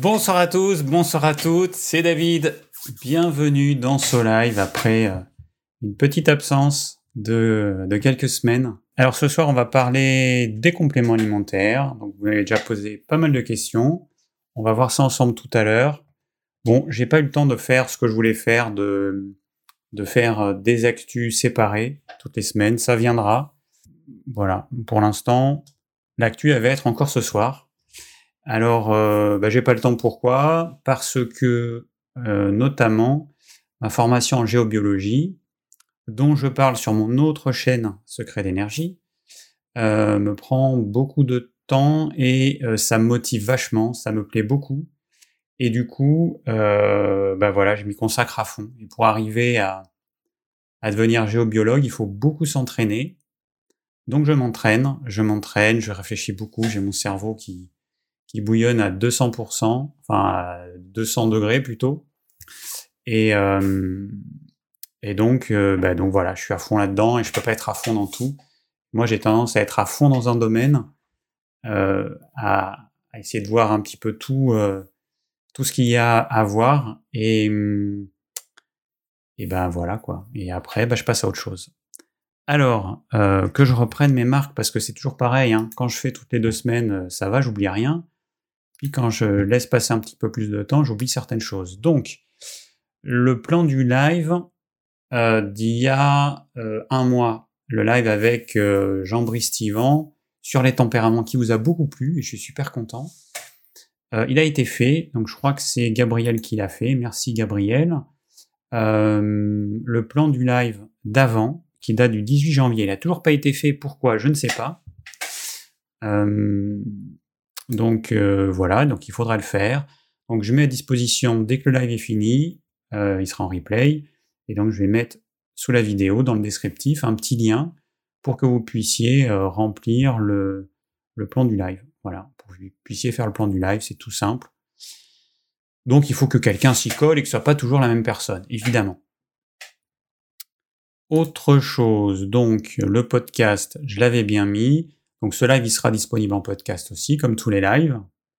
Bonsoir à tous, bonsoir à toutes, c'est David. Bienvenue dans ce live après une petite absence de quelques semaines. Alors ce soir, on va parler des compléments alimentaires. Donc vous m'avez déjà posé pas mal de questions. On va voir ça ensemble tout à l'heure. Bon, j'ai pas eu le temps de faire ce que je voulais faire, de faire des actus séparés toutes les semaines. Ça viendra. Voilà, pour l'instant, l'actu elle va être encore ce soir. Alors, j'ai pas le temps. Pourquoi ? Parce que, notamment, ma formation en géobiologie, dont je parle sur mon autre chaîne Secret d'énergie, me prend beaucoup de temps et ça me motive vachement, ça me plaît beaucoup. Et du coup, je m'y consacre à fond. Et pour arriver à devenir géobiologue, il faut beaucoup s'entraîner. Donc je m'entraîne, je réfléchis beaucoup, j'ai mon cerveau qui bouillonne à 200%, enfin à 200 degrés plutôt. Et donc voilà, je suis à fond là-dedans et je peux pas être à fond dans tout. Moi, j'ai tendance à être à fond dans un domaine, à essayer de voir un petit peu tout ce qu'il y a à voir et ben voilà quoi. Et après, je passe à autre chose. Alors, que je reprenne mes marques parce que c'est toujours pareil, hein. Quand je fais toutes les 2 semaines, ça va, j'oublie rien. Puis quand je laisse passer un petit peu plus de temps, j'oublie certaines choses. Donc, le plan du live d'il y a un mois, le live avec Jean-Brice Tivan sur les tempéraments qui vous a beaucoup plu et je suis super content. Il a été fait, donc je crois que c'est Gabriel qui l'a fait. Merci Gabriel. Le plan du live d'avant, qui date du 18 janvier, il n'a toujours pas été fait. Pourquoi ? Je ne sais pas. Donc voilà, donc il faudra le faire. Donc je mets à disposition dès que le live est fini, il sera en replay, et donc je vais mettre sous la vidéo, dans le descriptif, un petit lien pour que vous puissiez remplir le plan du live. Voilà, pour que vous puissiez faire le plan du live, c'est tout simple. Donc il faut que quelqu'un s'y colle et que ce soit pas toujours la même personne, évidemment. Autre chose, donc le podcast, je l'avais bien mis. Donc ce live, il sera disponible en podcast aussi, comme tous les lives.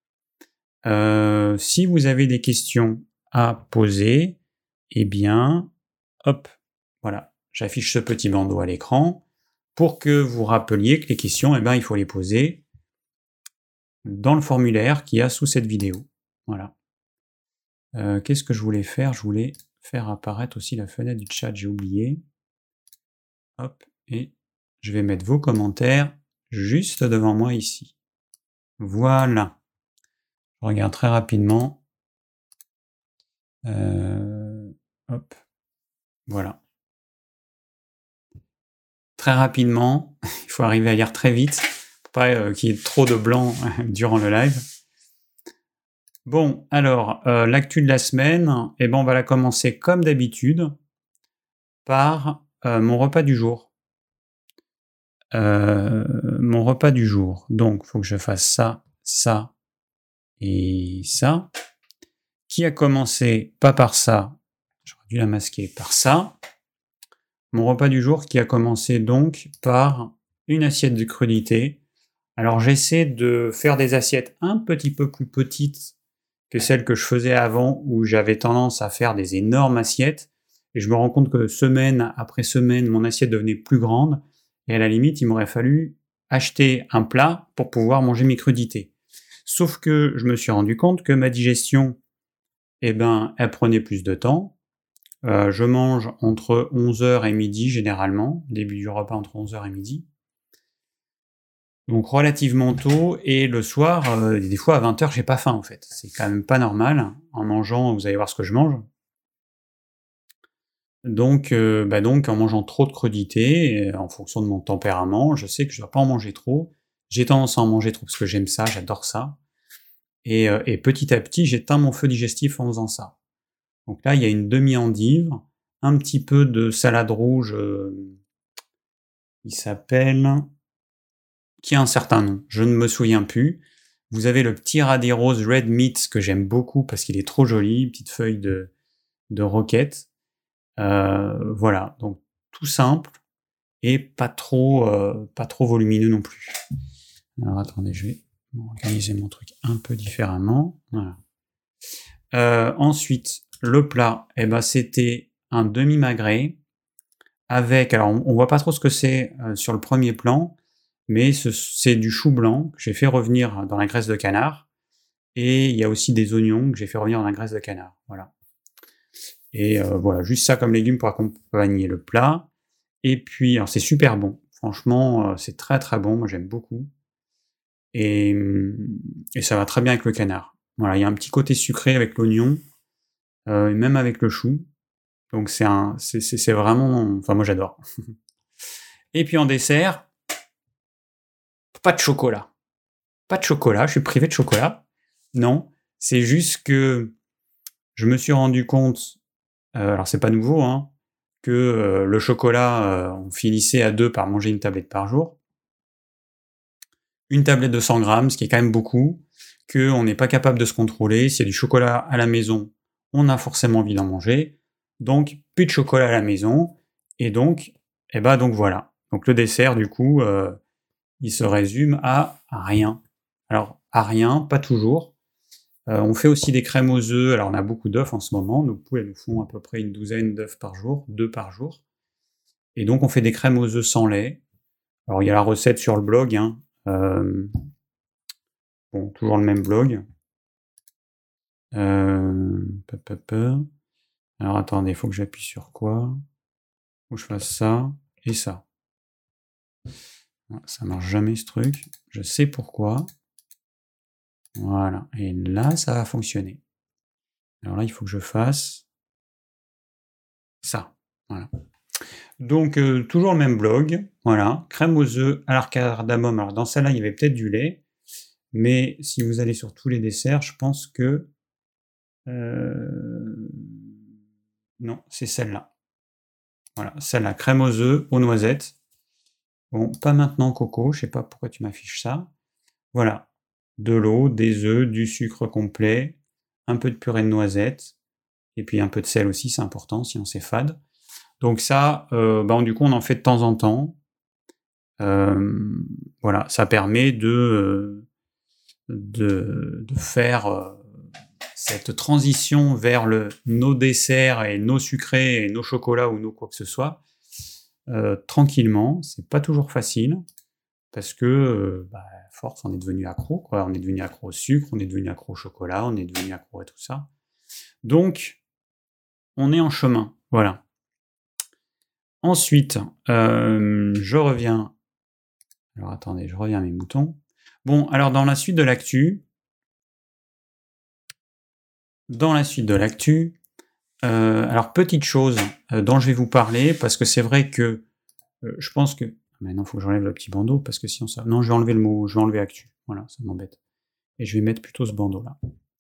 Si vous avez des questions à poser, eh bien, hop, voilà, j'affiche ce petit bandeau à l'écran pour que vous rappeliez que les questions, il faut les poser dans le formulaire qu'il y a sous cette vidéo. Voilà. Qu'est-ce que je voulais faire ? Je voulais faire apparaître aussi la fenêtre du chat, j'ai oublié. Hop, et je vais mettre vos commentaires juste devant moi ici. Voilà. Je regarde très rapidement. Hop. Voilà. Très rapidement, il faut arriver à lire très vite, pour pas qu'il y ait trop de blanc durant le live. Bon, alors, l'actu de la semaine, on va la commencer comme d'habitude par mon repas du jour. Mon repas du jour. Donc, il faut que je fasse ça, ça et ça. Qui a commencé, pas par ça, j'aurais dû la masquer, par ça. Mon repas du jour qui a commencé donc par une assiette de crudité. Alors j'essaie de faire des assiettes un petit peu plus petites que celles que je faisais avant où j'avais tendance à faire des énormes assiettes et je me rends compte que semaine après semaine mon assiette devenait plus grande et à la limite il m'aurait fallu acheter un plat pour pouvoir manger mes crudités. Sauf que je me suis rendu compte que ma digestion, elle prenait plus de temps. Je mange entre 11h et midi généralement, début du repas entre 11h et midi. Donc relativement tôt, et le soir, des fois à 20h, j'ai pas faim en fait. C'est quand même pas normal. En mangeant, vous allez voir ce que je mange. Donc en mangeant trop de crudités, en fonction de mon tempérament, je sais que je dois pas en manger trop. J'ai tendance à en manger trop parce que j'aime ça, j'adore ça. Et petit à petit, j'éteins mon feu digestif en faisant ça. Donc là, il y a une demi-endive, un petit peu de salade rouge, il s'appelle... qui a un certain nom, je ne me souviens plus. Vous avez le petit radis rose Red Meat que j'aime beaucoup parce qu'il est trop joli, une petite feuille de roquette. Voilà, donc tout simple et pas trop volumineux non plus. Alors attendez, je vais organiser mon truc un peu différemment. Voilà. Ensuite, le plat, c'était un demi-magret avec, alors on voit pas trop ce que c'est sur le premier plan, mais c'est du chou blanc que j'ai fait revenir dans la graisse de canard, et il y a aussi des oignons que j'ai fait revenir dans la graisse de canard, voilà. Et voilà, juste ça comme légumes pour accompagner le plat. Et puis, alors c'est super bon, franchement, c'est très très bon, moi j'aime beaucoup. Et ça va très bien avec le canard. Voilà, il y a un petit côté sucré avec l'oignon, et même avec le chou. Donc c'est vraiment, enfin moi j'adore. Et puis en dessert, pas de chocolat. Pas de chocolat, je suis privé de chocolat. Non, c'est juste que je me suis rendu compte, alors c'est pas nouveau, hein, que le chocolat, on finissait à 2 par manger une tablette par jour. Une tablette de 100 grammes, ce qui est quand même beaucoup, qu'on n'est pas capable de se contrôler. S'il y a du chocolat à la maison, on a forcément envie d'en manger. Donc, plus de chocolat à la maison. Et donc, donc voilà. Donc le dessert, du coup, il se résume à rien. Alors, à rien, pas toujours. On fait aussi des crèmes aux œufs. Alors, on a beaucoup d'œufs en ce moment. Nos poules, elles nous font à peu près une douzaine d'œufs par jour, 2 par jour. Et donc, on fait des crèmes aux œufs sans lait. Alors, il y a la recette sur le blog, hein. Bon, toujours le même blog. Alors attendez, il faut que j'appuie sur quoi? Faut que je fasse ça et ça. Ça marche jamais ce truc. Je sais pourquoi. Voilà. Et là, ça va fonctionner. Alors là, il faut que je fasse ça. Voilà. Donc, toujours le même blog. Voilà. Crème aux œufs à la cardamome. Alors dans celle-là, il y avait peut-être du lait. Mais si vous allez sur tous les desserts, je pense que... non, c'est celle-là. Voilà, celle-là, crème aux œufs, aux noisettes. Bon, pas maintenant, Coco, je sais pas pourquoi tu m'affiches ça. Voilà, de l'eau, des œufs, du sucre complet, un peu de purée de noisettes, et puis un peu de sel aussi, c'est important, sinon c'est fade. Donc ça, du coup, on en fait de temps en temps. Voilà, ça permet de faire cette transition vers nos desserts et nos sucrés et nos chocolats ou nos quoi que ce soit, tranquillement. C'est pas toujours facile parce que, force, on est devenu accro, quoi. On est devenu accro au sucre, on est devenu accro au chocolat, on est devenu accro à tout ça. Donc, on est en chemin, voilà. Ensuite, je reviens. Alors attendez, je reviens à mes moutons. Bon, alors dans la suite de l'actu, alors petite chose dont je vais vous parler, parce que c'est vrai que je pense que... Maintenant, il faut que j'enlève le petit bandeau, parce que sinon ça... Non, je vais enlever le mot, je vais enlever actu. Voilà, ça m'embête. Et je vais mettre plutôt ce bandeau-là.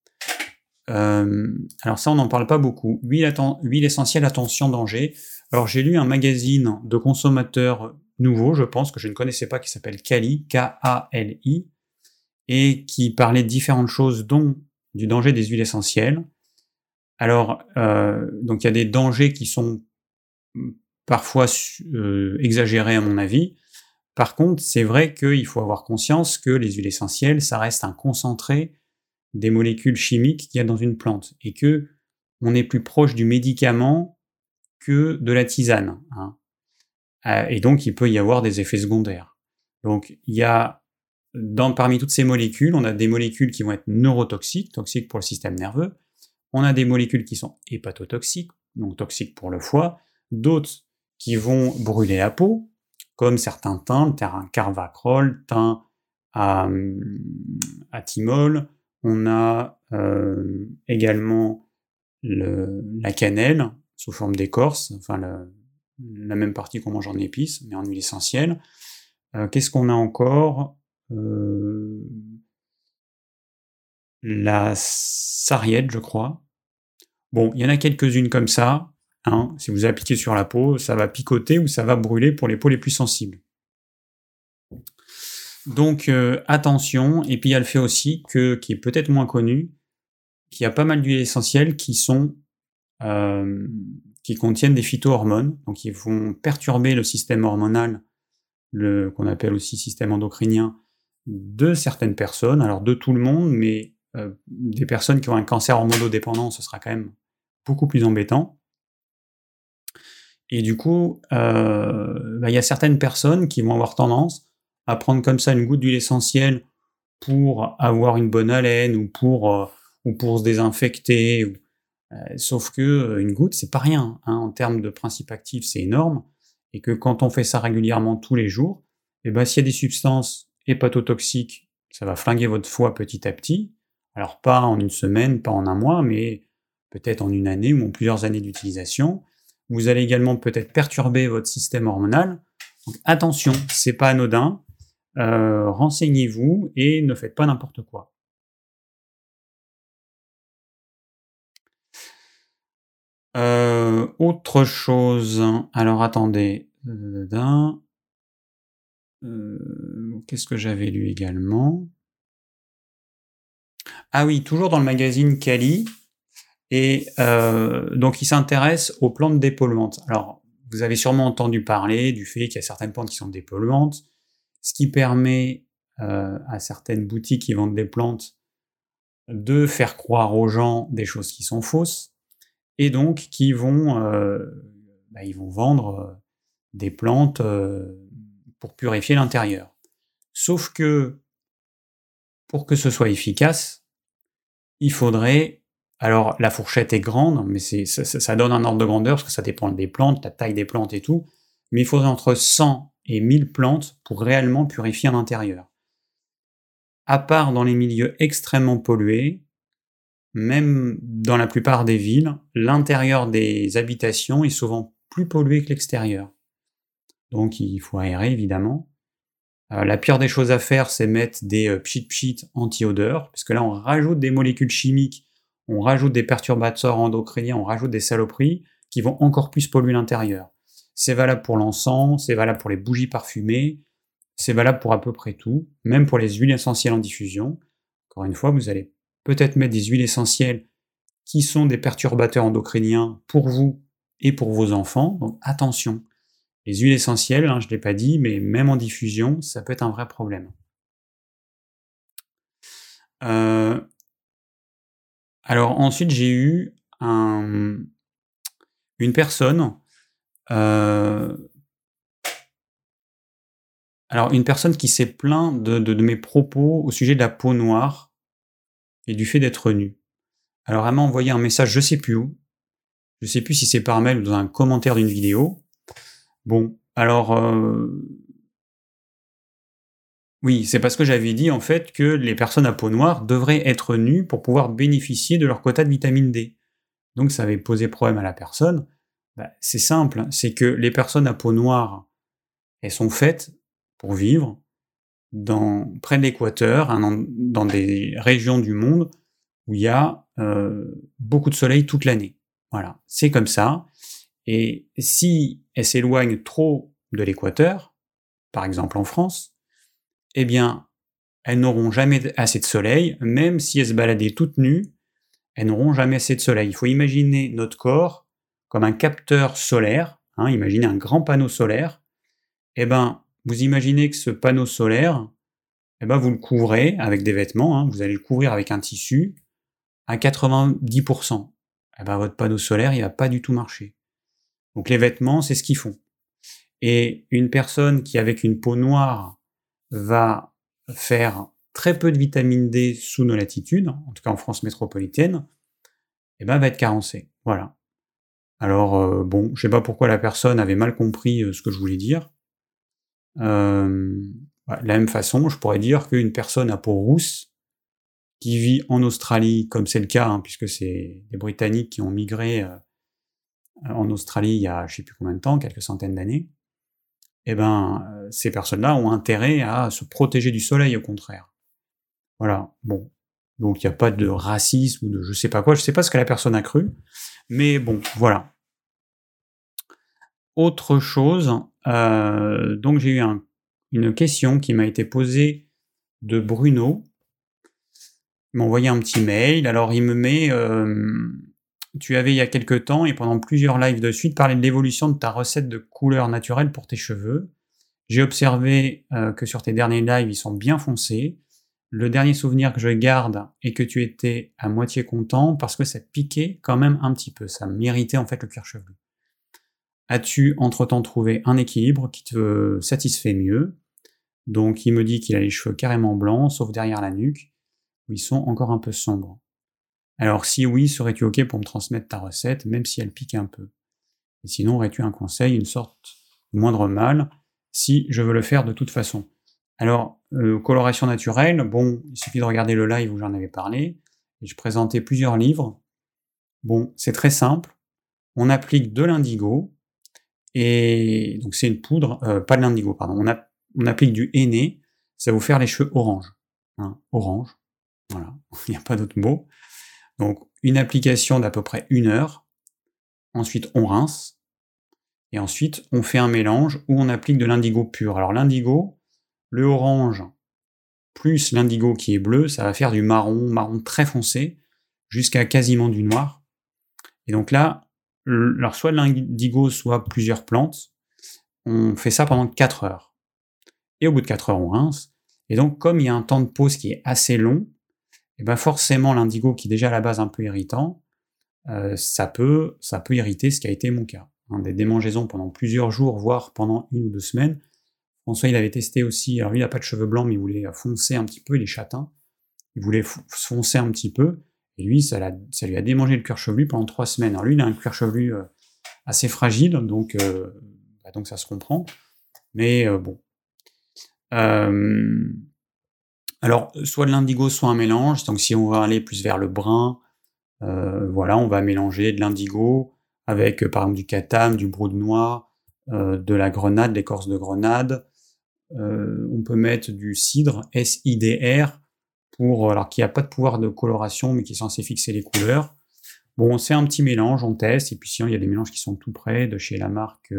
Alors ça, on n'en parle pas beaucoup. Huile essentielle, attention, danger. Alors j'ai lu un magazine de consommateurs nouveau, je pense, que je ne connaissais pas, qui s'appelle Kali, K-A-L-I, et qui parlait de différentes choses, dont du danger des huiles essentielles. Alors, donc il y a des dangers qui sont parfois exagérés à mon avis. Par contre, c'est vrai qu'il faut avoir conscience que les huiles essentielles, ça reste un concentré des molécules chimiques qu'il y a dans une plante, et que on est plus proche du médicament que de la tisane, hein. Et donc il peut y avoir des effets secondaires. Donc il y a, parmi toutes ces molécules, on a des molécules qui vont être neurotoxiques, toxiques pour le système nerveux, on a des molécules qui sont hépatotoxiques, donc toxiques pour le foie, d'autres qui vont brûler la peau, comme certains thym, le carvacrol, thym à thymol. On a également la cannelle sous forme d'écorce, enfin la même partie qu'on mange en épices, mais en huile essentielle. Qu'est-ce qu'on a encore? La sarriette, je crois. Bon, il y en a quelques-unes comme ça, hein. Si vous appliquez sur la peau, ça va picoter ou ça va brûler pour les peaux les plus sensibles. Donc attention, et puis il y a le fait aussi qui est peut-être moins connu, qu'il y a pas mal d'huiles essentielles qui contiennent des phytohormones, donc qui vont perturber le système hormonal, qu'on appelle aussi système endocrinien, de certaines personnes, alors de tout le monde, mais des personnes qui ont un cancer hormonodépendant, ce sera quand même beaucoup plus embêtant. Et du coup, il y a certaines personnes qui vont avoir tendance à prendre comme ça une goutte d'huile essentielle pour avoir une bonne haleine ou pour se désinfecter. Sauf que une goutte, c'est pas rien, hein, en termes de principe actif, c'est énorme. Et que quand on fait ça régulièrement tous les jours, s'il y a des substances hépatotoxiques, ça va flinguer votre foie petit à petit. Alors pas en une semaine, pas en un mois, mais peut-être en une année ou en plusieurs années d'utilisation. Vous allez également peut-être perturber votre système hormonal. Donc attention, c'est pas anodin. Renseignez-vous et ne faites pas n'importe quoi. Autre chose. Alors attendez. Qu'est-ce que j'avais lu également? Ah oui, toujours dans le magazine Cali. Et donc il s'intéresse aux plantes dépolluantes. Alors, vous avez sûrement entendu parler du fait qu'il y a certaines plantes qui sont dépolluantes, ce qui permet à certaines boutiques qui vendent des plantes de faire croire aux gens des choses qui sont fausses, et donc ils vont vendre des plantes pour purifier l'intérieur. Sauf que, pour que ce soit efficace, il faudrait... Alors, la fourchette est grande, mais ça donne un ordre de grandeur, parce que ça dépend des plantes, la taille des plantes et tout, mais il faudrait entre 100 et 1000 plantes pour réellement purifier un intérieur. À part dans les milieux extrêmement pollués, même dans la plupart des villes, l'intérieur des habitations est souvent plus pollué que l'extérieur. Donc il faut aérer, évidemment. La pire des choses à faire, c'est mettre des pchit-pchit anti-odeur, parce que là on rajoute des molécules chimiques, on rajoute des perturbateurs endocriniens, on rajoute des saloperies qui vont encore plus polluer l'intérieur. C'est valable pour l'encens, c'est valable pour les bougies parfumées, c'est valable pour à peu près tout, même pour les huiles essentielles en diffusion. Encore une fois, vous allez peut-être mettre des huiles essentielles qui sont des perturbateurs endocriniens pour vous et pour vos enfants, donc attention. Les huiles essentielles, je ne l'ai pas dit, mais même en diffusion, ça peut être un vrai problème. Alors ensuite, j'ai eu une personne... une personne qui s'est plaint de mes propos au sujet de la peau noire et du fait d'être nu. Alors elle m'a envoyé un message, je sais plus où. Je sais plus si c'est par mail ou dans un commentaire d'une vidéo. Bon, alors... oui, c'est parce que j'avais dit en fait que les personnes à peau noire devraient être nues pour pouvoir bénéficier de leur quota de vitamine D. Donc ça avait posé problème à la personne. C'est simple, c'est que les personnes à peau noire, elles sont faites pour vivre près de l'équateur, dans des régions du monde où il y a beaucoup de soleil toute l'année. Voilà, c'est comme ça. Et si elles s'éloignent trop de l'équateur, par exemple en France, eh bien, elles n'auront jamais assez de soleil, même si elles se baladaient toutes nues, elles n'auront jamais assez de soleil. Il faut imaginer notre corps comme un capteur solaire, imaginez un grand panneau solaire. Eh ben, vous imaginez que ce panneau solaire, vous le couvrez avec des vêtements, vous allez le couvrir avec un tissu à 90%. Votre panneau solaire, il va pas du tout marcher. Donc les vêtements, c'est ce qu'ils font. Et une personne qui, avec une peau noire, va faire très peu de vitamine D sous nos latitudes, en tout cas en France métropolitaine, va être carencée. Voilà. Alors, je sais pas pourquoi la personne avait mal compris ce que je voulais dire. De la même façon, je pourrais dire qu'une personne à peau rousse, qui vit en Australie, comme c'est le cas, puisque c'est des Britanniques qui ont migré en Australie il y a je sais plus combien de temps, quelques centaines d'années, ces personnes-là ont intérêt à se protéger du soleil, au contraire. Voilà, bon. Donc il n'y a pas de racisme ou de je sais pas quoi, je sais pas ce que la personne a cru, mais bon, voilà. Autre chose, donc j'ai eu une question qui m'a été posée de Bruno. Il m'a envoyé un petit mail, alors il me met tu avais il y a quelque temps et pendant plusieurs lives de suite parlé de l'évolution de ta recette de couleur naturelle pour tes cheveux. J'ai observé que sur tes derniers lives ils sont bien foncés, le dernier souvenir que je garde est que tu étais à moitié content parce que ça piquait quand même un petit peu. Ça m'irritait en fait le cuir chevelu. As-tu entre-temps trouvé un équilibre qui te satisfait mieux? Donc il me dit qu'il a les cheveux carrément blancs, sauf derrière la nuque, où ils sont encore un peu sombres. Alors si oui, serais-tu ok pour me transmettre ta recette, même si elle pique un peu? Et sinon, aurais-tu un conseil, une sorte de moindre mal, si je veux le faire de toute façon? Alors, coloration naturelle, bon, il suffit de regarder le live où j'en avais parlé, et je présentais plusieurs livres. Bon, c'est très simple, on applique de l'indigo, et donc c'est une poudre, pas de l'indigo, pardon, on applique du henné, ça va vous faire les cheveux orange. Hein, orange, voilà, il n'y a pas d'autre mot. Donc, une application d'à peu près 1 heure, ensuite on rince, et ensuite on fait un mélange où on applique de l'indigo pur. Alors l'indigo, le orange plus l'indigo qui est bleu, ça va faire du marron, marron très foncé, jusqu'à quasiment du noir. Et donc là, alors soit de l'indigo, soit plusieurs plantes, on fait ça pendant 4 heures. Et au bout de 4 heures, on rince. Et donc, comme il y a un temps de pause qui est assez long, et ben forcément l'indigo, qui est déjà à la base un peu irritant, ça peut irriter, ce qui a été mon cas. Hein, des démangeaisons pendant plusieurs jours, voire pendant 1 ou 2 semaines. François, il avait testé aussi, alors lui, il n'a pas de cheveux blancs, mais il voulait foncer un petit peu, il est châtain. Il voulait foncer un petit peu, et lui, ça lui a démangé le cuir chevelu pendant 3 semaines. Alors lui, il a un cuir chevelu assez fragile, donc ça se comprend. Mais bon. Alors, soit de l'indigo, soit un mélange. Donc si on va aller plus vers le brun, voilà, on va mélanger de l'indigo avec, par exemple, du catame, du brou de noix, de la grenade, l'écorce de grenade. On peut mettre du cidre, SIDR, alors qui n'a pas de pouvoir de coloration, mais qui est censé fixer les couleurs. Bon, c'est un petit mélange, on teste, et puis sinon, il y a des mélanges qui sont tout prêts, de chez la marque...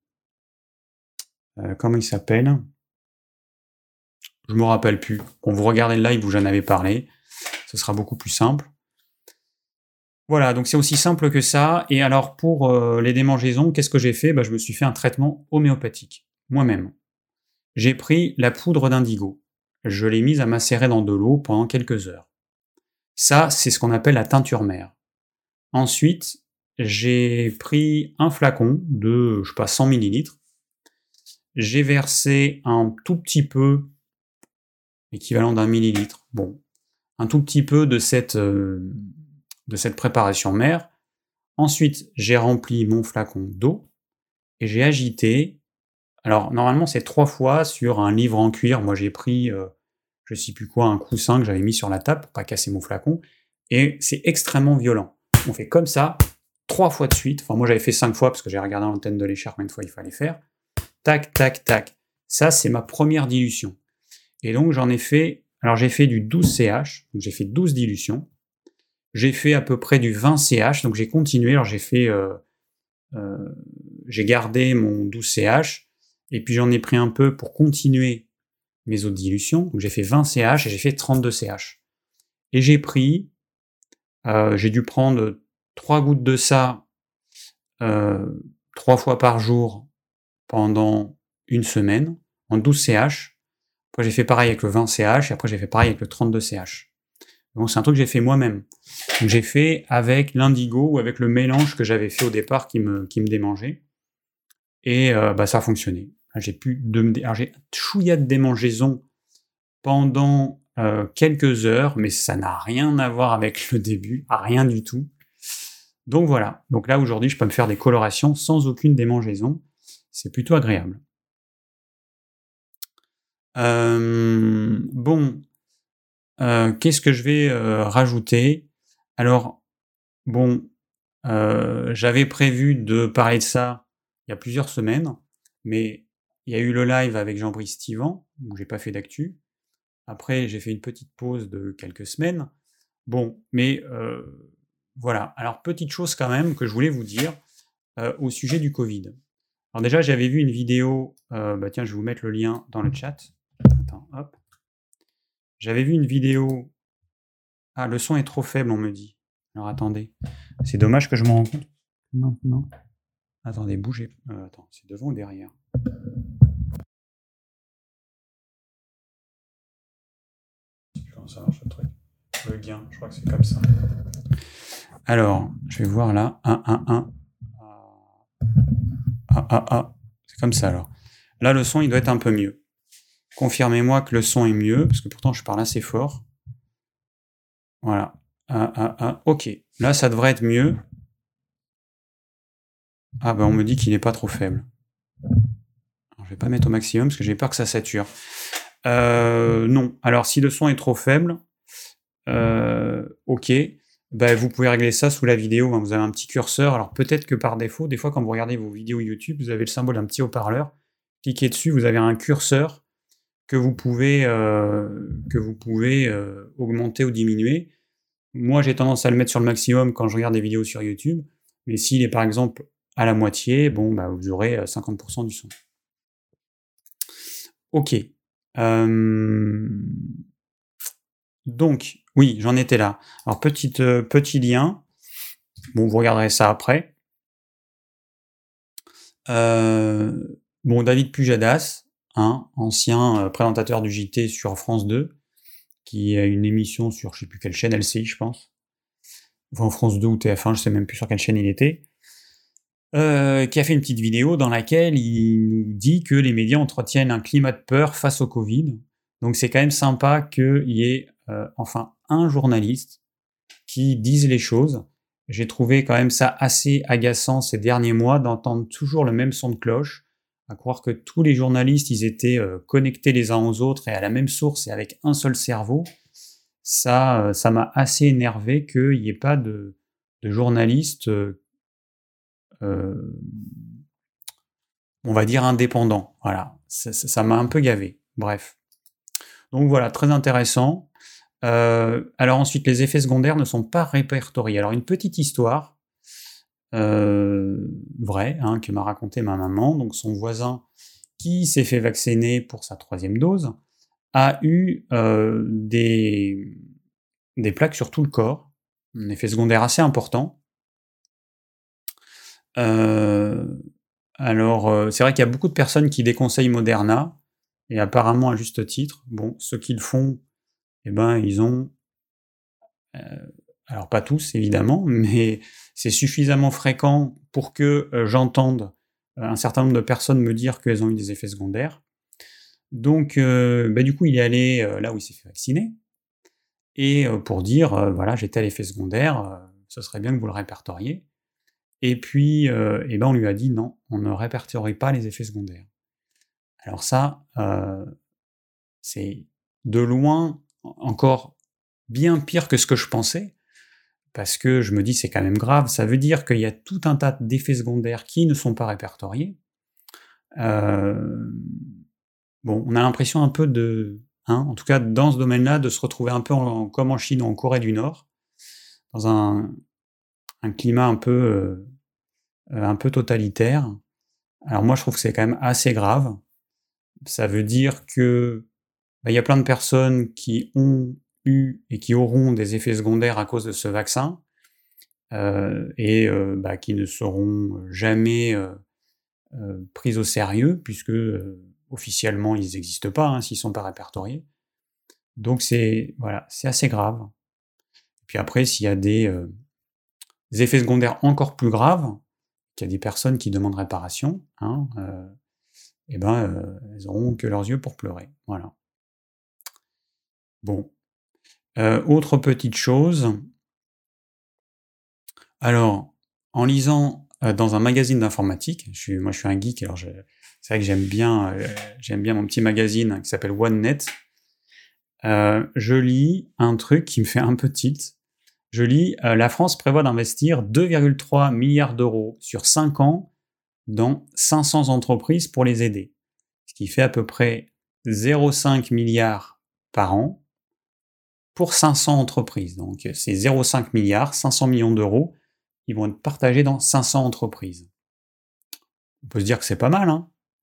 comment il s'appelle? Je me rappelle plus. Bon, vous regardez le live où j'en avais parlé, ce sera beaucoup plus simple. Voilà, donc c'est aussi simple que ça. Et alors, pour les démangeaisons, qu'est-ce que j'ai fait? Je me suis fait un traitement homéopathique, moi-même. J'ai pris la poudre d'indigo. Je l'ai mise à macérer dans de l'eau pendant quelques heures. Ça, c'est ce qu'on appelle la teinture mère. Ensuite, j'ai pris un flacon de, 100 millilitres. J'ai versé un tout petit peu, équivalent d'1 millilitre, bon, un tout petit peu de cette préparation mère. Ensuite, j'ai rempli mon flacon d'eau et j'ai agité. Alors, normalement, c'est 3 fois sur un livre en cuir. Moi, j'ai pris, je sais plus quoi, un coussin que j'avais mis sur la table pour pas casser mon flacon. Et c'est extrêmement violent. On fait comme ça, 3 fois de suite. Enfin, moi, j'avais fait 5 fois parce que j'ai regardé l'antenne de l'écharpe combien de fois il fallait faire. Tac, tac, tac. Ça, c'est ma première dilution. Et donc, j'en ai fait... Alors, j'ai fait du 12 CH. Donc, j'ai fait 12 dilutions. J'ai fait à peu près du 20 CH. Donc, j'ai continué. Alors, j'ai fait... j'ai gardé mon 12 CH. Et puis, j'en ai pris un peu pour continuer mes autres dilutions. Donc, j'ai fait 20 CH et j'ai fait 32 CH. Et j'ai pris... j'ai dû prendre 3 gouttes de ça 3 fois par jour pendant 1 semaine, en 12 CH. Après, j'ai fait pareil avec le 20 CH, et après, j'ai fait pareil avec le 32 CH. Donc, c'est un truc que j'ai fait moi-même. Donc, j'ai fait avec l'indigo ou avec le mélange que j'avais fait au départ qui me démangeait. Et ça a fonctionné. J'ai chouïa de démangeaison pendant quelques heures, mais ça n'a rien à voir avec le début, rien du tout. Donc voilà. Donc là, aujourd'hui, je peux me faire des colorations sans aucune démangeaison. C'est plutôt agréable. Bon, qu'est-ce que je vais rajouter? Alors, bon, j'avais prévu de parler de ça il y a plusieurs semaines, mais il y a eu le live avec Jean-Brice Stivan, où j'ai pas fait d'actu. Après, j'ai fait une petite pause de quelques semaines. Bon, mais voilà. Alors, petite chose quand même que je voulais vous dire au sujet du Covid. Alors déjà, j'avais vu une vidéo, tiens, je vais vous mettre le lien dans le chat. Attends, hop. J'avais vu une vidéo... Ah, le son est trop faible, on me dit. Alors attendez. C'est dommage que je m'en rende compte. Maintenant. Attendez, bougez. Attends, c'est devant ou derrière? comment ça marche le truc. Le gain, je crois que c'est comme ça. Alors, je vais voir là. C'est comme ça alors. Là, le son, il doit être un peu mieux. Confirmez-moi que le son est mieux, parce que pourtant, je parle assez fort. Voilà. Ok. Là, ça devrait être mieux. Ah, on me dit qu'il n'est pas trop faible. Alors, je vais pas mettre au maximum, parce que j'ai peur que ça sature. Non. Alors, si le son est trop faible, ok. Vous pouvez régler ça sous la vidéo. Hein. Vous avez un petit curseur. Alors, peut-être que par défaut, des fois, quand vous regardez vos vidéos YouTube, vous avez le symbole d'un petit haut-parleur. Cliquez dessus, vous avez un curseur que vous pouvez augmenter ou diminuer. Moi, j'ai tendance à le mettre sur le maximum quand je regarde des vidéos sur YouTube, mais s'il est par exemple à la moitié, vous aurez 50% du son. Ok. Donc, oui, j'en étais là. Alors, petit lien. Vous regarderez ça après. David Pujadas, ancien présentateur du JT sur France 2, qui a une émission sur je sais plus quelle chaîne, LCI je pense, enfin France 2 ou TF1, je sais même plus sur quelle chaîne il était, qui a fait une petite vidéo dans laquelle il nous dit que les médias entretiennent un climat de peur face au Covid. Donc c'est quand même sympa qu'il y ait enfin un journaliste qui dise les choses. J'ai trouvé quand même ça assez agaçant ces derniers mois d'entendre toujours le même son de cloche, à croire que tous les journalistes, ils étaient connectés les uns aux autres et à la même source et avec un seul cerveau. Ça m'a assez énervé qu'il n'y ait pas de journalistes, on va dire indépendants. Voilà, ça m'a un peu gavé. Bref. Donc voilà, très intéressant. Alors ensuite, les effets secondaires ne sont pas répertoriés. Alors une petite histoire vraie, que m'a raconté ma maman. Donc son voisin qui s'est fait vacciner pour sa 3e dose a eu des plaques sur tout le corps, un effet secondaire assez important. Alors c'est vrai qu'il y a beaucoup de personnes qui déconseillent Moderna, et apparemment à juste titre. Bon, ceux qui le font, ils ont... alors pas tous évidemment, mais c'est suffisamment fréquent pour que j'entende un certain nombre de personnes me dire qu'elles ont eu des effets secondaires. Donc du coup il est allé là où il s'est fait vacciner, et pour dire voilà, j'ai tel effet secondaire, ce serait bien que vous le répertoriez. Et puis on lui a dit non, on ne répertorie pas les effets secondaires. Alors ça, c'est de loin encore bien pire que ce que je pensais, parce que je me dis c'est quand même grave, ça veut dire qu'il y a tout un tas d'effets secondaires qui ne sont pas répertoriés. On a l'impression un peu de, en tout cas dans ce domaine-là, de se retrouver un peu comme en Chine ou en Corée du Nord, dans un climat un peu totalitaire. Alors moi je trouve que c'est quand même assez grave. Ça veut dire que il y a plein de personnes qui ont eu et qui auront des effets secondaires à cause de ce vaccin, et qui ne seront jamais pris au sérieux, puisque officiellement ils n'existent pas s'ils ne sont pas répertoriés. Donc c'est assez grave. Et puis après, s'il y a des effets secondaires encore plus graves, qu'il y a des personnes qui demandent réparation, elles auront que leurs yeux pour pleurer. Voilà. Bon. Autre petite chose. Alors, en lisant dans un magazine d'informatique, moi je suis un geek, alors c'est vrai que j'aime bien mon petit magazine qui s'appelle OneNet. Je lis un truc qui me fait un peu tilt. Je lis la France prévoit d'investir 2,3 milliards d'euros sur 5 ans dans 500 entreprises pour les aider. Ce qui fait à peu près 0,5 milliards par an pour 500 entreprises. Donc c'est 0,5 milliards, 500 millions d'euros, ils vont être partagés dans 500 entreprises. On peut se dire que c'est pas mal,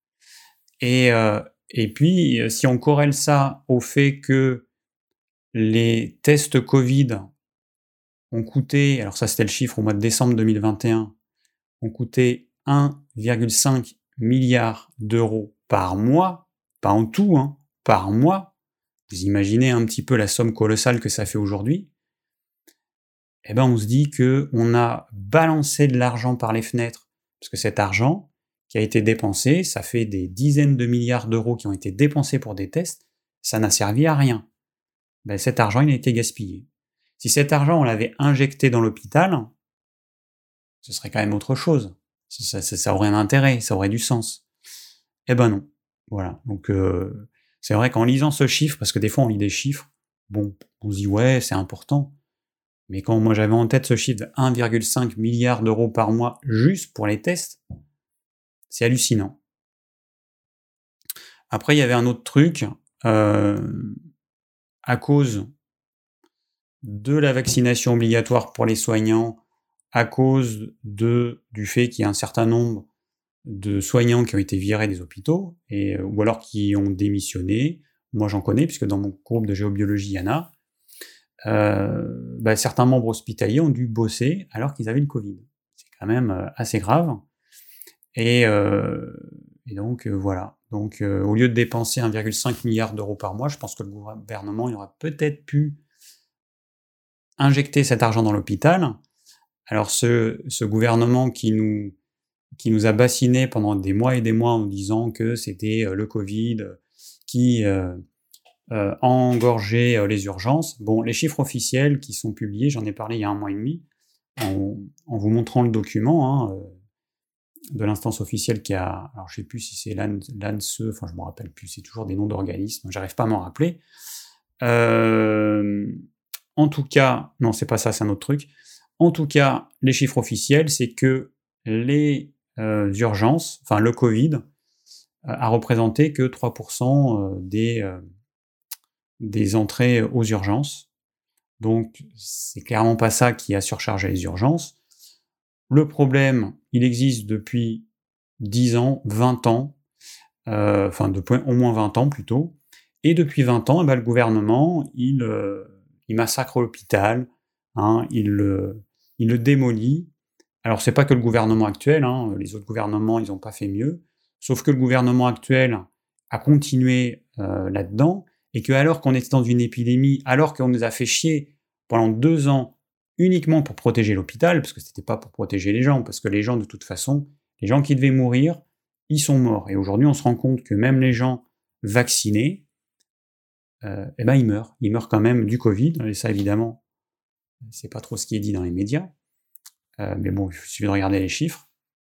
Et puis, si on corrèle ça au fait que les tests Covid ont coûté, alors ça c'était le chiffre au mois de décembre 2021, ont coûté 1,5 milliard d'euros par mois, pas en tout, par mois, vous imaginez un petit peu la somme colossale que ça fait aujourd'hui, eh ben on se dit que on a balancé de l'argent par les fenêtres, parce que cet argent qui a été dépensé, ça fait des dizaines de milliards d'euros qui ont été dépensés pour des tests, ça n'a servi à rien. Ben, cet argent, il a été gaspillé. Si cet argent, on l'avait injecté dans l'hôpital, ce serait quand même autre chose. Ça aurait un intérêt, ça aurait du sens. Eh ben non. Voilà. Donc, c'est vrai qu'en lisant ce chiffre, parce que des fois on lit des chiffres, bon, on se dit ouais, c'est important. Mais quand moi j'avais en tête ce chiffre de 1,5 milliard d'euros par mois juste pour les tests, c'est hallucinant. Après, il y avait un autre truc, à cause de la vaccination obligatoire pour les soignants, à cause du fait qu'il y a un certain nombre de soignants qui ont été virés des hôpitaux, ou alors qui ont démissionné. Moi j'en connais, puisque dans mon groupe de géobiologie, il y en a. Certains membres hospitaliers ont dû bosser alors qu'ils avaient le Covid. C'est quand même assez grave. Et donc voilà. Donc au lieu de dépenser 1,5 milliard d'euros par mois, je pense que le gouvernement il aurait peut-être pu injecter cet argent dans l'hôpital. Alors ce gouvernement qui nous a bassinés pendant des mois et des mois en disant que c'était le Covid qui engorgeait les urgences. Bon, les chiffres officiels qui sont publiés, j'en ai parlé il y a 1 mois et demi, en vous montrant le document de l'instance officielle qui a... Alors je sais plus si c'est l'ANSE, enfin je me rappelle plus, c'est toujours des noms d'organismes, j'arrive pas à m'en rappeler. En tout cas, non c'est pas ça, c'est un autre truc. En tout cas, les chiffres officiels, c'est que les urgences, enfin le Covid, a représenté que 3% des entrées aux urgences. Donc c'est clairement pas ça qui a surchargé les urgences. Le problème, il existe depuis 10 ans, 20 ans, depuis au moins 20 ans plutôt, et depuis 20 ans, le gouvernement, il massacre l'hôpital, hein, il le démolit. Alors c'est pas que le gouvernement actuel, hein, les autres gouvernements, ils n'ont pas fait mieux, sauf que le gouvernement actuel a continué là-dedans, et que alors qu'on était dans une épidémie, alors qu'on nous a fait chier pendant 2 ans uniquement pour protéger l'hôpital, parce que c'était pas pour protéger les gens, parce que les gens, de toute façon, les gens qui devaient mourir, ils sont morts. Et aujourd'hui, on se rend compte que même les gens vaccinés, ils meurent. Ils meurent quand même du Covid, et ça, évidemment, c'est pas trop ce qui est dit dans les médias. Mais bon, il suffit de regarder les chiffres.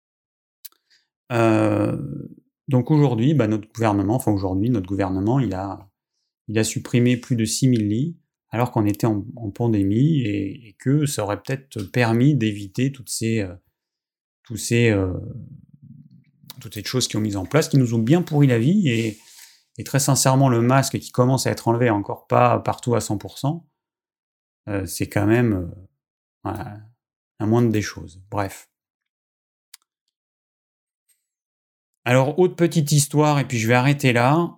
Donc aujourd'hui, notre gouvernement, il a supprimé plus de 6000 lits, alors qu'on était en pandémie, et que ça aurait peut-être permis d'éviter toutes ces choses qui ont mis en place, qui nous ont bien pourri la vie, et très sincèrement, le masque qui commence à être enlevé, encore pas partout à 100%, c'est quand même la moindre des choses. Bref. Alors, autre petite histoire, et puis je vais arrêter là.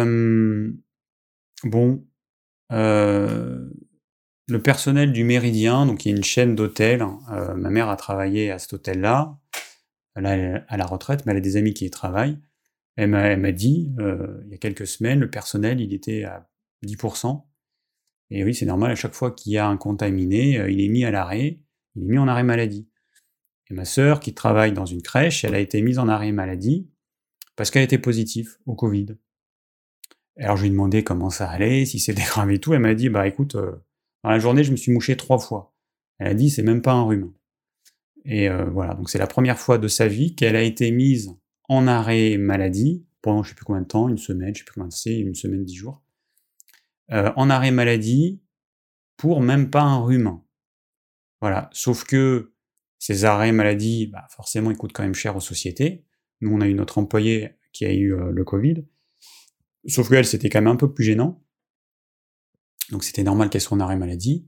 Le personnel du Méridien, donc il y a une chaîne d'hôtels, ma mère a travaillé à cet hôtel-là, là elle est à la retraite, mais elle a des amis qui y travaillent. Elle m'a dit, il y a quelques semaines, le personnel, il était à 10%. Et oui, c'est normal, à chaque fois qu'il y a un contaminé, il est mis à l'arrêt, il est mis en arrêt maladie. Et ma sœur, qui travaille dans une crèche, elle a été mise en arrêt maladie parce qu'elle était positive au Covid. Alors je lui ai demandé comment ça allait, si c'était grave et tout. Elle m'a dit, écoute, dans la journée, je me suis mouché 3 fois. Elle a dit, c'est même pas un rhume. Et voilà, donc c'est la première fois de sa vie qu'elle a été mise en arrêt maladie, pendant je sais plus combien de temps, une semaine, je sais plus combien c'est, une semaine, 10 jours, en arrêt maladie pour même pas un rhume. Voilà, sauf que ces arrêts maladie, forcément, ils coûtent quand même cher aux sociétés. Nous, on a eu notre employée qui a eu le Covid, sauf qu'elle, c'était quand même un peu plus gênant. Donc c'était normal qu'elle soit en arrêt maladie.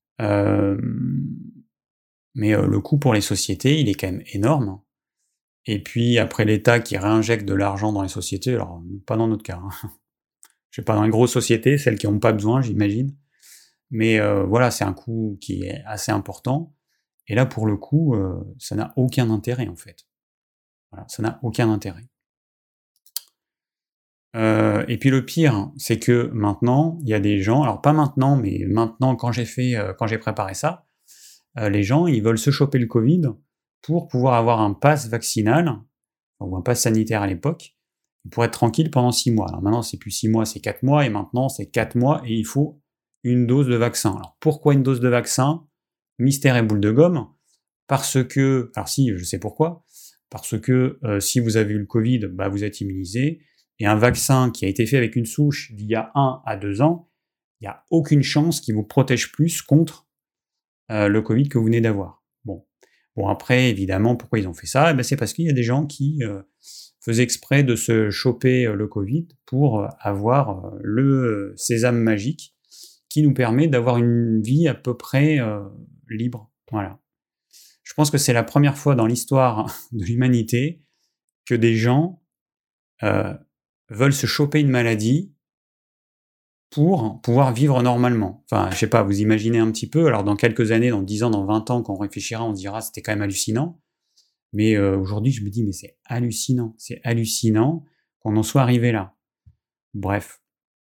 Mais le coût pour les sociétés, il est quand même énorme. Et puis après l'État qui réinjecte de l'argent dans les sociétés, alors pas dans notre cas, je sais pas, dans les grosses sociétés, celles qui n'ont pas besoin, j'imagine. Mais voilà, c'est un coût qui est assez important. Et là, pour le coup, ça n'a aucun intérêt, en fait. Voilà, ça n'a aucun intérêt. Et puis le pire, c'est que maintenant, il y a des gens, alors pas maintenant, mais maintenant quand j'ai préparé ça, les gens, ils veulent se choper le Covid pour pouvoir avoir un pass vaccinal, ou un pass sanitaire à l'époque, pour être tranquille pendant 6 mois. Alors maintenant, c'est plus 6 mois, c'est 4 mois, et maintenant, c'est 4 mois, et il faut une dose de vaccin. Alors pourquoi une dose de vaccin? Mystère et boule de gomme. Parce que, alors si, je sais pourquoi, parce que si vous avez eu le Covid, bah, vous êtes immunisé, et un vaccin qui a été fait avec une souche d'il y a 1 à 2 ans, il n'y a aucune chance qu'il vous protège plus contre le Covid que vous venez d'avoir. Bon, après, évidemment, pourquoi ils ont fait ça? Eh ben, c'est parce qu'il y a des gens qui faisaient exprès de se choper le Covid pour avoir le sésame magique qui nous permet d'avoir une vie à peu près libre. Voilà. Je pense que c'est la première fois dans l'histoire de l'humanité que des gens veulent se choper une maladie pour pouvoir vivre normalement. Enfin, je sais pas, vous imaginez un petit peu, alors dans quelques années, dans 10 ans, dans 20 ans, quand on réfléchira, on se dira c'était quand même hallucinant. Mais aujourd'hui, je me dis, mais c'est hallucinant qu'on en soit arrivé là. Bref.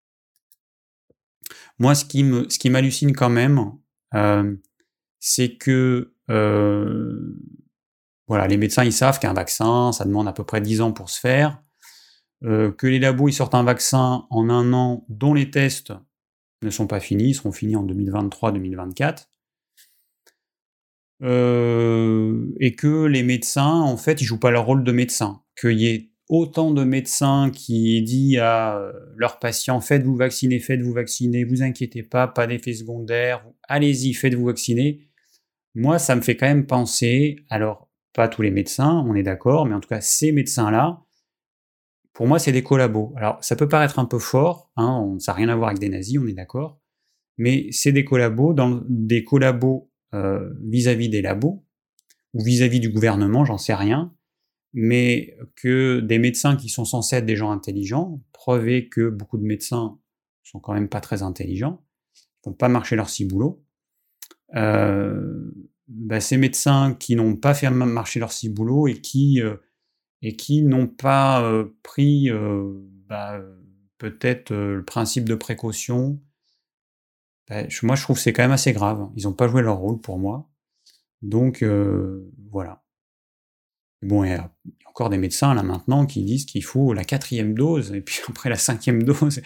Moi, ce qui m'hallucine quand même, c'est que voilà, les médecins, ils savent qu'un vaccin, ça demande à peu près 10 ans pour se faire, que les labos, ils sortent un vaccin en 1 an, dont les tests ne sont pas finis, ils seront finis en 2023-2024, et que les médecins, en fait, ils jouent pas leur rôle de médecin. Qu'il y ait autant de médecins qui disent à leurs patients « faites-vous vacciner, vous inquiétez pas d'effets secondaires, allez-y, faites-vous vacciner », moi, ça me fait quand même penser, alors, pas tous les médecins, on est d'accord, mais en tout cas, ces médecins-là, pour moi, c'est des collabos. Alors, ça peut paraître un peu fort, hein, ça n'a rien à voir avec des nazis, on est d'accord, mais c'est des collabos, vis-à-vis des labos, ou vis-à-vis du gouvernement, j'en sais rien, mais que des médecins qui sont censés être des gens intelligents, preuve est que beaucoup de médecins sont quand même pas très intelligents, ne font pas marcher leur ciboulot, ces médecins qui n'ont pas fait marcher leur ciboulot et qui n'ont pas pris peut-être le principe de précaution, moi je trouve que c'est quand même assez grave. Ils n'ont pas joué leur rôle pour moi. Donc voilà. Bon, il y a encore des médecins là maintenant qui disent qu'il faut la 4e dose, et puis après la 5e dose.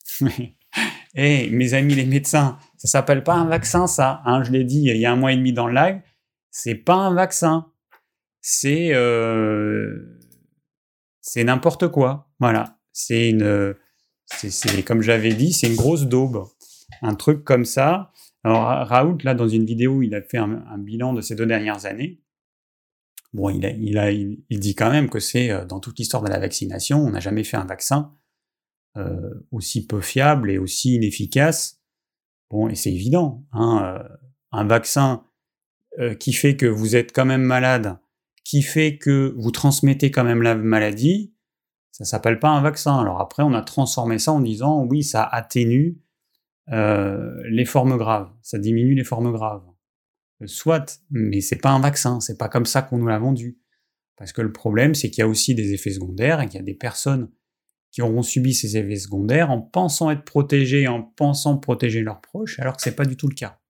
Mes amis les médecins, ça s'appelle pas un vaccin ça, hein, je l'ai dit il y a 1 mois et demi dans le live, c'est pas un vaccin, c'est n'importe quoi, voilà, c'est comme j'avais dit, c'est une grosse daube, un truc comme ça. Alors Raoult, là, dans une vidéo, il a fait un bilan de ces 2 dernières années. Bon, il dit quand même que c'est, dans toute l'histoire de la vaccination, on n'a jamais fait un vaccin aussi peu fiable et aussi inefficace. Bon, et c'est évident, hein, un vaccin qui fait que vous êtes quand même malade, qui fait que vous transmettez quand même la maladie, ça s'appelle pas un vaccin. Alors après, on a transformé ça en disant oui, ça atténue les formes graves, ça diminue les formes graves. Soit, mais c'est pas un vaccin, c'est pas comme ça qu'on nous l'a vendu. Parce que le problème, c'est qu'il y a aussi des effets secondaires et qu'il y a des personnes qui auront subi ces effets secondaires en pensant être protégés, en pensant protéger leurs proches, alors que c'est pas du tout le cas.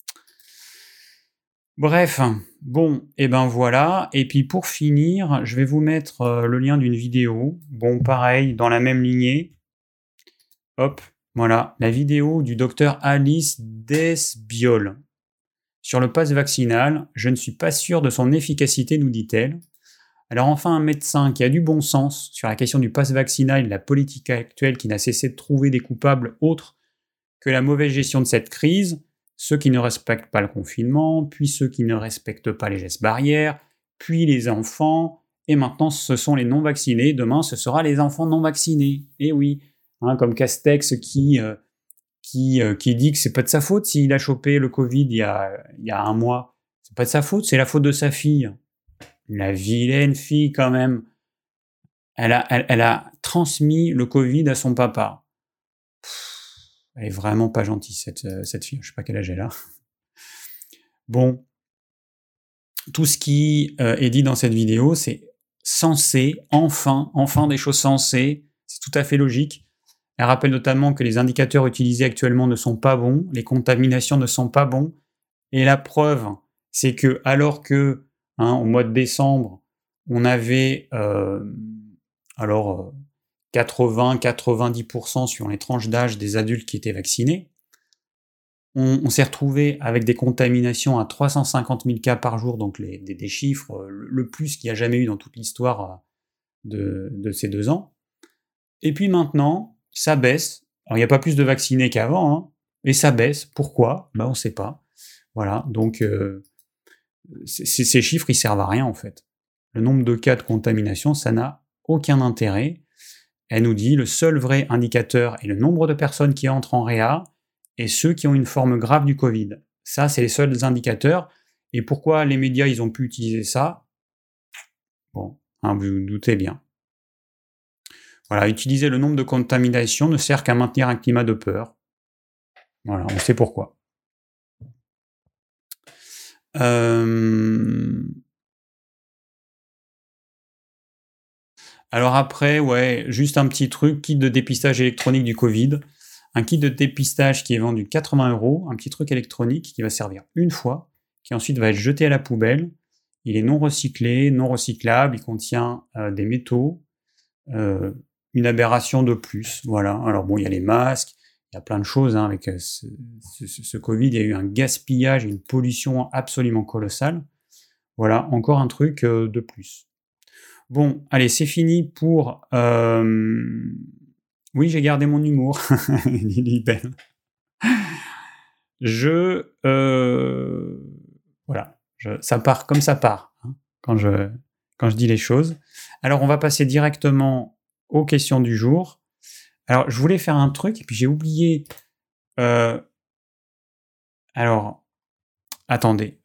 Bref, bon, et ben voilà. Et puis pour finir, je vais vous mettre le lien d'une vidéo. Bon, pareil, dans la même lignée. Hop, voilà, la vidéo du docteur Alice Desbiol. Sur le pass vaccinal, je ne suis pas sûr de son efficacité, nous dit-elle. Alors enfin, un médecin qui a du bon sens sur la question du pass vaccinal et de la politique actuelle qui n'a cessé de trouver des coupables autres que la mauvaise gestion de cette crise, ceux qui ne respectent pas le confinement, puis ceux qui ne respectent pas les gestes barrières, puis les enfants, et maintenant ce sont les non-vaccinés, demain ce sera les enfants non-vaccinés. Et oui, hein, comme Castex qui dit que c'est pas de sa faute s'il a chopé le Covid il y a 1 mois. C'est pas de sa faute, c'est la faute de sa fille. La vilaine fille quand même. Elle a transmis le Covid à son papa. Elle est vraiment pas gentille cette fille, je sais pas quel âge elle a. Bon, tout ce qui est dit dans cette vidéo, c'est censé, enfin des choses sensées, C'est tout à fait logique. Elle rappelle notamment que les indicateurs utilisés actuellement ne sont pas bons, les contaminations ne sont pas bons, et la preuve, c'est que alors que au mois de décembre, on avait 80-90% sur les tranches d'âge des adultes qui étaient vaccinés, on s'est retrouvé avec des contaminations à 350 000 cas par jour, donc des chiffres le plus qu'il y a jamais eu dans toute l'histoire de ces 2 ans. Et puis maintenant, ça baisse. Alors il n'y a pas plus de vaccinés qu'avant, et ça baisse. Pourquoi ? On ne sait pas. Voilà, donc ces chiffres, ils servent à rien en fait. Le nombre de cas de contamination, ça n'a aucun intérêt. Elle nous dit le seul vrai indicateur est le nombre de personnes qui entrent en réa et ceux qui ont une forme grave du Covid. Ça, c'est les seuls indicateurs. Et pourquoi les médias, ils ont pu utiliser ça ? Bon, vous vous doutez bien. Voilà, utiliser le nombre de contaminations ne sert qu'à maintenir un climat de peur. Voilà, on sait pourquoi. Alors après, ouais, juste un petit truc, kit de dépistage électronique du Covid. Un kit de dépistage qui est vendu 80 €, un petit truc électronique qui va servir une fois, qui ensuite va être jeté à la poubelle. Il est non recyclé, non recyclable, il contient des métaux, une aberration de plus, voilà. Alors bon, il y a les masques, il y a plein de choses, avec ce Covid, il y a eu un gaspillage et une pollution absolument colossale. Voilà, encore un truc de plus. Bon, allez, c'est fini pour... Oui, j'ai gardé mon humour, Lily Bell. Voilà, ça part comme ça part, quand je dis les choses. Alors, on va passer directement aux questions du jour. Alors, je voulais faire un truc, et puis j'ai oublié... Alors, attendez.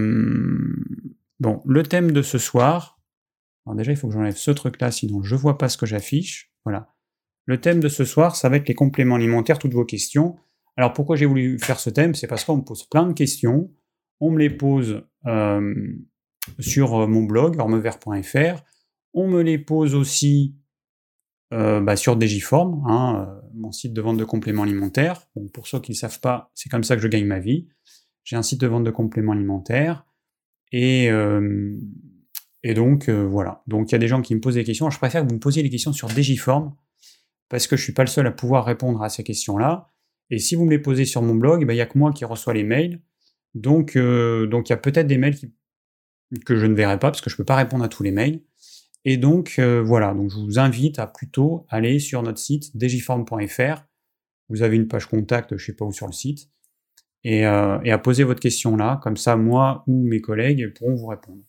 Bon, le thème de ce soir... Alors déjà, il faut que j'enlève ce truc-là, sinon je vois pas ce que j'affiche. Voilà. Le thème de ce soir, ça va être les compléments alimentaires, toutes vos questions. Alors pourquoi j'ai voulu faire ce thème ? C'est parce qu'on me pose plein de questions. On me les pose sur mon blog, ormevert.fr. On me les pose aussi sur Digiform, mon site de vente de compléments alimentaires. Bon, pour ceux qui ne savent pas, c'est comme ça que je gagne ma vie. J'ai un site de vente de compléments alimentaires. Et donc, voilà. Donc, il y a des gens qui me posent des questions. Alors, je préfère que vous me posiez les questions sur Digiform, parce que je ne suis pas le seul à pouvoir répondre à ces questions-là. Et si vous me les posez sur mon blog, il n'y a que moi qui reçois les mails. Donc il y a peut-être des mails que je ne verrai pas, parce que je ne peux pas répondre à tous les mails. Et donc, voilà. Donc, je vous invite à plutôt aller sur notre site, digiform.fr. Vous avez une page contact, je ne sais pas où sur le site. Et à poser votre question là. Comme ça, moi ou mes collègues pourront vous répondre.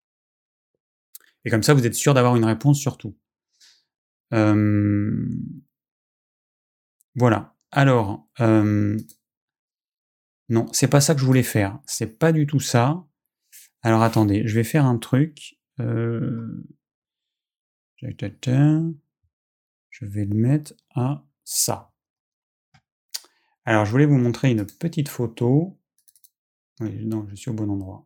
Et comme ça, vous êtes sûr d'avoir une réponse sur tout. Voilà. Alors, non, c'est pas ça que je voulais faire. C'est pas du tout ça. Alors, attendez, je vais faire un truc. Je vais le mettre à ça. Alors, je voulais vous montrer une petite photo. Oui, non, je suis au bon endroit.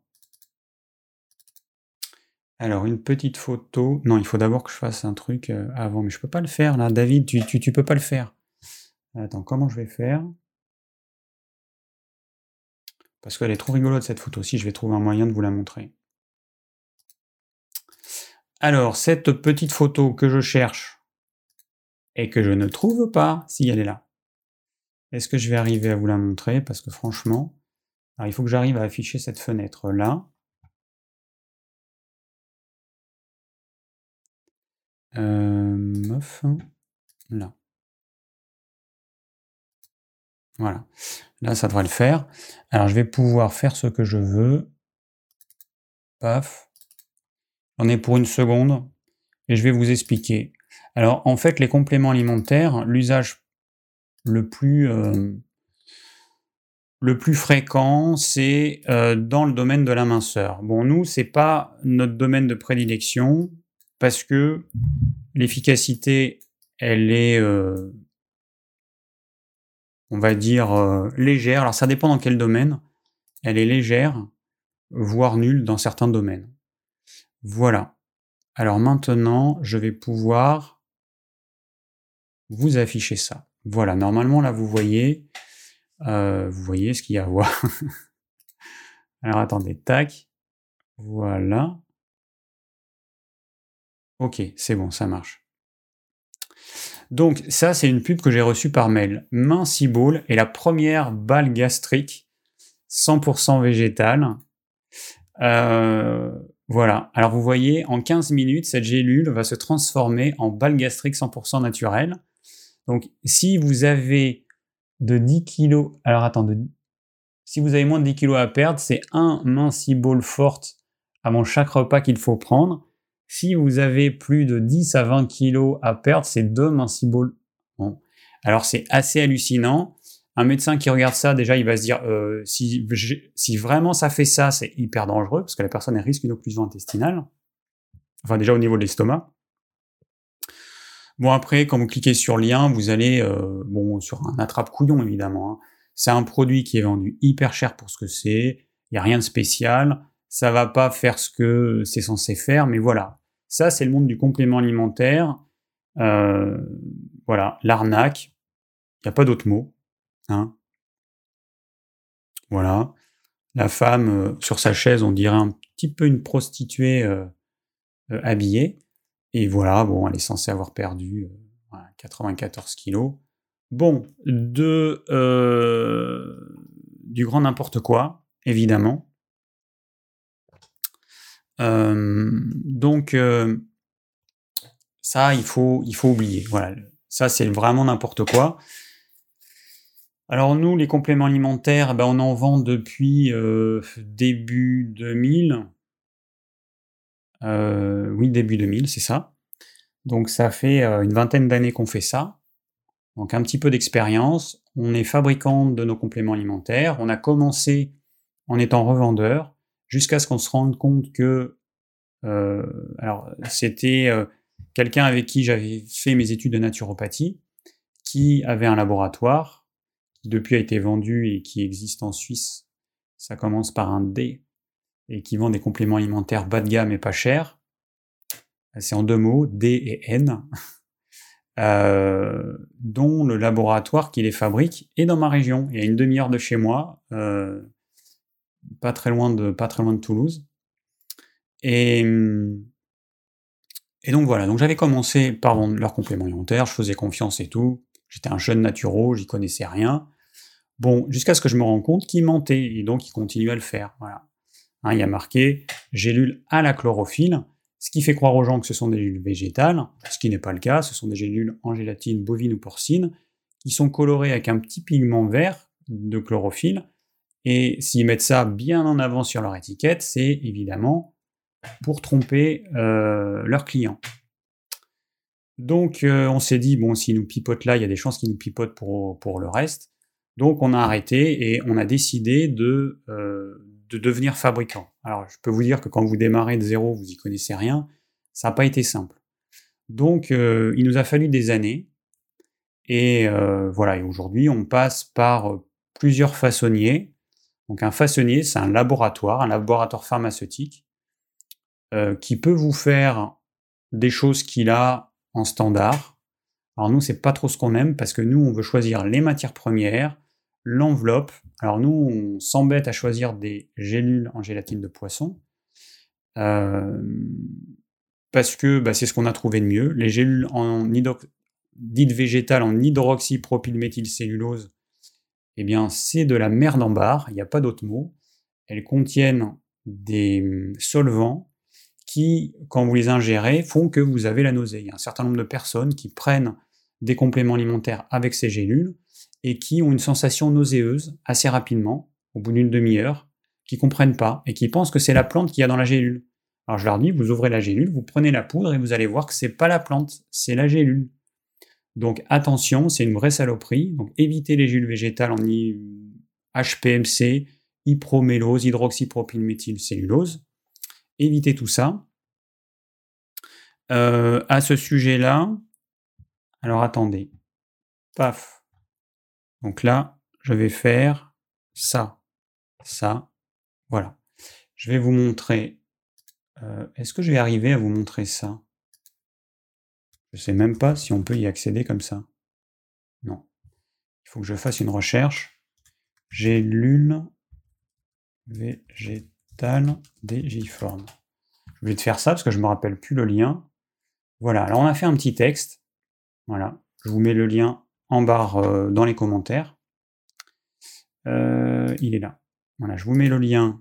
Alors, une petite photo. Non, il faut d'abord que je fasse un truc avant, mais je peux pas le faire là. David, tu peux pas le faire. Attends, comment je vais faire ? Parce qu'elle est trop rigolote cette photo-ci, je vais trouver un moyen de vous la montrer. Alors, cette petite photo que je cherche et que je ne trouve pas, si elle est là. Est-ce que je vais arriver à vous la montrer ? Parce que franchement, alors il faut que j'arrive à afficher cette fenêtre-là. Là. Voilà. Là, ça devrait le faire. Alors, je vais pouvoir faire ce que je veux. Paf. J'en ai pour une seconde. Et je vais vous expliquer. Alors, en fait, les compléments alimentaires, l'usage le plus fréquent, c'est dans le domaine de la minceur. Bon, nous, c'est pas notre domaine de prédilection, parce que l'efficacité, elle est... on va dire, légère. Alors, ça dépend dans quel domaine. Elle est légère, voire nulle dans certains domaines. Voilà. Alors maintenant, je vais pouvoir vous afficher ça. Voilà, normalement là vous voyez ce qu'il y a à voir. Alors attendez, tac, voilà. Ok, c'est bon, ça marche. Donc ça, c'est une pub que j'ai reçue par mail. Minciball est la première balle gastrique 100% végétale. Voilà. Alors vous voyez, en 15 minutes, cette gélule va se transformer en balle gastrique 100% naturelle. Donc si vous avez de 10 kilos... Alors attendez, si vous avez moins de 10 kilos à perdre, c'est un Minciball forte avant chaque repas qu'il faut prendre. Si vous avez plus de 10 à 20 kilos à perdre, c'est 2 Minciball. Bon. Alors c'est assez hallucinant. Un médecin qui regarde ça, déjà, il va se dire si vraiment ça fait ça, c'est hyper dangereux, parce que la personne risque une occlusion intestinale. Enfin, déjà au niveau de l'estomac. Bon, après, quand vous cliquez sur le lien, vous allez sur un attrape-couillon, évidemment. Hein. C'est un produit qui est vendu hyper cher pour ce que c'est. Il n'y a rien de spécial. Ça va pas faire ce que c'est censé faire, mais voilà. Ça, c'est le monde du complément alimentaire. Voilà, l'arnaque. Il n'y a pas d'autre mot. Hein. Voilà. La femme, sur sa chaise, on dirait un petit peu une prostituée habillée. Et voilà, bon, elle est censée avoir perdu 94 kilos. Bon, du grand n'importe quoi, évidemment. Donc, ça, il faut oublier. Voilà, ça, c'est vraiment n'importe quoi. Alors nous, les compléments alimentaires, on en vend depuis début 2000. Oui, début 2000, c'est ça. Donc ça fait une vingtaine d'années qu'on fait ça. Donc un petit peu d'expérience. On est fabricant de nos compléments alimentaires. On a commencé en étant revendeur jusqu'à ce qu'on se rende compte que c'était quelqu'un avec qui j'avais fait mes études de naturopathie, qui avait un laboratoire, qui depuis a été vendu et qui existe en Suisse. Ça commence par un D et qui vend des compléments alimentaires bas de gamme et pas chers. C'est en 2 mots, D et N. Dont le laboratoire qui les fabrique est dans ma région, et à une demi-heure de chez moi, pas très loin de Toulouse. Et donc voilà, donc j'avais commencé par vendre leurs compléments alimentaires, je faisais confiance et tout, j'étais un jeune naturo, j'y connaissais rien. Bon, jusqu'à ce que je me rende compte qu'ils mentaient, et donc ils continuent à le faire. Voilà. Hein, il y a marqué gélules à la chlorophylle, ce qui fait croire aux gens que ce sont des gélules végétales, ce qui n'est pas le cas, ce sont des gélules en gélatine bovine ou porcine, qui sont colorées avec un petit pigment vert de chlorophylle, et s'ils mettent ça bien en avant sur leur étiquette, c'est évidemment pour tromper leurs clients. Donc on s'est dit, bon, s'ils nous pipotent là, il y a des chances qu'ils nous pipotent pour le reste. Donc on a arrêté et on a décidé de devenir fabricant. Alors je peux vous dire que quand vous démarrez de zéro, vous n'y connaissez rien, ça n'a pas été simple. Donc il nous a fallu des années, et voilà, et aujourd'hui on passe par plusieurs façonniers. Donc un façonnier, c'est un laboratoire pharmaceutique, qui peut vous faire des choses qu'il a en standard. Alors nous, c'est pas trop ce qu'on aime, parce que nous, on veut choisir les matières premières, l'enveloppe. Alors nous, on s'embête à choisir des gélules en gélatine de poisson, parce que c'est ce qu'on a trouvé de mieux. Les gélules dites végétales en hydroxypropylméthylcellulose, eh bien c'est de la merde en barre, il n'y a pas d'autre mot. Elles contiennent des solvants qui, quand vous les ingérez, font que vous avez la nausée. Il y a un certain nombre de personnes qui prennent des compléments alimentaires avec ces gélules et qui ont une sensation nauséeuse assez rapidement, au bout d'une demi-heure, qui ne comprennent pas et qui pensent que c'est la plante qu'il y a dans la gélule. Alors je leur dis, vous ouvrez la gélule, vous prenez la poudre et vous allez voir que c'est pas la plante, c'est la gélule. Donc attention, c'est une vraie saloperie. Donc évitez les gélules végétales en HPMC, hypromélose, hydroxypropylméthylcellulose. Évitez tout ça. À ce sujet-là, alors attendez, paf. Donc là, je vais faire ça, voilà. Je vais vous montrer. Est-ce que je vais arriver à vous montrer ça? Je ne sais même pas si on peut y accéder comme ça. il faut que je fasse une recherche. Gélules végétales dégiformes. Je vais te faire ça parce que je ne me rappelle plus le lien. Voilà, alors on a fait un petit texte. Voilà, je vous mets le lien en barre dans les commentaires. Il est là. Voilà, je vous mets le lien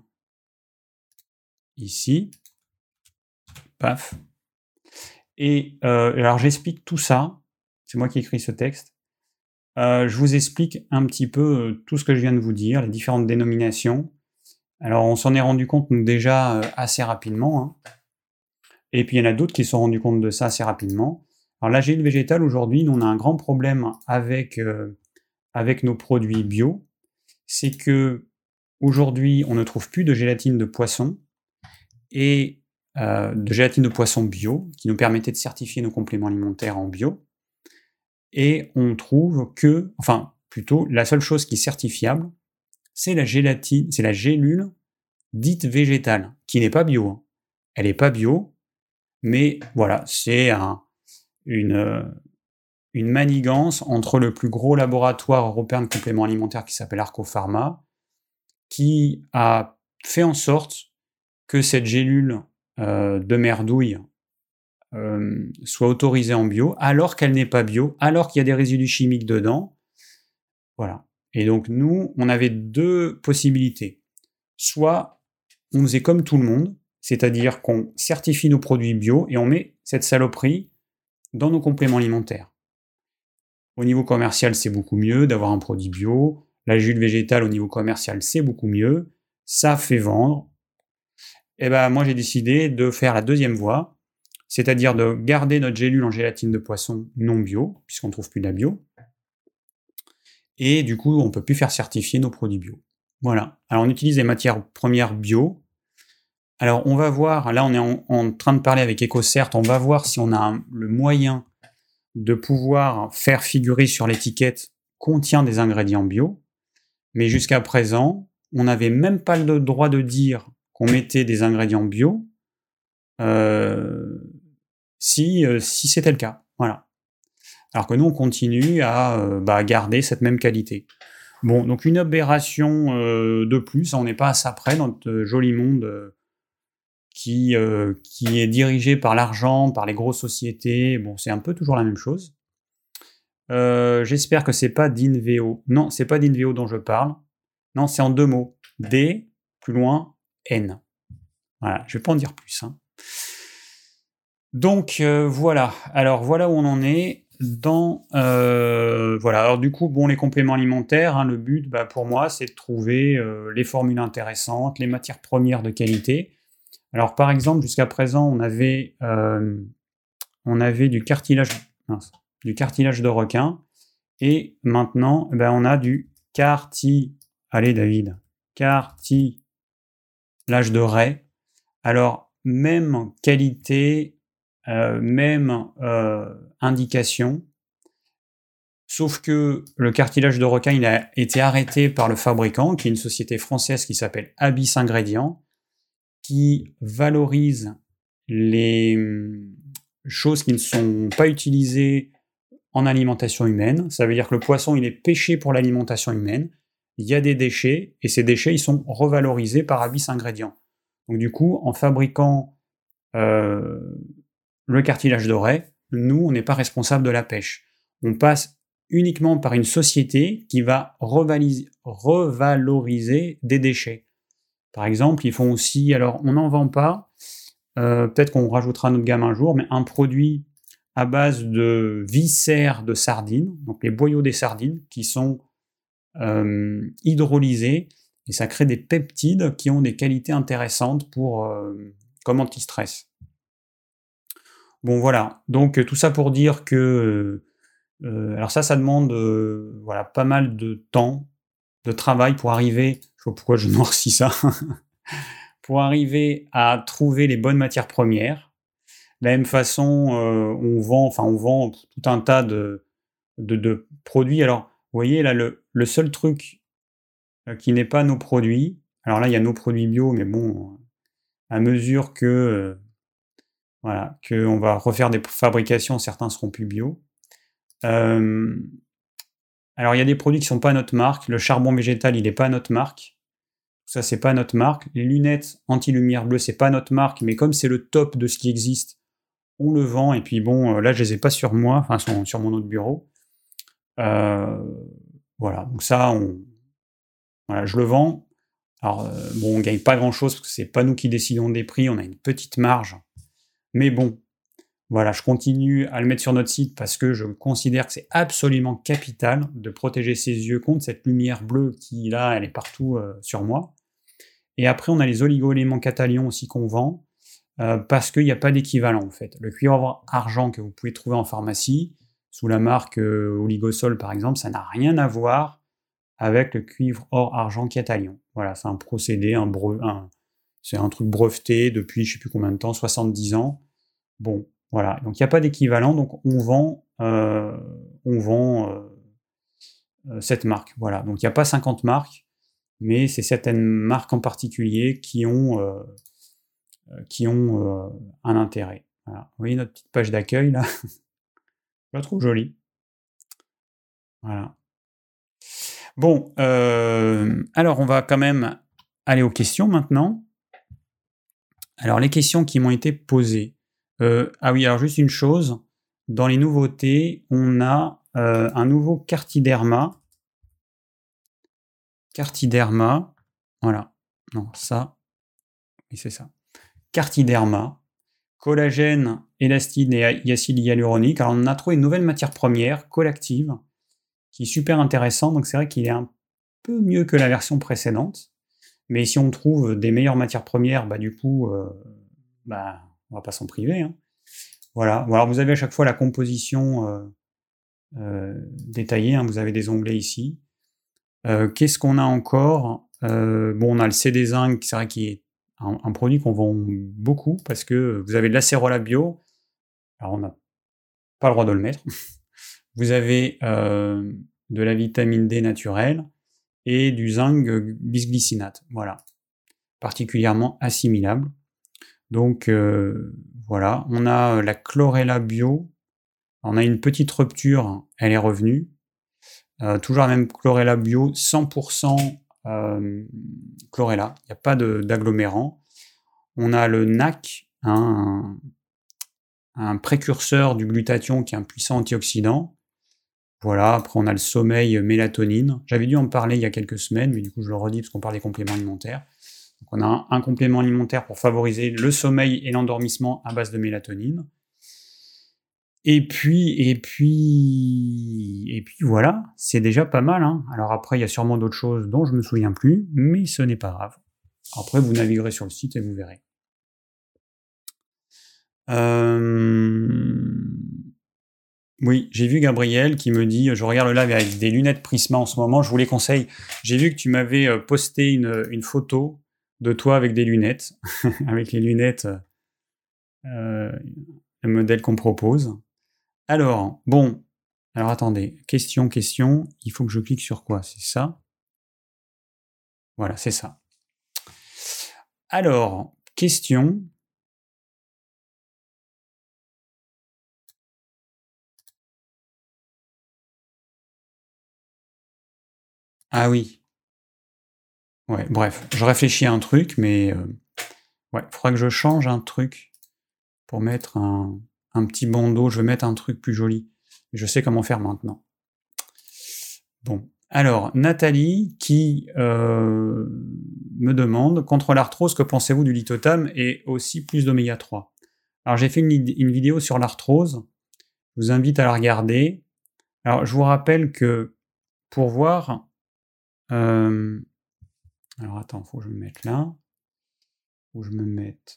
ici. Paf. Et alors j'explique tout ça. C'est moi qui ai écrit ce texte. Je vous explique un petit peu tout ce que je viens de vous dire, les différentes dénominations. Alors on s'en est rendu compte nous déjà assez rapidement. Hein. Et puis il y en a d'autres qui se sont rendus compte de ça assez rapidement. Alors la gélule végétale aujourd'hui, nous on a un grand problème avec nos produits bio. C'est que aujourd'hui on ne trouve plus de gélatine de poisson et de gélatine de poisson bio qui nous permettait de certifier nos compléments alimentaires en bio. Et on trouve que, enfin plutôt, la seule chose qui est certifiable, c'est la gélatine, c'est la gélule dite végétale, qui n'est pas bio. Hein. Elle n'est pas bio, mais voilà, c'est une manigance entre le plus gros laboratoire européen de compléments alimentaires qui s'appelle Arcopharma, qui a fait en sorte que cette gélule de merdouille soit autorisée en bio, alors qu'elle n'est pas bio, alors qu'il y a des résidus chimiques dedans. Voilà. Et donc nous, on avait deux possibilités. Soit on faisait comme tout le monde, c'est-à-dire qu'on certifie nos produits bio et on met cette saloperie dans nos compléments alimentaires. Au niveau commercial, c'est beaucoup mieux d'avoir un produit bio. La gélule végétale, au niveau commercial, c'est beaucoup mieux. Ça fait vendre. Et ben moi, j'ai décidé de faire la deuxième voie, c'est-à-dire de garder notre gélule en gélatine de poisson non bio, puisqu'on ne trouve plus de la bio. Et du coup, on ne peut plus faire certifier nos produits bio. Voilà. Alors, on utilise des matières premières bio. Alors, on va voir, là, on est en train de parler avec EcoCert, on va voir si on a le moyen de pouvoir faire figurer sur l'étiquette contient des ingrédients bio. Mais jusqu'à présent, on n'avait même pas le droit de dire qu'on mettait des ingrédients bio si c'était le cas. Voilà. Alors que nous, on continue à garder cette même qualité. Bon, donc une aberration de plus, on n'est pas à ça près dans notre joli monde qui est dirigé par l'argent, par les grosses sociétés. Bon, c'est un peu toujours la même chose. J'espère que c'est pas d'Inveo. Non, c'est pas d'Inveo dont je parle. Non, c'est en deux mots. D, plus loin, N. Voilà, je vais pas en dire plus. Hein. Donc voilà. Alors voilà où on en est. Voilà. Alors du coup, bon, les compléments alimentaires, hein, le but, pour moi, c'est de trouver les formules intéressantes, les matières premières de qualité. Alors par exemple, jusqu'à présent, on avait du cartilage de requin, et maintenant, on a du allez David, cartilage de raie. Alors même qualité, même indication, sauf que le cartilage de requin, il a été arrêté par le fabricant, qui est une société française qui s'appelle Abyss Ingrédients, qui valorise les choses qui ne sont pas utilisées en alimentation humaine. Ça veut dire que le poisson, il est pêché pour l'alimentation humaine. Il y a des déchets, et ces déchets, ils sont revalorisés par Abyss Ingrédients. Donc du coup, en fabriquant le cartilage de raie, nous, on n'est pas responsable de la pêche. On passe uniquement par une société qui va revaloriser des déchets. Par exemple, ils font aussi, alors on n'en vend pas, peut-être qu'on rajoutera notre gamme un jour, mais un produit à base de viscères de sardines, donc les boyaux des sardines, qui sont hydrolysés, et ça crée des peptides qui ont des qualités intéressantes comme anti-stress. Bon voilà, donc tout ça pour dire que alors ça demande pas mal de temps, de travail pour arriver, je sais pas pourquoi je noircis ça, pour arriver à trouver les bonnes matières premières. De la même façon, on vend tout un tas de produits. Alors, vous voyez, là, le seul truc qui n'est pas nos produits, alors là, il y a nos produits bio, mais bon, à mesure que on va refaire des fabrications, certains seront plus bio. Alors, il y a des produits qui sont pas à notre marque. Le charbon végétal, il est pas à notre marque. Ça, c'est pas notre marque. Les lunettes anti-lumière bleue, c'est pas notre marque, mais comme c'est le top de ce qui existe, on le vend. Et puis bon, là, je les ai pas sur moi, enfin sur mon autre bureau. Voilà, donc ça, voilà, je le vends. Alors bon, on gagne pas grand-chose parce que c'est pas nous qui décidons des prix, on a une petite marge. Mais bon, voilà, je continue à le mettre sur notre site parce que je considère que c'est absolument capital de protéger ses yeux contre cette lumière bleue qui, là, elle est partout sur moi. Et après, on a les oligo-éléments Catalion aussi qu'on vend, parce qu'il n'y a pas d'équivalent en fait. Le cuivre argent que vous pouvez trouver en pharmacie, sous la marque Oligosol par exemple, ça n'a rien à voir avec le cuivre or argent Catalion. Voilà, c'est un procédé, c'est un truc breveté depuis je ne sais plus combien de temps, 70 ans. Bon, voilà, donc il n'y a pas d'équivalent, donc on vend cette marque. Voilà, donc il n'y a pas 50 marques, mais c'est certaines marques en particulier qui ont un intérêt. Voilà. Vous voyez notre petite page d'accueil là, je la trouve jolie. Voilà. Bon, alors on va quand même aller aux questions maintenant. Alors les questions qui m'ont été posées. Ah oui, alors juste une chose, dans les nouveautés, on a un nouveau Cartiderma. Cartiderma, voilà. Non, ça, oui c'est ça. Cartiderma, collagène, élastine et acide hyaluronique. Alors on a trouvé une nouvelle matière première, Colactive, qui est super intéressant. Donc c'est vrai qu'il est un peu mieux que la version précédente. Mais si on trouve des meilleures matières premières, bah du coup, on va pas s'en priver. Hein. Voilà. Alors vous avez à chaque fois la composition détaillée. Hein. Vous avez des onglets ici. Qu'est-ce qu'on a encore on a le CD Zinc, c'est vrai qu'il est un produit qu'on vend beaucoup parce que vous avez de l'acérola bio. Alors on n'a pas le droit de le mettre. Vous avez de la vitamine D naturelle et du zinc bisglycinate. Voilà. Particulièrement assimilable. Donc voilà. On a la chlorella bio. On a une petite rupture, elle est revenue. Toujours la même chlorella bio, 100% chlorella. Il n'y a pas d'agglomérant. On a le NAC, un précurseur du glutathion qui est un puissant antioxydant. Voilà, après on a le sommeil mélatonine. J'avais dû en parler il y a quelques semaines, mais du coup je le redis parce qu'on parle des compléments alimentaires. Donc on a un complément alimentaire pour favoriser le sommeil et l'endormissement à base de mélatonine. Et puis voilà, c'est déjà pas mal. Hein. Alors après, il y a sûrement d'autres choses dont je me souviens plus, mais ce n'est pas grave. Après, vous naviguerez sur le site et vous verrez. Oui, j'ai vu Gabriel qui me dit, je regarde le live avec des lunettes Prisma en ce moment, je vous les conseille. J'ai vu que tu m'avais posté une photo de toi avec des lunettes, avec les lunettes, le modèle qu'on propose. Alors, bon, alors attendez, question, il faut que je clique sur quoi? C'est ça? Voilà, c'est ça. Alors, question. Ah oui. Ouais, bref, je réfléchis à un truc, mais ouais, il faudra que je change un truc pour mettre un petit bandeau. Je vais mettre un truc plus joli. Je sais comment faire maintenant. Bon, alors, Nathalie qui me demande, contre l'arthrose, que pensez-vous du lithotam et aussi plus d'oméga 3? Alors, j'ai fait une vidéo sur l'arthrose. Je vous invite à la regarder. Alors, je vous rappelle que pour voir... alors, attends, il faut que je me mette là. Faut que je me mette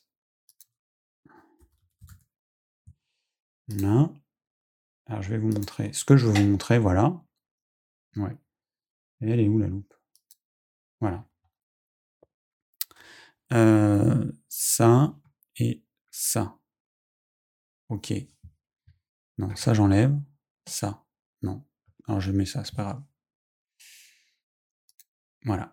là. Alors, je vais vous montrer ce que je veux vous montrer, voilà. Ouais. Et elle est où, la loupe? Voilà. Ça et ça. Ok. Non, ça, j'enlève. Ça. Non. Alors, je mets ça, c'est pas grave. Voilà.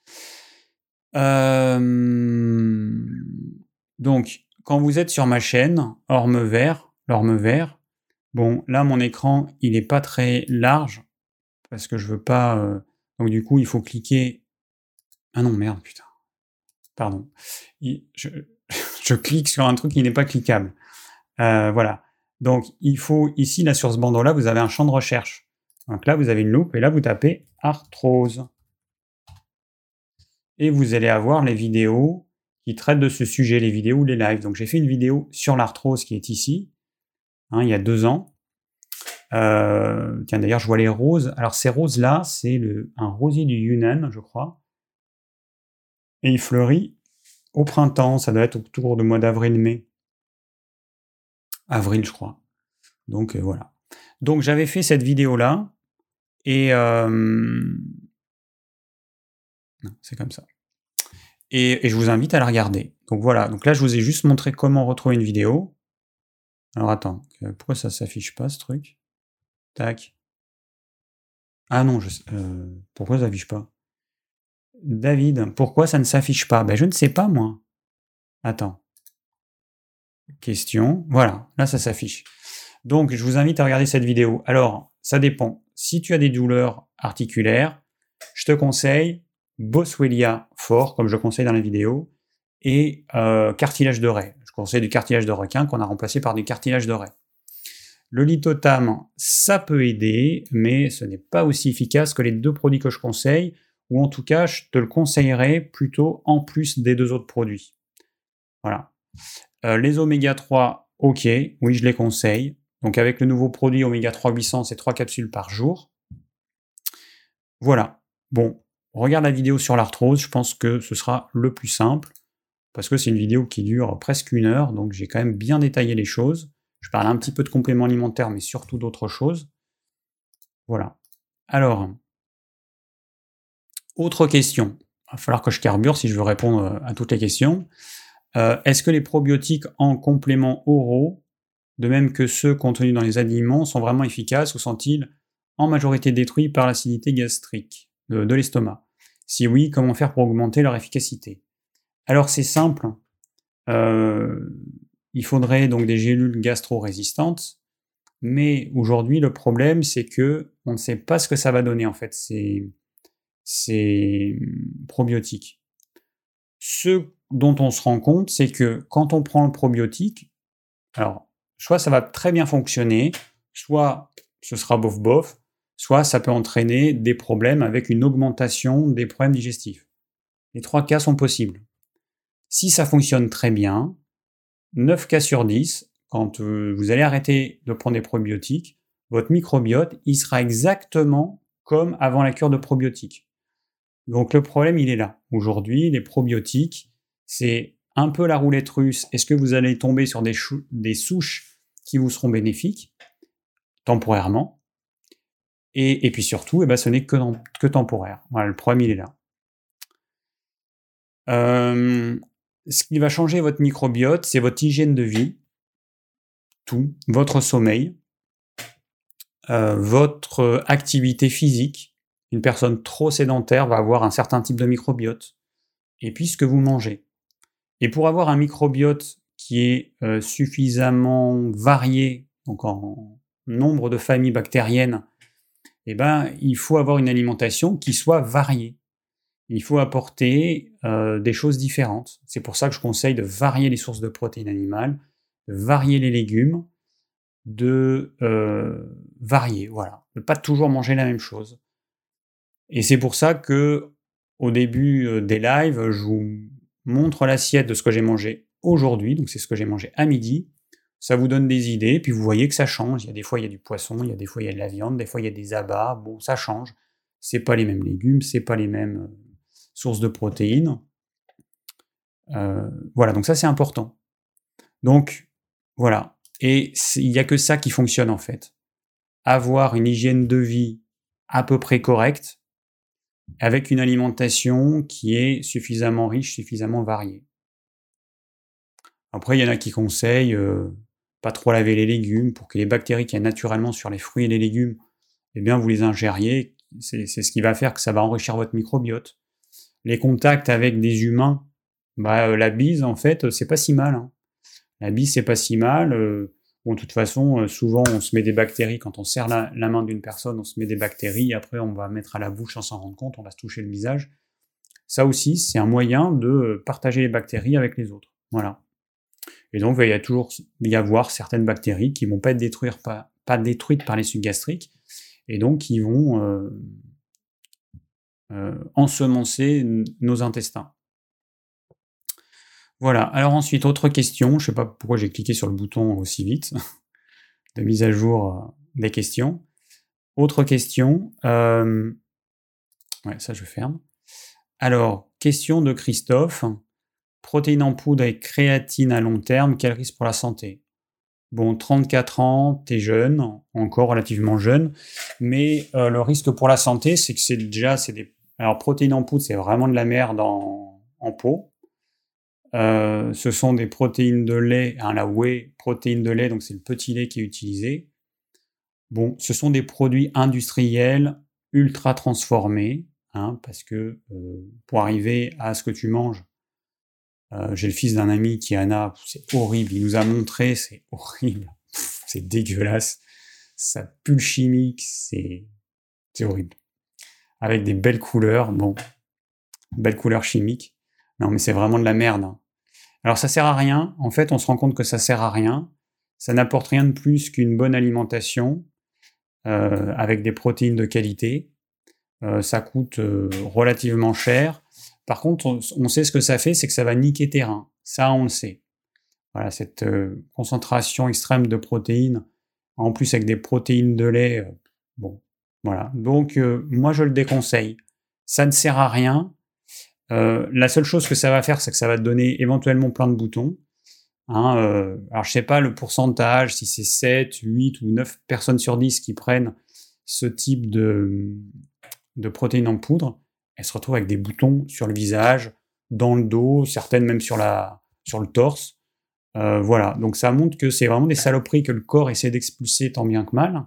Donc, quand vous êtes sur ma chaîne, l'orme vert, bon, là, mon écran, il n'est pas très large, parce que je veux pas... Donc du coup, il faut cliquer... Ah non, merde, putain. Pardon. Je clique sur un truc qui n'est pas cliquable. Voilà. Donc, il faut, ici, là, sur ce bandeau-là, vous avez un champ de recherche. Donc là, vous avez une loupe, et là, vous tapez arthrose. Et vous allez avoir les vidéos qui traitent de ce sujet, les vidéos ou les lives. Donc, j'ai fait une vidéo sur l'arthrose qui est ici, il y a 2 ans. Tiens, d'ailleurs, je vois les roses. Alors, ces roses-là, c'est un rosier du Yunnan, je crois. Et il fleurit au printemps. Ça doit être autour du mois d'avril-mai. Avril, je crois. Donc, voilà. Donc, j'avais fait cette vidéo-là. Et... Non, c'est comme ça. Et je vous invite à la regarder. Donc, voilà. Donc là, je vous ai juste montré comment retrouver une vidéo. Alors, attends. Pourquoi ça s'affiche pas, ce truc ? Tac. Ah non, pourquoi ça s'affiche pas ? David, pourquoi ça ne s'affiche pas ? Ben, je ne sais pas, moi. Attends. Question. Voilà, là, ça s'affiche. Donc, je vous invite à regarder cette vidéo. Alors, ça dépend. Si tu as des douleurs articulaires, je te conseille Boswellia fort, comme je conseille dans la vidéo, et cartilage de raie. Je conseille du cartilage de requin qu'on a remplacé par du cartilage de raie. Le lithotame, ça peut aider, mais ce n'est pas aussi efficace que les 2 produits que je conseille, ou en tout cas, je te le conseillerais plutôt en plus des 2 autres produits. Voilà. Les oméga 3, ok, oui, je les conseille. Donc avec le nouveau produit oméga 3 800, c'est 3 capsules par jour. Voilà. Bon, regarde la vidéo sur l'arthrose, je pense que ce sera le plus simple, parce que c'est une vidéo qui dure presque 1 heure, donc j'ai quand même bien détaillé les choses. Je parle un petit peu de compléments alimentaires, mais surtout d'autres choses. Voilà. Alors, autre question. Il va falloir que je carbure si je veux répondre à toutes les questions. Est-ce que les probiotiques en compléments oraux, de même que ceux contenus dans les aliments, sont vraiment efficaces ou sont-ils en majorité détruits par l'acidité gastrique de l'estomac ? Si oui, comment faire pour augmenter leur efficacité ? Alors c'est simple. Il faudrait donc des gélules gastro-résistantes, mais aujourd'hui le problème c'est que on ne sait pas ce que ça va donner en fait ces probiotiques. Ce dont on se rend compte, c'est que quand on prend le probiotique, alors soit ça va très bien fonctionner, soit ce sera bof-bof, soit ça peut entraîner des problèmes avec une augmentation des problèmes digestifs. Les 3 cas sont possibles. Si ça fonctionne très bien, 9 cas sur 10, quand vous allez arrêter de prendre des probiotiques, votre microbiote, il sera exactement comme avant la cure de probiotiques. Donc le problème, il est là. Aujourd'hui, les probiotiques, c'est un peu la roulette russe. Est-ce que vous allez tomber sur des souches qui vous seront bénéfiques, temporairement, et puis surtout, ce n'est que temporaire. Voilà, le problème, il est là. Ce qui va changer votre microbiote, c'est votre hygiène de vie, tout, votre sommeil, votre activité physique. Une personne trop sédentaire va avoir un certain type de microbiote. Et puis ce que vous mangez. Et pour avoir un microbiote qui est suffisamment varié, donc en nombre de familles bactériennes, il faut avoir une alimentation qui soit variée. Il faut apporter des choses différentes. C'est pour ça que je conseille de varier les sources de protéines animales, de varier les légumes, de varier, voilà. Ne pas toujours manger la même chose. Et c'est pour ça que au début des lives, je vous montre l'assiette de ce que j'ai mangé aujourd'hui, donc c'est ce que j'ai mangé à midi. Ça vous donne des idées, puis vous voyez que ça change. Il y a des fois, il y a du poisson, il y a des fois, il y a de la viande, des fois, il y a des abats. Bon, ça change. C'est pas les mêmes légumes, c'est pas les mêmes sources de protéines. Voilà, donc ça, c'est important. Donc, voilà. Et il n'y a que ça qui fonctionne, en fait. Avoir une hygiène de vie à peu près correcte, avec une alimentation qui est suffisamment riche, suffisamment variée. Après, il y en a qui conseillent pas trop laver les légumes pour que les bactéries qu'il y a naturellement sur les fruits et les légumes, vous les ingériez. C'est ce qui va faire que ça va enrichir votre microbiote. Les contacts avec des humains, la bise, en fait, c'est pas si mal. Hein. La bise, c'est pas si mal. Bon, de toute façon, souvent, on se met des bactéries. Quand on serre la main d'une personne, on se met des bactéries. Après, on va mettre à la bouche sans s'en rendre compte. On va se toucher le visage. Ça aussi, c'est un moyen de partager les bactéries avec les autres. Voilà. Et donc, il va toujours y avoir certaines bactéries qui ne vont pas être pas détruites par les sucs gastriques, et donc qui vont ensemencer nos intestins. Voilà. Alors ensuite, autre question. Je ne sais pas pourquoi j'ai cliqué sur le bouton aussi vite de mise à jour des questions. Autre question. Ouais, ça je ferme. Alors, question de Christophe. Protéines en poudre et créatine à long terme, quel risque pour la santé? Bon, 34 ans, t'es jeune, encore relativement jeune, mais le risque pour la santé, c'est que c'est des... Alors, protéines en poudre, c'est vraiment de la merde en pot. Ce sont des protéines de lait, la whey, protéines de lait, donc c'est le petit lait qui est utilisé. Bon, ce sont des produits industriels ultra transformés, parce que pour arriver à ce que tu manges, j'ai le fils d'un ami qui en a, c'est horrible, il nous a montré, c'est horrible, c'est dégueulasse, ça pue le chimique, c'est horrible. Avec des belles couleurs, belles couleurs chimiques. Non mais c'est vraiment de la merde. Alors ça sert à rien, en fait on se rend compte que ça sert à rien, ça n'apporte rien de plus qu'une bonne alimentation, avec des protéines de qualité, ça coûte relativement cher. Par contre, on sait ce que ça fait, c'est que ça va niquer tes reins. Ça, on le sait. Voilà, cette concentration extrême de protéines, en plus avec des protéines de lait, bon, voilà. Donc, moi, je le déconseille. Ça ne sert à rien. La seule chose que ça va faire, c'est que ça va te donner éventuellement plein de boutons. Alors, je sais pas le pourcentage, si c'est 7, 8 ou 9 personnes sur 10 qui prennent ce type de protéines en poudre, elles se retrouvent avec des boutons sur le visage, dans le dos, certaines même sur le torse. Voilà, donc ça montre que c'est vraiment des saloperies que le corps essaie d'expulser tant bien que mal.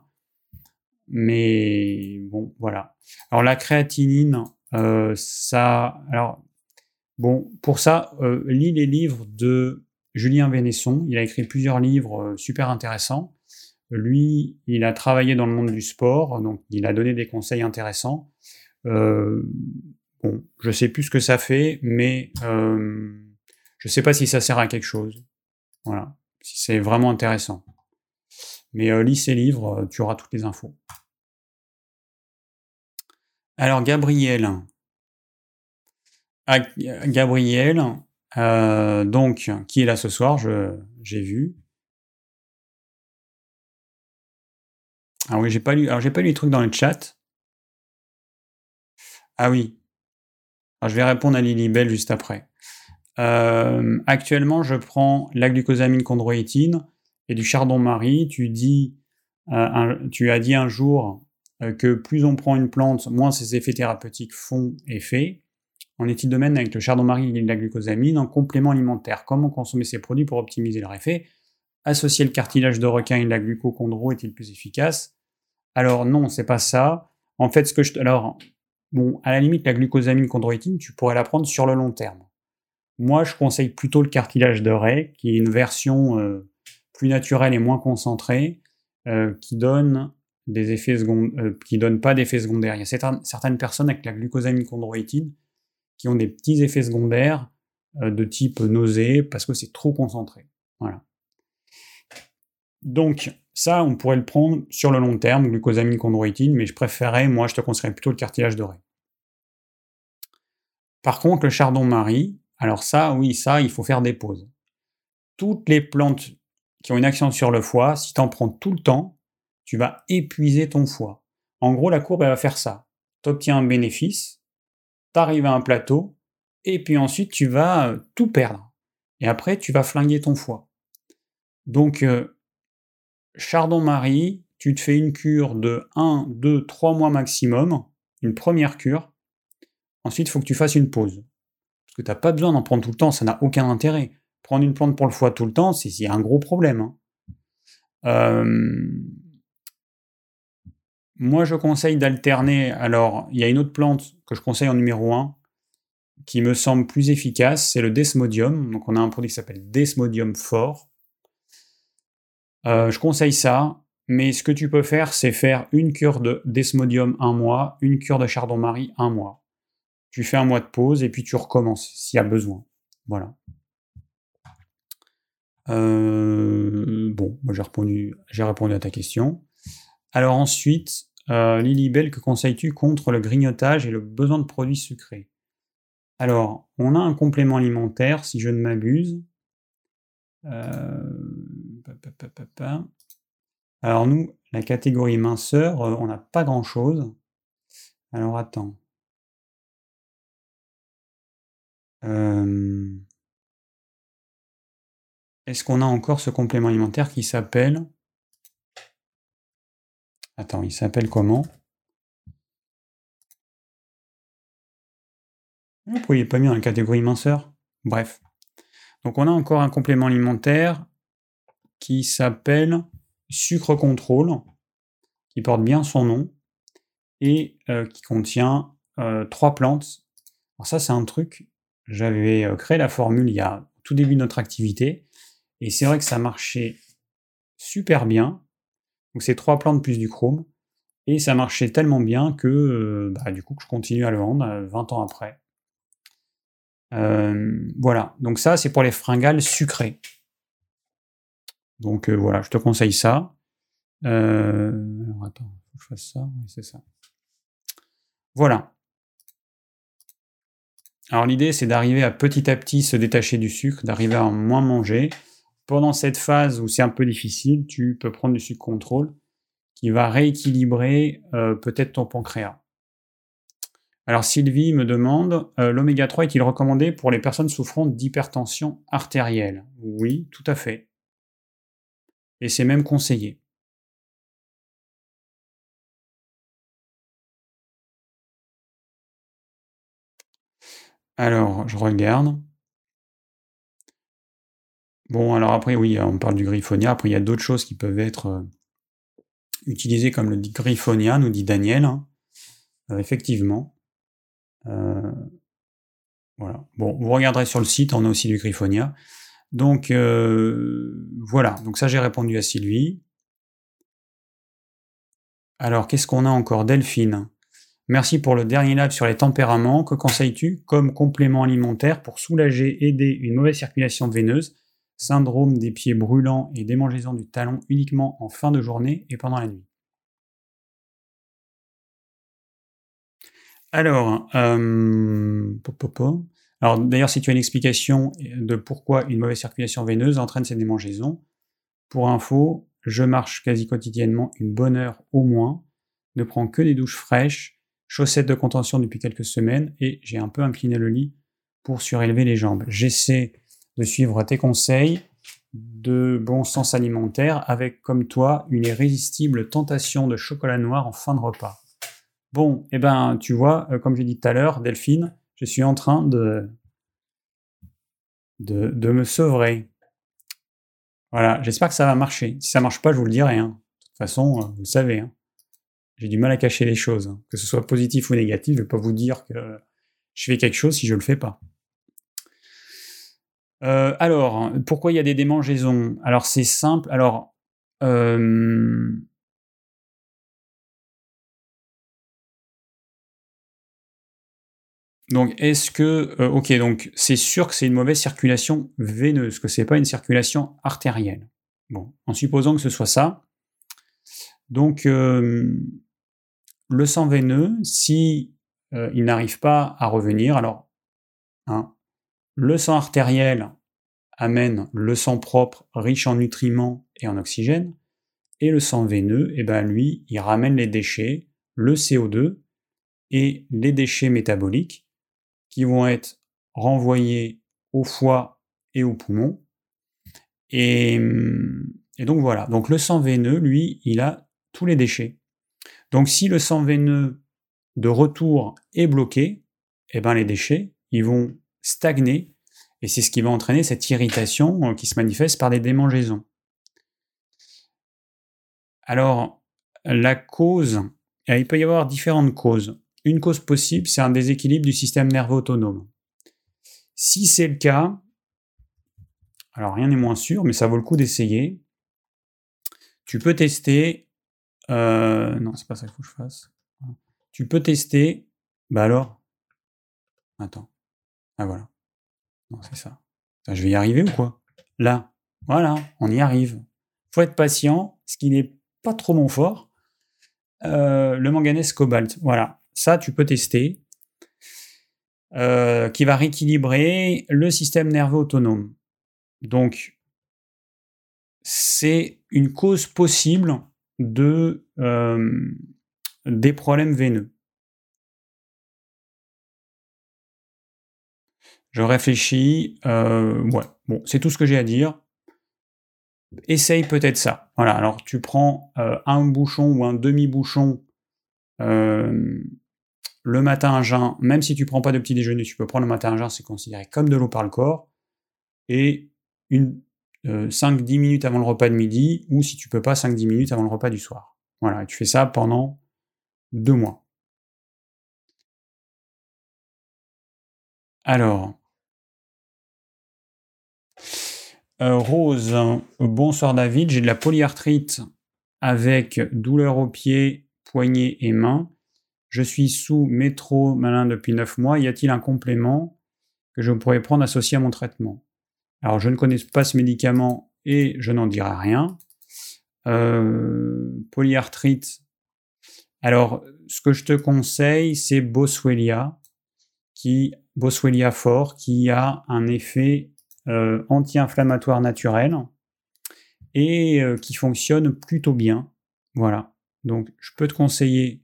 Mais bon, voilà. Alors la créatinine, pour ça, lis les livres de Julien Vénesson. Il a écrit plusieurs livres super intéressants. Lui, il a travaillé dans le monde du sport, donc il a donné des conseils intéressants. Bon, je sais plus ce que ça fait, mais je sais pas si ça sert à quelque chose. Voilà, si c'est vraiment intéressant. Mais lis ces livres, tu auras toutes les infos. Alors Gabriel, donc qui est là ce soir, j'ai vu. Ah oui, j'ai pas lu les trucs dans le chat. Ah oui. Alors, je vais répondre à Lilibelle juste après. Actuellement, je prends la glucosamine chondroïtine et du chardon-marie. Tu as dit un jour que plus on prend une plante, moins ses effets thérapeutiques font effet. En est-il de même avec le chardon-marie et la glucosamine en complément alimentaire? Comment consommer ces produits pour optimiser leur effet? Associer le cartilage de requin et la glucochondro est-il plus efficace? Alors non, c'est pas ça. En fait, à la limite, la glucosamine chondroïtine, tu pourrais la prendre sur le long terme. Moi, je conseille plutôt le cartilage de raie, qui est une version plus naturelle et moins concentrée, qui donne qui donne pas d'effets secondaires. Il y a certaines personnes avec la glucosamine chondroïtine qui ont des petits effets secondaires de type nausée parce que c'est trop concentré. Voilà. Donc, ça, on pourrait le prendre sur le long terme, glucosamine chondroïtine, mais je te conseillerais plutôt le cartilage de raie. Par contre, le chardon-marie, alors ça, oui, il faut faire des pauses. Toutes les plantes qui ont une action sur le foie, si tu en prends tout le temps, tu vas épuiser ton foie. En gros, la courbe, elle va faire ça. Tu obtiens un bénéfice, tu arrives à un plateau, et puis ensuite, tu vas tout perdre. Et après, tu vas flinguer ton foie. Donc, chardon-marie, tu te fais une cure de 1, 2, 3 mois maximum, une première cure. Ensuite, il faut que tu fasses une pause. Parce que tu n'as pas besoin d'en prendre tout le temps, ça n'a aucun intérêt. Prendre une plante pour le foie tout le temps, c'est un gros problème. Moi, je conseille d'alterner. Alors, il y a une autre plante que je conseille en numéro 1, qui me semble plus efficace, c'est le Desmodium. Donc, on a un produit qui s'appelle Desmodium Fort. Je conseille ça, mais ce que tu peux faire, c'est faire une cure de desmodium 1 mois, une cure de chardon-marie 1 mois. Tu fais 1 mois de pause et puis tu recommences s'il y a besoin. Voilà. Bon, moi j'ai répondu à ta question. Alors ensuite, Lilibelle, que conseilles-tu contre le grignotage et le besoin de produits sucrés? Alors, on a un complément alimentaire, si je ne m'abuse. Alors nous, la catégorie minceur, on n'a pas grand-chose. Alors attends. Est-ce qu'on a encore ce complément alimentaire qui s'appelle... Attends, il s'appelle comment? Pourquoi il n'est pas mis dans la catégorie minceur? Bref. Donc on a encore un complément alimentaire qui s'appelle Sucre Contrôle, qui porte bien son nom, et qui contient 3 plantes. Alors ça, c'est un truc, j'avais créé la formule il y a au tout début de notre activité, et c'est vrai que ça marchait super bien. Donc c'est 3 plantes plus du chrome, et ça marchait tellement bien que du coup que je continue à le vendre 20 ans après. Voilà, donc ça c'est pour les fringales sucrées. Donc voilà, je te conseille ça. Alors attends, faut que je fasse ça, oui c'est ça. Voilà. Alors l'idée c'est d'arriver à petit se détacher du sucre, d'arriver à en moins manger. Pendant cette phase où c'est un peu difficile, tu peux prendre du sucre contrôle qui va rééquilibrer peut-être ton pancréas. Alors Sylvie me demande, l'oméga 3 est-il recommandé pour les personnes souffrant d'hypertension artérielle? Oui, tout à fait. Et c'est même conseillé. Alors, je regarde. Bon, alors après, oui, on parle du griffonia. Après, il y a d'autres choses qui peuvent être utilisées comme le griffonia, nous dit Daniel. Effectivement. Voilà. Bon, vous regarderez sur le site, on a aussi du griffonia. Donc, voilà. Donc ça, j'ai répondu à Sylvie. Alors, qu'est-ce qu'on a encore? Delphine. Merci pour le dernier live sur les tempéraments. Que conseilles-tu comme complément alimentaire pour soulager, aider une mauvaise circulation veineuse, syndrome des pieds brûlants et démangeaisons du talon uniquement en fin de journée et pendant la nuit? Alors, alors d'ailleurs, si tu as une explication de pourquoi une mauvaise circulation veineuse entraîne ces démangeaisons, pour info, je marche quasi quotidiennement une bonne heure au moins, ne prends que des douches fraîches, chaussettes de contention depuis quelques semaines et j'ai un peu incliné le lit pour surélever les jambes. J'essaie de suivre tes conseils de bon sens alimentaire avec, comme toi, une irrésistible tentation de chocolat noir en fin de repas. Bon, eh ben, tu vois, comme j'ai dit tout à l'heure, Delphine, je suis en train de me sevrer. Voilà, j'espère que ça va marcher. Si ça marche pas, je vous le dirai. De toute façon, vous le savez. J'ai du mal à cacher les choses. Que ce soit positif ou négatif, je ne vais pas vous dire que je fais quelque chose si je ne le fais pas. Alors, pourquoi il y a des démangeaisons? Alors, c'est simple. Alors, donc, est-ce que... ok, donc c'est sûr que c'est une mauvaise circulation veineuse, que c'est pas une circulation artérielle. Bon, en supposant que ce soit ça. Donc, le sang veineux, si il n'arrive pas à revenir, alors, le sang artériel amène le sang propre, riche en nutriments et en oxygène, et le sang veineux, lui, il ramène les déchets, le CO2 et les déchets métaboliques qui vont être renvoyés au foie et aux poumons. Et donc voilà. Donc le sang veineux, lui, il a tous les déchets. Donc si le sang veineux de retour est bloqué, les déchets, ils vont stagner, et c'est ce qui va entraîner cette irritation qui se manifeste par des démangeaisons. Alors, la cause, il peut y avoir différentes causes. Une cause possible, c'est un déséquilibre du système nerveux autonome. Si c'est le cas, alors rien n'est moins sûr, mais ça vaut le coup d'essayer. tu peux tester... non, c'est pas ça qu'il faut que je fasse. Tu peux tester... Bah alors... Attends. Ah voilà. Non, c'est ça. Putain, je vais y arriver ou quoi? Là. Voilà, on y arrive. Faut être patient, ce qui n'est pas trop mon fort. Le manganèse cobalt, voilà. Ça, tu peux tester. Qui va rééquilibrer le système nerveux autonome. Donc, c'est une cause possible de des problèmes veineux. Je réfléchis, ouais, bon, c'est tout ce que j'ai à dire. Essaye peut-être ça. Voilà, alors tu prends un bouchon ou un demi-bouchon le matin à jeun, même si tu prends pas de petit déjeuner, tu peux prendre le matin à jeun, c'est considéré comme de l'eau par le corps, et 5-10 minutes avant le repas de midi, ou si tu peux pas, 5-10 minutes avant le repas du soir. Voilà, et tu fais ça pendant 2 mois. Alors, Rose, bonsoir David, j'ai de la polyarthrite avec douleur aux pieds, poignets et mains. Je suis sous métro malin depuis 9 mois. Y a-t-il un complément que je pourrais prendre associé à mon traitement? Alors, je ne connais pas ce médicament et je n'en dirai rien. Polyarthrite. Alors, ce que je te conseille, c'est Boswellia fort, qui a un effet anti-inflammatoire naturel et qui fonctionne plutôt bien. Voilà. Donc, je peux te conseiller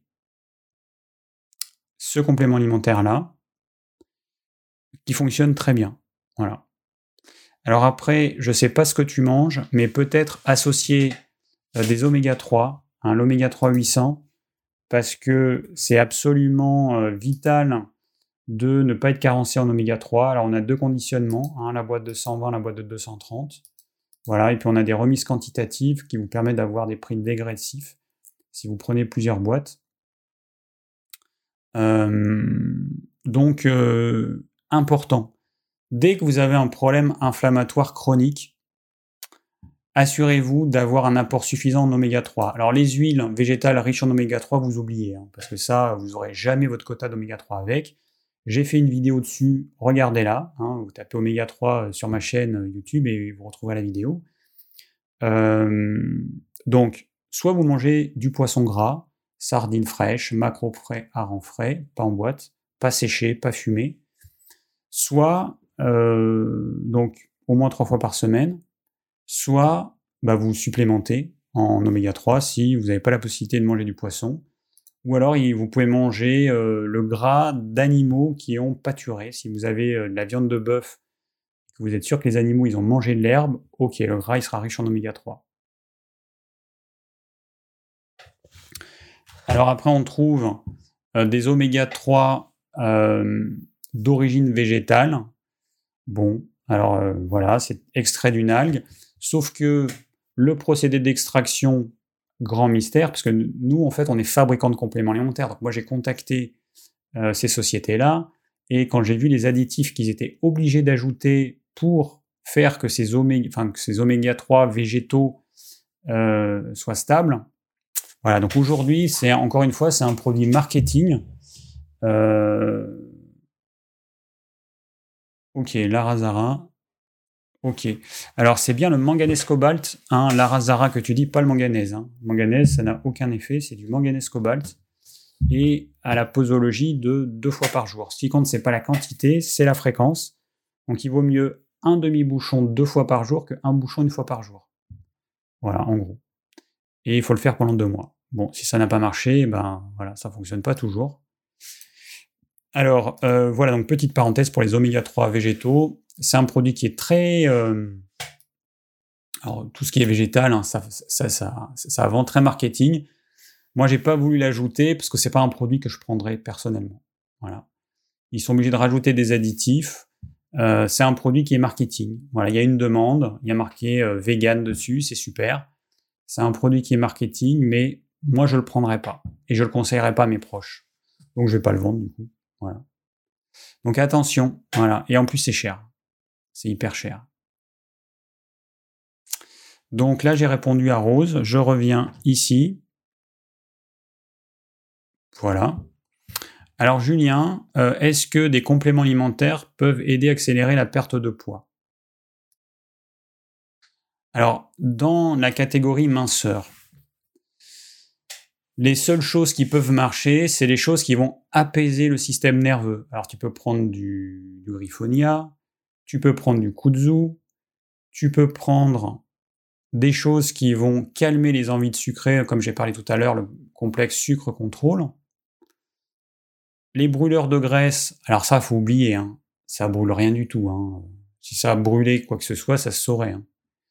ce complément alimentaire-là, qui fonctionne très bien. Voilà. Alors après, je ne sais pas ce que tu manges, mais peut-être associer des oméga 3, l'oméga 3 800, parce que c'est absolument vital de ne pas être carencé en oméga 3. Alors on a 2 conditionnements, la boîte de 120, la boîte de 230. Voilà, et puis on a des remises quantitatives qui vous permettent d'avoir des prix dégressifs si vous prenez plusieurs boîtes. Donc, important. Dès que vous avez un problème inflammatoire chronique, assurez-vous d'avoir un apport suffisant en oméga 3. Alors les huiles végétales riches en oméga 3, vous oubliez, parce que ça, vous n'aurez jamais votre quota d'oméga 3 avec. J'ai fait une vidéo dessus, regardez-la. Vous tapez oméga 3 sur ma chaîne YouTube et vous retrouvez la vidéo. Donc, soit vous mangez du poisson gras, sardines fraîches, maquereaux frais, harengs frais, pas en boîte, pas séché, pas fumé. Soit, donc, au moins 3 fois par semaine, soit vous supplémentez en oméga 3 si vous n'avez pas la possibilité de manger du poisson, ou alors vous pouvez manger le gras d'animaux qui ont pâturé. Si vous avez de la viande de bœuf, que vous êtes sûr que les animaux ils ont mangé de l'herbe, ok, le gras il sera riche en oméga 3. Alors après on trouve des oméga 3 d'origine végétale. Bon, alors voilà, c'est extrait d'une algue, sauf que le procédé d'extraction, grand mystère, parce que nous, en fait, on est fabricant de compléments alimentaires. Donc moi, j'ai contacté ces sociétés-là, et quand j'ai vu les additifs qu'ils étaient obligés d'ajouter pour faire que ces oméga 3 végétaux soient stables, voilà, donc aujourd'hui, encore une fois, c'est un produit marketing. Ok, Larazara. Ok. Alors, c'est bien le manganèse cobalt, Larazara que tu dis, pas le manganèse. Le manganèse, ça n'a aucun effet, c'est du manganèse cobalt. Et à la posologie de 2 fois par jour. Ce qui compte, c'est pas la quantité, c'est la fréquence. Donc, il vaut mieux un demi-bouchon 2 fois par jour qu'un bouchon 1 fois par jour. Voilà, en gros. Et il faut le faire pendant 2 mois. Bon, si ça n'a pas marché, voilà, ça fonctionne pas toujours. Alors, voilà, donc petite parenthèse pour les oméga 3 végétaux. C'est un produit qui est très... alors, tout ce qui est végétal, ça vend très marketing. Moi, j'ai pas voulu l'ajouter parce que c'est pas un produit que je prendrais personnellement. Voilà. Ils sont obligés de rajouter des additifs. C'est un produit qui est marketing. Voilà, il y a une demande, il y a marqué vegan dessus, c'est super. C'est un produit qui est marketing, mais moi, je le prendrais pas. Et je le conseillerais pas à mes proches. Donc, je vais pas le vendre, du coup. Voilà. Donc, attention. Voilà. Et en plus, c'est cher. C'est hyper cher. Donc là, j'ai répondu à Rose. Je reviens ici. Voilà. Alors Julien, est-ce que des compléments alimentaires peuvent aider à accélérer la perte de poids? Alors, dans la catégorie minceur, les seules choses qui peuvent marcher, c'est les choses qui vont apaiser le système nerveux. Alors tu peux prendre du Griffonia, tu peux prendre du Kudzu, tu peux prendre des choses qui vont calmer les envies de sucrer, comme j'ai parlé tout à l'heure, le complexe sucre-contrôle. Les brûleurs de graisse, alors ça, faut oublier, hein. Ça brûle rien du tout, hein. Si ça a brûlé quoi que ce soit, ça se saurait, hein.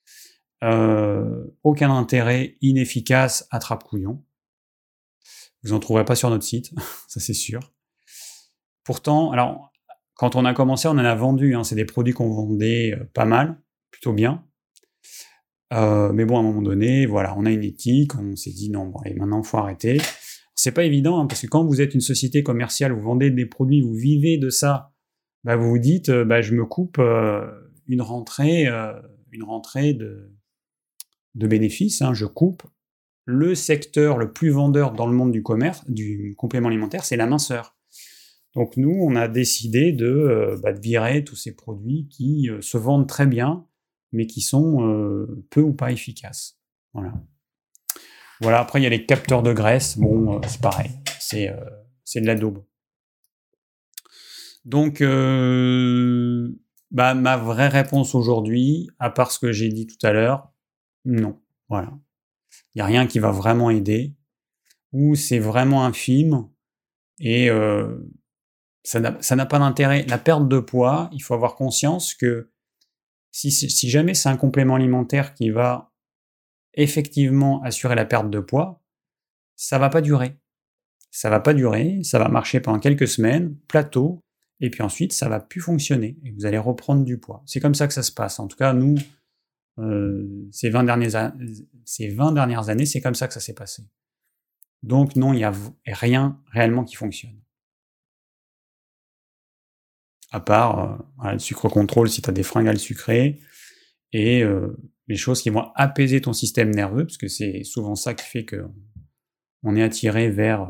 Aucun intérêt, inefficace, attrape-couillon. Vous en trouverez pas sur notre site, ça c'est sûr. Pourtant, alors, quand on a commencé, on en a vendu, hein. C'est des produits qu'on vendait pas mal, plutôt bien. Mais bon, à un moment donné, voilà, on a une éthique, on s'est dit non, bon, allez, maintenant, faut arrêter. C'est pas évident, hein, parce que quand vous êtes une société commerciale, vous vendez des produits, vous vivez de ça, bah, vous vous dites, je me coupe une rentrée de bénéfices, hein, je coupe le secteur le plus vendeur dans le monde du commerce, du complément alimentaire, c'est la minceur. Donc nous, on a décidé de virer tous ces produits qui se vendent très bien, mais qui sont peu ou pas efficaces. Voilà. Voilà, après il y a les capteurs de graisse, bon, c'est pareil, c'est de la daube. Donc, ma vraie réponse aujourd'hui, à part ce que j'ai dit tout à l'heure, non. Voilà. Il n'y a rien qui va vraiment aider, ou c'est vraiment infime, et ça n'a pas d'intérêt. La perte de poids, il faut avoir conscience que si jamais c'est un complément alimentaire qui va effectivement assurer la perte de poids, ça va pas durer. Ça va pas durer, ça va marcher pendant quelques semaines, plateau, et puis ensuite ça va plus fonctionner, et vous allez reprendre du poids. C'est comme ça que ça se passe. En tout cas, nous, ces 20 dernières années, c'est comme ça que ça s'est passé. Donc non, il n'y a rien réellement qui fonctionne. À part le sucre contrôle si tu as des fringales sucrées, et les choses qui vont apaiser ton système nerveux, parce que c'est souvent ça qui fait qu'on est attiré vers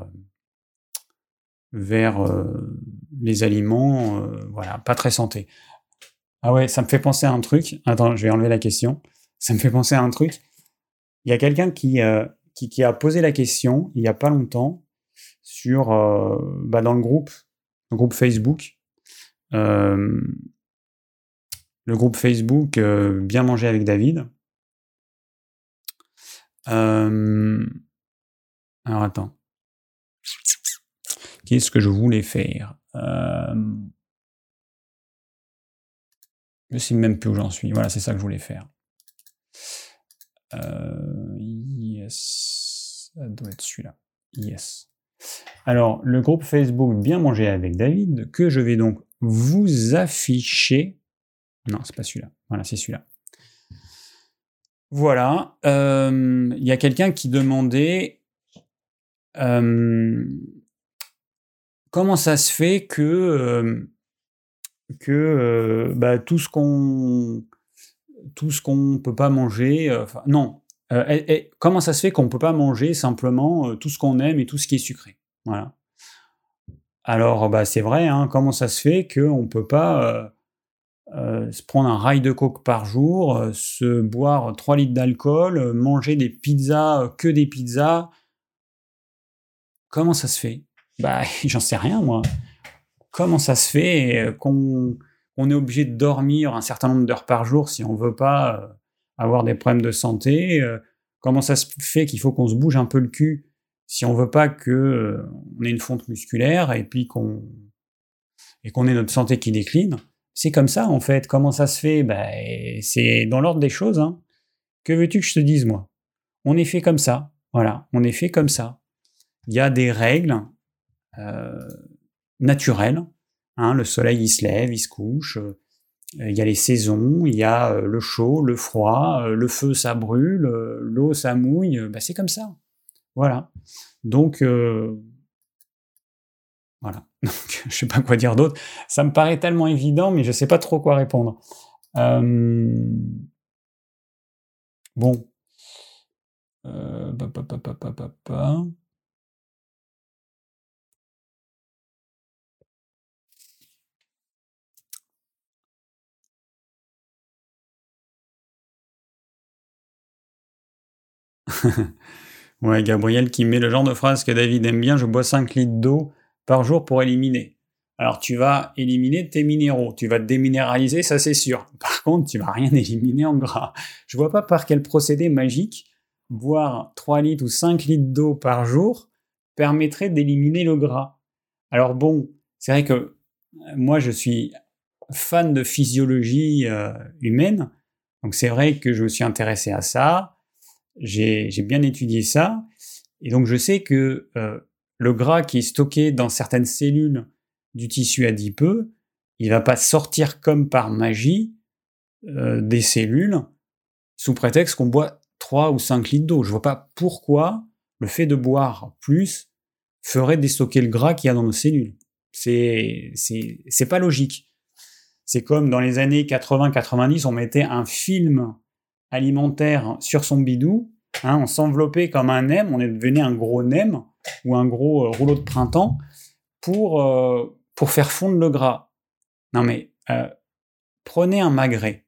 les aliments pas très santé. Ah ouais, ça me fait penser à un truc. Attends, je vais enlever la question. Ça me fait penser à un truc. Il y a quelqu'un qui a posé la question il n'y a pas longtemps sur dans le groupe Facebook. Le groupe Facebook Bien manger avec David. Alors attends. Qu'est-ce que je voulais faire je sais même plus où j'en suis. Voilà, c'est ça que je voulais faire. Yes. Ça doit être celui-là. Yes. Alors, le groupe Facebook Bien manger avec David, que je vais donc vous afficher. Non, c'est pas celui-là. Voilà, c'est celui-là. Voilà. Il y a quelqu'un qui demandait comment ça se fait que tout ce qu'on peut pas manger, comment ça se fait qu'on peut pas manger simplement tout ce qu'on aime et tout ce qui est sucré. Voilà. Alors c'est vrai, hein, comment ça se fait qu'on peut pas se prendre un rail de coke par jour, se boire 3 litres d'alcool, manger des pizzas, que des pizzas. Comment ça se fait? J'en sais rien, moi. Comment ça se fait qu'on est obligé de dormir un certain nombre d'heures par jour si on veut pas avoir des problèmes de santé? Comment ça se fait qu'il faut qu'on se bouge un peu le cul si on veut pas que on ait une fonte musculaire et puis qu'on ait notre santé qui décline? C'est comme ça, en fait. Comment ça se fait? C'est dans l'ordre des choses, hein. Que veux-tu que je te dise, moi? On est fait comme ça. Voilà, on est fait comme ça. Il y a des règles naturelles. Hein, le soleil, il se lève, il se couche. Il y a les saisons, il y a le chaud, le froid, le feu, ça brûle, l'eau, ça mouille. C'est comme ça. Voilà. Donc, voilà. Donc, je sais pas quoi dire d'autre. Ça me paraît tellement évident, mais je sais pas trop quoi répondre. Bon. Ouais, Gabriel qui met le genre de phrase que David aime bien, je bois 5 litres d'eau par jour pour éliminer. Alors tu vas éliminer tes minéraux, tu vas te déminéraliser, ça c'est sûr. Par contre, tu vas rien éliminer en gras. Je vois pas par quel procédé magique boire 3 litres ou 5 litres d'eau par jour permettrait d'éliminer le gras. Alors bon, c'est vrai que moi je suis fan de physiologie humaine, donc c'est vrai que je me suis intéressé à ça. J'ai bien étudié ça, et donc je sais que le gras qui est stocké dans certaines cellules du tissu adipeux, il va pas sortir comme par magie des cellules sous prétexte qu'on boit 3 ou 5 litres d'eau. Je vois pas pourquoi le fait de boire plus ferait déstocker le gras qu'il y a dans nos cellules. C'est pas logique. C'est comme dans les années 80-90, on mettait un film alimentaire sur son bidou, hein, on s'enveloppait comme un nem, on est devenu un gros nem ou un gros rouleau de printemps pour faire fondre le gras. Non mais, prenez un magret,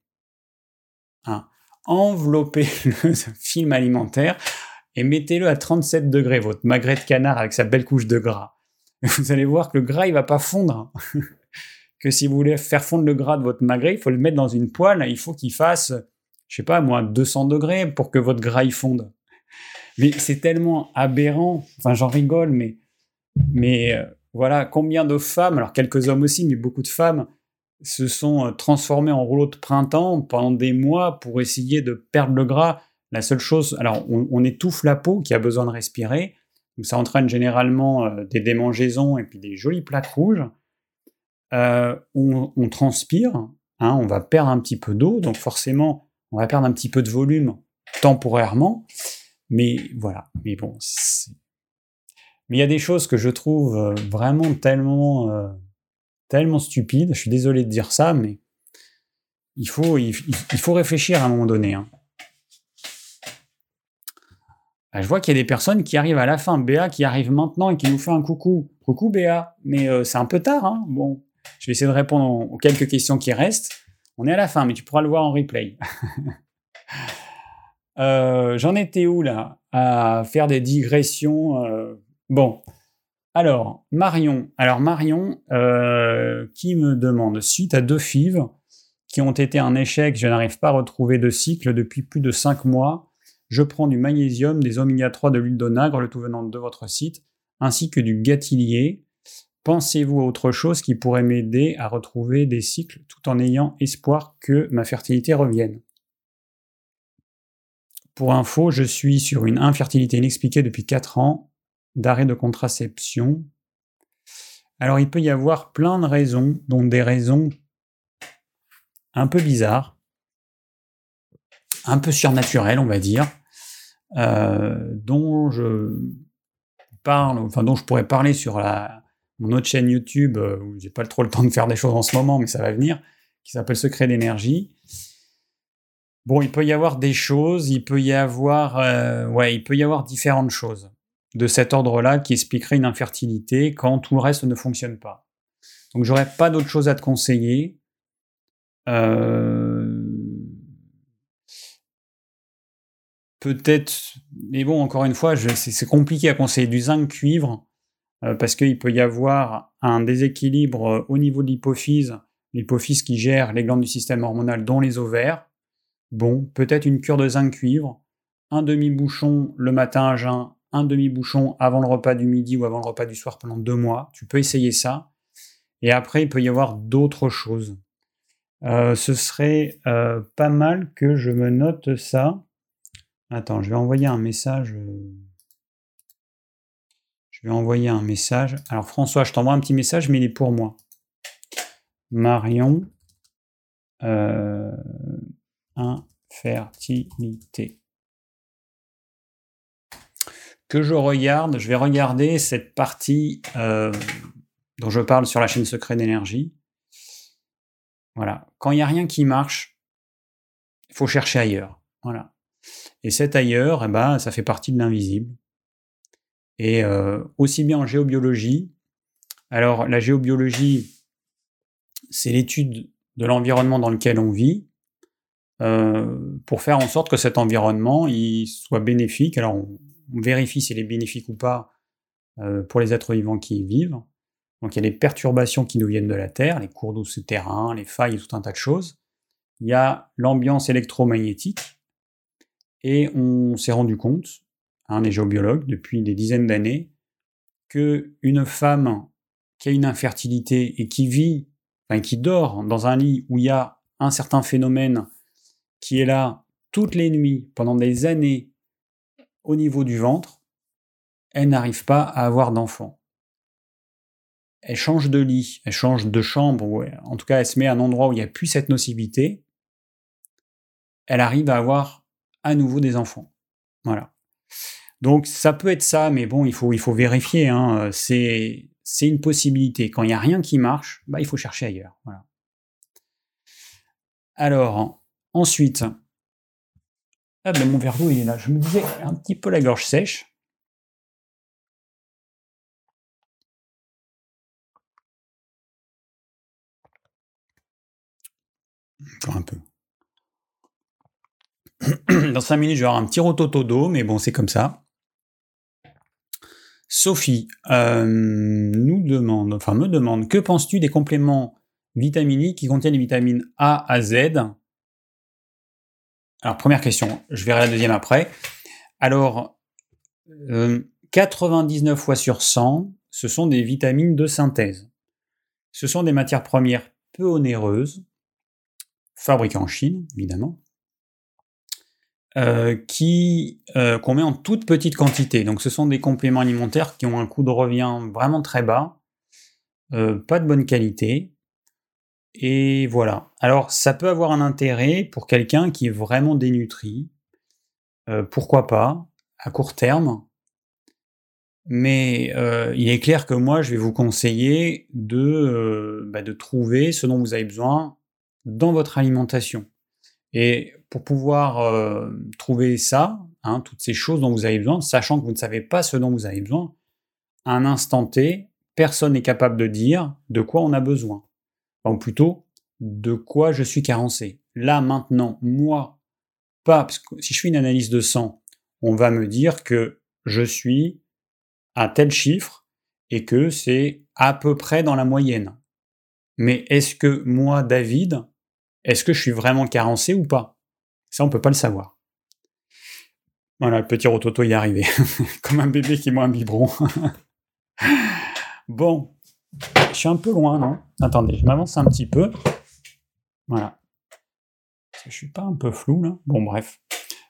hein, enveloppez le film alimentaire et mettez-le à 37 degrés, votre magret de canard avec sa belle couche de gras. Et vous allez voir que le gras, il va pas fondre. Que si vous voulez faire fondre le gras de votre magret, il faut le mettre dans une poêle, il faut qu'il fasse, je sais pas moi, 200 degrés pour que votre gras y fonde. Mais c'est tellement aberrant, enfin j'en rigole, mais voilà, combien de femmes, alors quelques hommes aussi, mais beaucoup de femmes, se sont transformées en rouleaux de printemps pendant des mois pour essayer de perdre le gras. La seule chose, alors on étouffe la peau qui a besoin de respirer, donc ça entraîne généralement des démangeaisons et puis des jolies plaques rouges. On transpire, hein, on va perdre un petit peu d'eau, donc forcément, on va perdre un petit peu de volume temporairement, mais voilà. Mais bon, mais il y a des choses que je trouve vraiment tellement stupides. Je suis désolé de dire ça, mais il faut réfléchir à un moment donné. Hein. Je vois qu'il y a des personnes qui arrivent à la fin. Béa qui arrive maintenant et qui nous fait un coucou. Coucou Béa, mais c'est un peu tard. Hein. Bon, je vais essayer de répondre aux quelques questions qui restent. On est à la fin, mais tu pourras le voir en replay. J'en étais où là? À faire des digressions. Bon, alors Marion. Qui me demande, suite à 2 FIV qui ont été un échec, je n'arrive pas à retrouver de cycle depuis plus de 5 mois. Je prends du magnésium, des oméga 3, de l'huile d'onagre, le tout venant de votre site, ainsi que du gâtillier. Pensez-vous à autre chose qui pourrait m'aider à retrouver des cycles tout en ayant espoir que ma fertilité revienne? Pour info, je suis sur une infertilité inexpliquée depuis 4 ans, d'arrêt de contraception. Alors il peut y avoir plein de raisons, dont des raisons un peu bizarres, un peu surnaturelles, on va dire, dont je pourrais parler sur mon autre chaîne YouTube, où j'ai pas trop le temps de faire des choses en ce moment, mais ça va venir, qui s'appelle Secret d'énergie. Bon, il peut y avoir des choses, il peut y avoir différentes choses de cet ordre-là qui expliqueraient une infertilité quand tout le reste ne fonctionne pas. Donc j'aurais pas d'autre chose à te conseiller. Peut-être, mais bon, encore une fois, c'est compliqué à conseiller du zinc cuivre, parce qu'il peut y avoir un déséquilibre au niveau de l'hypophyse qui gère les glandes du système hormonal, dont les ovaires. Bon, peut-être une cure de zinc cuivre, un demi-bouchon le matin à jeun, un demi-bouchon avant le repas du midi ou avant le repas du soir pendant 2 mois. Tu peux essayer ça. Et après, il peut y avoir d'autres choses. Ce serait pas mal que je me note ça. Attends, je vais envoyer un message. Alors François, je t'envoie un petit message, mais il est pour moi. Marion, infertilité. Que je vais regarder cette partie dont je parle sur la chaîne Secret d'énergie. Voilà. Quand il n'y a rien qui marche, il faut chercher ailleurs. Voilà. Et cet ailleurs, eh ben, ça fait partie de l'invisible. Et aussi bien en géobiologie, alors la géobiologie, c'est l'étude de l'environnement dans lequel on vit, pour faire en sorte que cet environnement il soit bénéfique. Alors on vérifie s'il est bénéfique ou pas pour les êtres vivants qui y vivent. Donc il y a les perturbations qui nous viennent de la Terre, les cours d'eau souterrains, les failles et tout un tas de choses. Il y a l'ambiance électromagnétique, et on s'est rendu compte, les géobiologues, depuis des dizaines d'années, qu'une femme qui a une infertilité et qui dort dans un lit où il y a un certain phénomène qui est là toutes les nuits, pendant des années, au niveau du ventre, elle n'arrive pas à avoir d'enfant. Elle change de lit, elle change de chambre, ou en tout cas elle se met à un endroit où il n'y a plus cette nocivité, elle arrive à avoir à nouveau des enfants. Voilà. Donc ça peut être ça, mais bon, il faut vérifier. C'est une possibilité. Quand il n'y a rien qui marche, il faut chercher ailleurs. Voilà. Alors, ensuite, mon verre d'eau il est là. Je me disais un petit peu la gorge sèche. Encore un peu. Dans 5 minutes, je vais avoir un petit rototo d'eau, mais bon, c'est comme ça. Sophie me demande, que penses-tu des compléments vitaminiques qui contiennent les vitamines A à Z? Alors, première question, je verrai la deuxième après. Alors, 99 fois sur 100, ce sont des vitamines de synthèse. Ce sont des matières premières peu onéreuses, fabriquées en Chine, évidemment, qu'on met en toute petite quantité. Donc ce sont des compléments alimentaires qui ont un coût de revient vraiment très bas, pas de bonne qualité, et voilà. Alors ça peut avoir un intérêt pour quelqu'un qui est vraiment dénutri, pourquoi pas, à court terme, mais il est clair que moi je vais vous conseiller de trouver ce dont vous avez besoin dans votre alimentation. Et pour pouvoir trouver ça, toutes ces choses dont vous avez besoin, sachant que vous ne savez pas ce dont vous avez besoin, à un instant T, personne n'est capable de dire de quoi on a besoin. Ou plutôt, de quoi je suis carencé. Là, maintenant, moi, pas, parce que si je fais une analyse de sang, on va me dire que je suis à tel chiffre et que c'est à peu près dans la moyenne. Mais est-ce que moi, David, est-ce que je suis vraiment carencé ou pas? Ça, on peut pas le savoir. Voilà, le petit rototo y est arrivé. Comme un bébé qui boit un biberon. Bon, je suis un peu loin, non? Attendez, je m'avance un petit peu. Voilà. Je suis pas un peu flou, là? Bon, bref.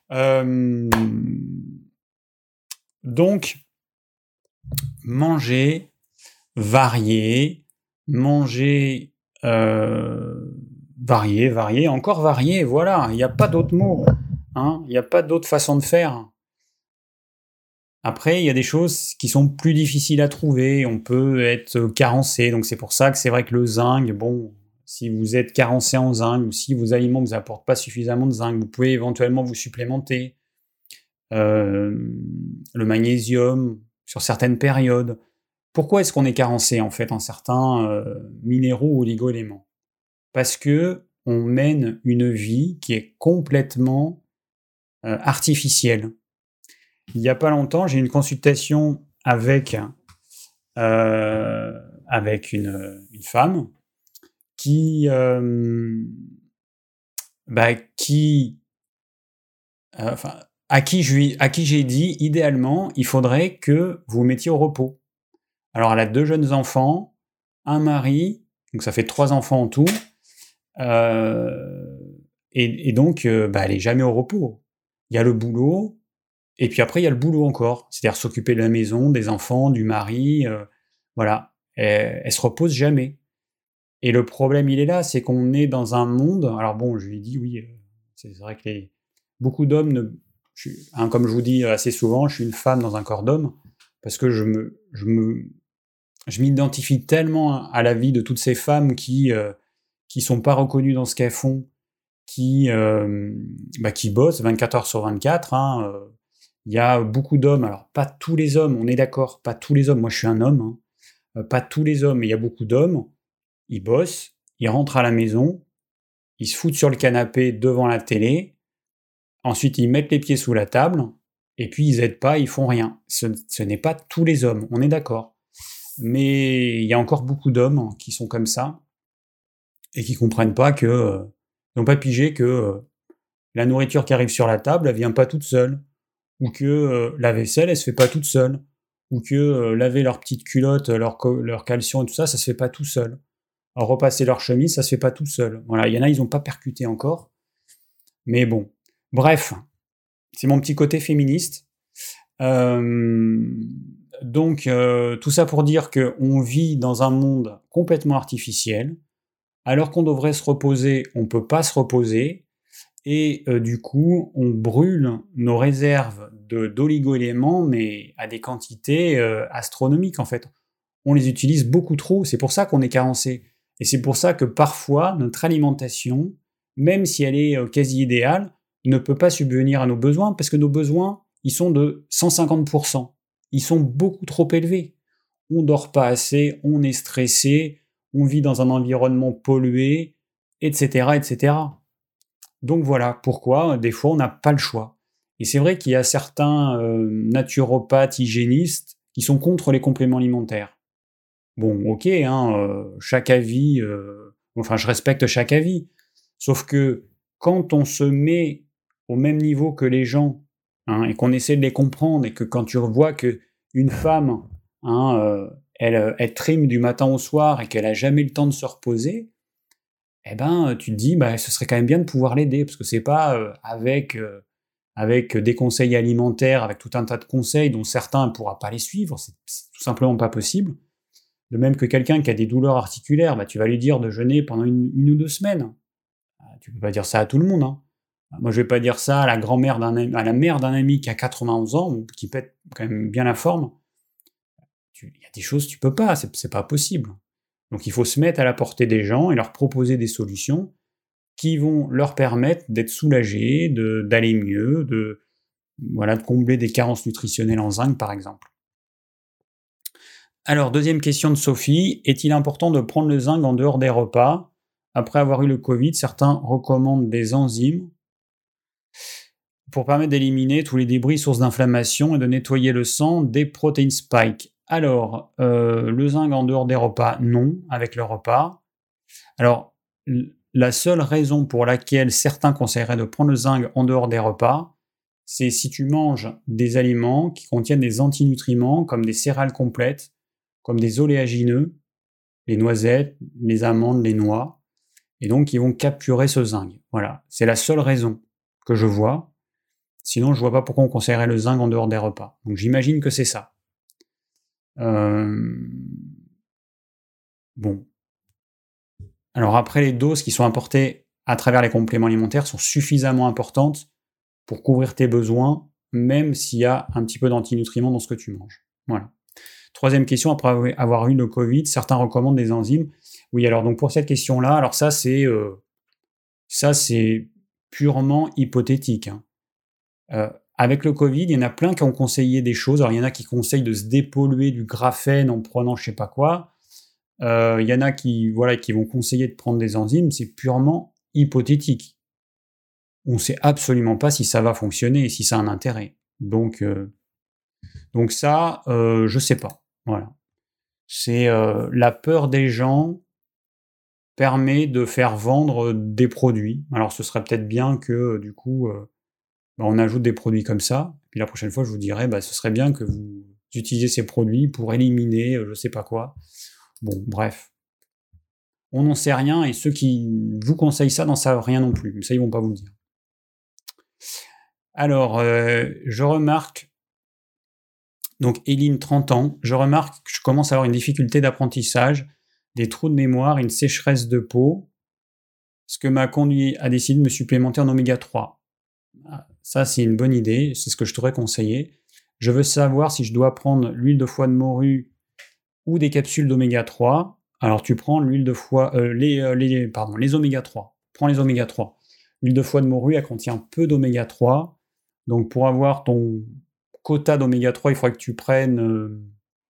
Donc, manger, varier, manger, varier, encore varier, voilà, il n'y a pas d'autre mot. Il n'y a pas d'autre façon de faire. Après, il y a des choses qui sont plus difficiles à trouver, on peut être carencé, donc c'est pour ça que c'est vrai que le zinc, bon, si vous êtes carencé en zinc, ou si vos aliments ne vous apportent pas suffisamment de zinc, vous pouvez éventuellement vous supplémenter. Le magnésium, sur certaines périodes. Pourquoi est-ce qu'on est carencé, en fait, en certains minéraux ou oligo-éléments? Parce que on mène une vie qui est complètement artificielle. Il n'y a pas longtemps, j'ai eu une consultation avec une femme qui à qui j'ai dit, idéalement, il faudrait que vous vous mettiez au repos. Alors, elle a 2 jeunes enfants, un mari, donc ça fait 3 enfants en tout, et donc, elle est jamais au repos. Il y a le boulot, et puis après, il y a le boulot encore, c'est-à-dire s'occuper de la maison, des enfants, du mari, voilà. Elle se repose jamais. Et le problème, il est là, c'est qu'on est dans un monde. Alors bon, je lui ai dit, oui, c'est vrai que beaucoup d'hommes comme je vous dis assez souvent, je suis une femme dans un corps d'homme, parce que je m'identifie tellement à la vie de toutes ces femmes qui sont pas reconnues dans ce qu'elles font, qui bossent 24 heures sur 24. Il y a beaucoup d'hommes, alors pas tous les hommes, on est d'accord, pas tous les hommes, moi je suis un homme, pas tous les hommes, mais il y a beaucoup d'hommes, ils bossent, ils rentrent à la maison, ils se foutent sur le canapé devant la télé, ensuite ils mettent les pieds sous la table, et puis ils aident pas, ils font rien. Ce n'est pas tous les hommes, on est d'accord. Mais il y a encore beaucoup d'hommes qui sont comme ça, et qui comprennent pas n'ont pas pigé que la nourriture qui arrive sur la table, elle vient pas toute seule, ou que la vaisselle, elle se fait pas toute seule, ou que laver leurs petites culottes, leur caleçon et tout ça, ça se fait pas tout seul. Alors, repasser leur chemise, ça se fait pas tout seul. Voilà, il y en a, ils ont pas percuté encore, mais bon. Bref, c'est mon petit côté féministe. Donc, tout ça pour dire qu'on vit dans un monde complètement artificiel, alors qu'on devrait se reposer, on peut pas se reposer, et du coup, on brûle nos réserves d'oligo-éléments, mais à des quantités astronomiques en fait. On les utilise beaucoup trop, c'est pour ça qu'on est carencé. Et c'est pour ça que parfois, notre alimentation, même si elle est quasi idéale, ne peut pas subvenir à nos besoins, parce que nos besoins, ils sont de 150%. Ils sont beaucoup trop élevés. On dort pas assez, on est stressé, on vit dans un environnement pollué, etc., etc. Donc voilà pourquoi, des fois, on n'a pas le choix. Et c'est vrai qu'il y a certains naturopathes, hygiénistes, qui sont contre les compléments alimentaires. Bon, ok, chaque avis, je respecte chaque avis. Sauf que quand on se met au même niveau que les gens, et qu'on essaie de les comprendre, et que quand tu vois que une femme, elle trime du matin au soir et qu'elle a jamais le temps de se reposer, eh ben, tu te dis, ce serait quand même bien de pouvoir l'aider, parce que c'est pas avec des conseils alimentaires, avec tout un tas de conseils dont certains ne pourra pas les suivre, c'est tout simplement pas possible. De même que quelqu'un qui a des douleurs articulaires, tu vas lui dire de jeûner pendant une ou 2 semaines. Tu peux pas dire ça à tout le monde. Moi, je vais pas dire ça à la mère d'un ami qui a 91 ans, ou qui pète quand même bien la forme. Il y a des choses tu peux pas, c'est pas possible. Donc il faut se mettre à la portée des gens et leur proposer des solutions qui vont leur permettre d'être soulagés, d'aller mieux, de combler des carences nutritionnelles en zinc, par exemple. Alors, deuxième question de Sophie. Est-il important de prendre le zinc en dehors des repas? Après avoir eu le Covid, certains recommandent des enzymes pour permettre d'éliminer tous les débris sources d'inflammation et de nettoyer le sang des protein spikes. Alors, le zinc en dehors des repas, non, avec le repas. Alors, la seule raison pour laquelle certains conseilleraient de prendre le zinc en dehors des repas, c'est si tu manges des aliments qui contiennent des antinutriments, comme des céréales complètes, comme des oléagineux, les noisettes, les amandes, les noix, et donc ils vont capturer ce zinc. Voilà, c'est la seule raison que je vois. Sinon, je vois pas pourquoi on conseillerait le zinc en dehors des repas. Donc j'imagine que c'est ça. Bon. Alors après, les doses qui sont apportées à travers les compléments alimentaires sont suffisamment importantes pour couvrir tes besoins, même s'il y a un petit peu d'antinutriments dans ce que tu manges. Voilà. Troisième question, après avoir eu le Covid, certains recommandent des enzymes. Oui, alors donc pour cette question-là, alors ça c'est purement hypothétique. Avec le Covid, il y en a plein qui ont conseillé des choses. Alors il y en a qui conseillent de se dépolluer du graphène en prenant je sais pas quoi. Il y en a qui vont conseiller de prendre des enzymes. C'est purement hypothétique. On ne sait absolument pas si ça va fonctionner et si ça a un intérêt. Donc ça, je sais pas. Voilà. C'est la peur des gens permet de faire vendre des produits. Alors ce serait peut-être bien que du coup on ajoute des produits comme ça. Puis la prochaine fois je vous dirai ce serait bien que vous utilisiez ces produits pour éliminer je sais pas quoi. Bon bref. On n'en sait rien et ceux qui vous conseillent ça n'en savent rien non plus. Mais ça ils vont pas vous le dire. Alors je remarque donc Éline 30 ans, je remarque que je commence à avoir une difficulté d'apprentissage, des trous de mémoire, une sécheresse de peau, ce que m'a conduit à décider de me supplémenter en oméga 3. Ça, c'est une bonne idée, c'est ce que je t'aurais conseillé. Je veux savoir si je dois prendre l'huile de foie de morue ou des capsules d'oméga 3. Alors, tu prends l'huile de foie, les oméga 3. Prends les oméga 3. L'huile de foie de morue, elle contient peu d'oméga 3. Donc pour avoir ton quota d'oméga 3, il faudrait que tu prennes...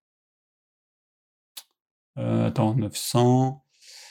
attends, 900...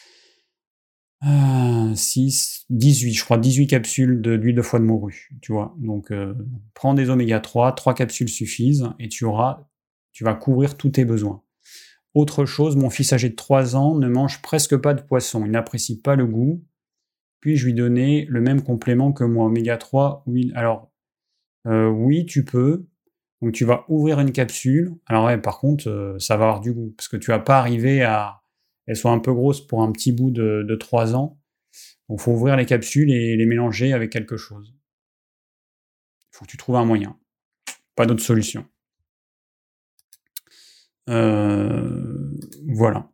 6, 18, je crois, 18 capsules d'huile de foie de morue, tu vois. Donc, prends des oméga 3 capsules suffisent, et tu vas couvrir tous tes besoins. Autre chose, mon fils âgé de 3 ans ne mange presque pas de poisson, il n'apprécie pas le goût, puis je lui donnais le même complément que moi, oméga 3, huile. Alors, oui, tu peux, donc tu vas ouvrir une capsule, alors ouais, par contre, ça va avoir du goût, parce que tu vas pas arriver à... Elles sont un peu grosses pour un petit bout de 3 ans. Donc, il faut ouvrir les capsules et les mélanger avec quelque chose. Il faut que tu trouves un moyen. Pas d'autre solution. Voilà.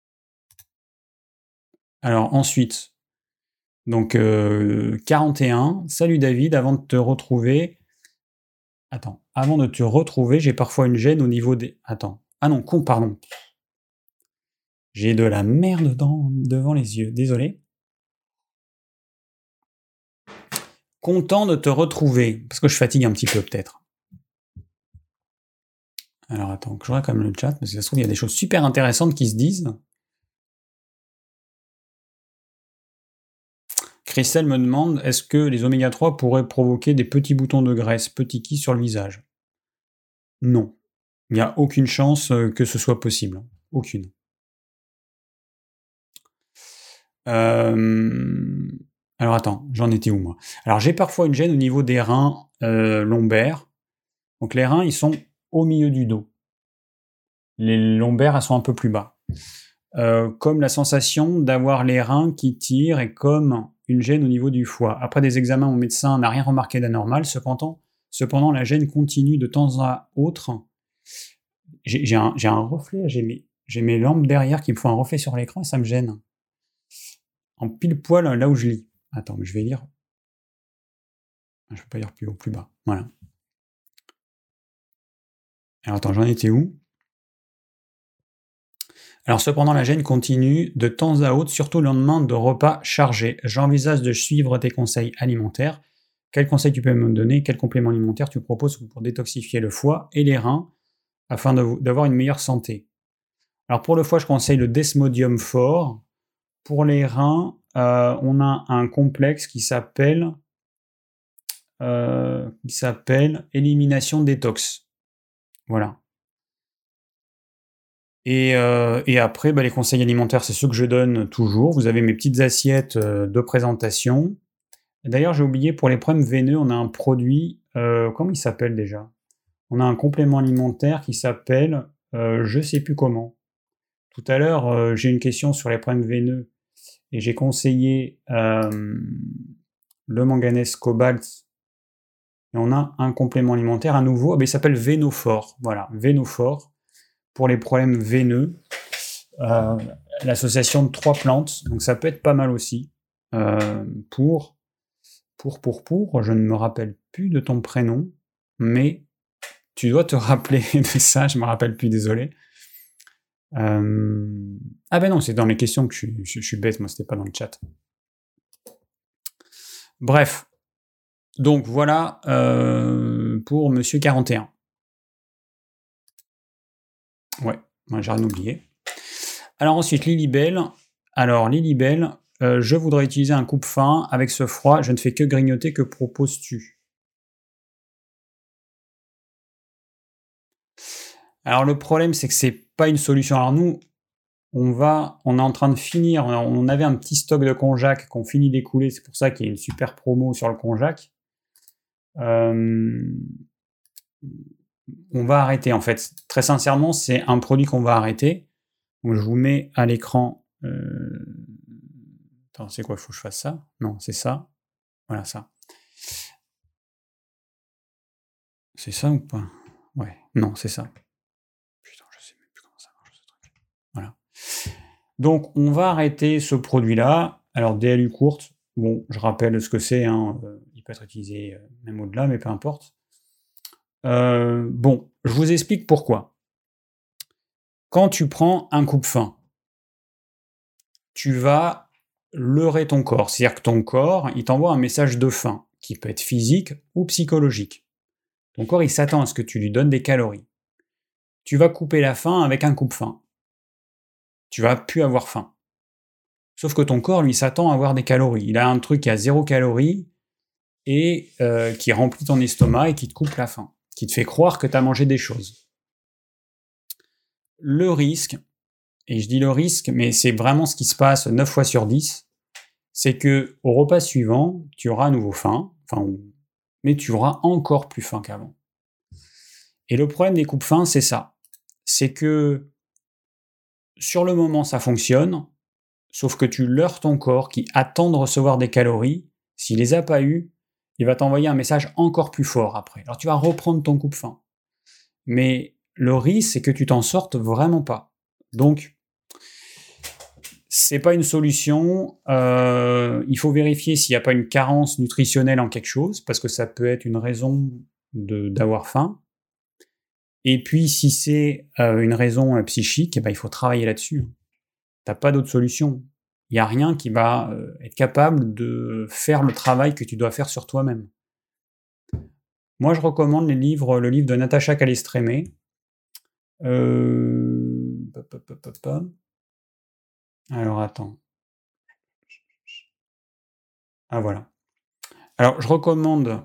Alors, ensuite, donc 41. Salut David, avant de te retrouver... Attends, avant de te retrouver, j'ai parfois une gêne au niveau des... Attends. Ah non, pardon. J'ai de la merde devant les yeux, désolé. Content de te retrouver, parce que je fatigue un petit peu peut-être. Alors attends, que je regarde quand même le chat, parce que ça se trouve, il y a des choses super intéressantes qui se disent. Christelle me demande, est-ce que les oméga 3 pourraient provoquer des petits boutons de graisse, petits qui sur le visage? Non. Il n'y a aucune chance que ce soit possible. Aucune. Alors attends, j'en étais où moi? Alors j'ai parfois une gêne au niveau des reins lombaires. Donc les reins, ils sont au milieu du dos. Les lombaires, elles sont un peu plus bas. Comme la sensation d'avoir les reins qui tirent et comme une gêne au niveau du foie. Après des examens, mon médecin n'a rien remarqué d'anormal. Cependant, la gêne continue de temps à autre. J'ai un reflet, j'ai mes lampes derrière qui me font un reflet sur l'écran et ça me gêne. En pile poil là où je lis. Attends, mais je vais lire. Je ne peux pas lire plus haut, plus bas. Voilà. Alors attends, j'en étais où? Alors cependant, la gêne continue de temps à autre, surtout le lendemain de repas chargés. J'envisage de suivre tes conseils alimentaires. Quels conseils tu peux me donner? Quels compléments alimentaires tu proposes pour détoxifier le foie et les reins afin d'avoir une meilleure santé? Alors pour le foie, je conseille le Desmodium fort. Pour les reins, on a un complexe qui s'appelle élimination détox. Voilà. Et après, les conseils alimentaires, c'est ceux que je donne toujours. Vous avez mes petites assiettes de présentation. D'ailleurs, j'ai oublié, pour les problèmes veineux, on a un produit, comment il s'appelle déjà? On a un complément alimentaire qui s'appelle je sais plus comment. Tout à l'heure, j'ai une question sur les problèmes veineux et j'ai conseillé le manganèse cobalt. Et on a un complément alimentaire à nouveau, il s'appelle Vénophore. Voilà, Vénophore pour les problèmes veineux. L'association de 3 plantes, donc ça peut être pas mal aussi. Pour, je ne me rappelle plus de ton prénom, mais tu dois te rappeler de ça, je me rappelle plus, désolé. Ah ben non, c'est dans les questions que je suis bête, moi c'était pas dans le chat. Bref, donc voilà pour Monsieur 41. Ouais, j'ai rien oublié. Alors ensuite, Lilibelle. Alors Lilibelle, je voudrais utiliser un coupe-faim. Avec ce froid, je ne fais que grignoter. Que proposes-tu? Alors le problème, c'est que c'est pas une solution. Alors nous, on est en train de finir. On avait un petit stock de konjac qu'on finit d'écouler. C'est pour ça qu'il y a une super promo sur le konjac. On va arrêter en fait. Très sincèrement, c'est un produit qu'on va arrêter. Donc je vous mets à l'écran. Attends, c'est quoi? Il faut que je fasse ça? Non, c'est ça. Voilà, ça. C'est ça ou pas? Ouais, non, c'est ça. Putain, je sais même plus comment ça marche ce truc. Voilà. Donc, on va arrêter ce produit-là. Alors, DLU courte, bon, je rappelle ce que c'est, hein, il peut être utilisé même au-delà, mais peu importe. Bon, je vous explique pourquoi. Quand tu prends un coupe-faim, tu vas leurrer ton corps. C'est-à-dire que ton corps, il t'envoie un message de faim, qui peut être physique ou psychologique. Ton corps, il s'attend à ce que tu lui donnes des calories. Tu vas couper la faim avec un coupe-faim. Tu vas plus avoir faim. Sauf que ton corps, lui, s'attend à avoir des calories. Il a un truc qui a 0 calories et qui remplit ton estomac et qui te coupe la faim, qui te fait croire que tu as mangé des choses. Le risque, et je dis le risque, mais c'est vraiment ce qui se passe 9 fois sur 10, c'est que au repas suivant, tu auras à nouveau faim, mais tu auras encore plus faim qu'avant. Et le problème des coupes-faim, c'est ça. C'est que sur le moment, ça fonctionne, sauf que tu leurres ton corps qui attend de recevoir des calories. S'il les a pas eues, il va t'envoyer un message encore plus fort après. Alors tu vas reprendre ton coupe-faim. Mais le risque, c'est que tu t'en sortes vraiment pas. Donc, c'est pas une solution. Il faut vérifier s'il n'y a pas une carence nutritionnelle en quelque chose, parce que ça peut être une raison d'avoir faim. Et puis, si c'est une raison psychique, il faut travailler là-dessus. T'as pas d'autre solution. Il n'y a rien qui va être capable de faire le travail que tu dois faire sur toi-même. Moi, je recommande le livre de Natacha Calestrémé. Alors, attends. Ah, voilà. Alors, je recommande...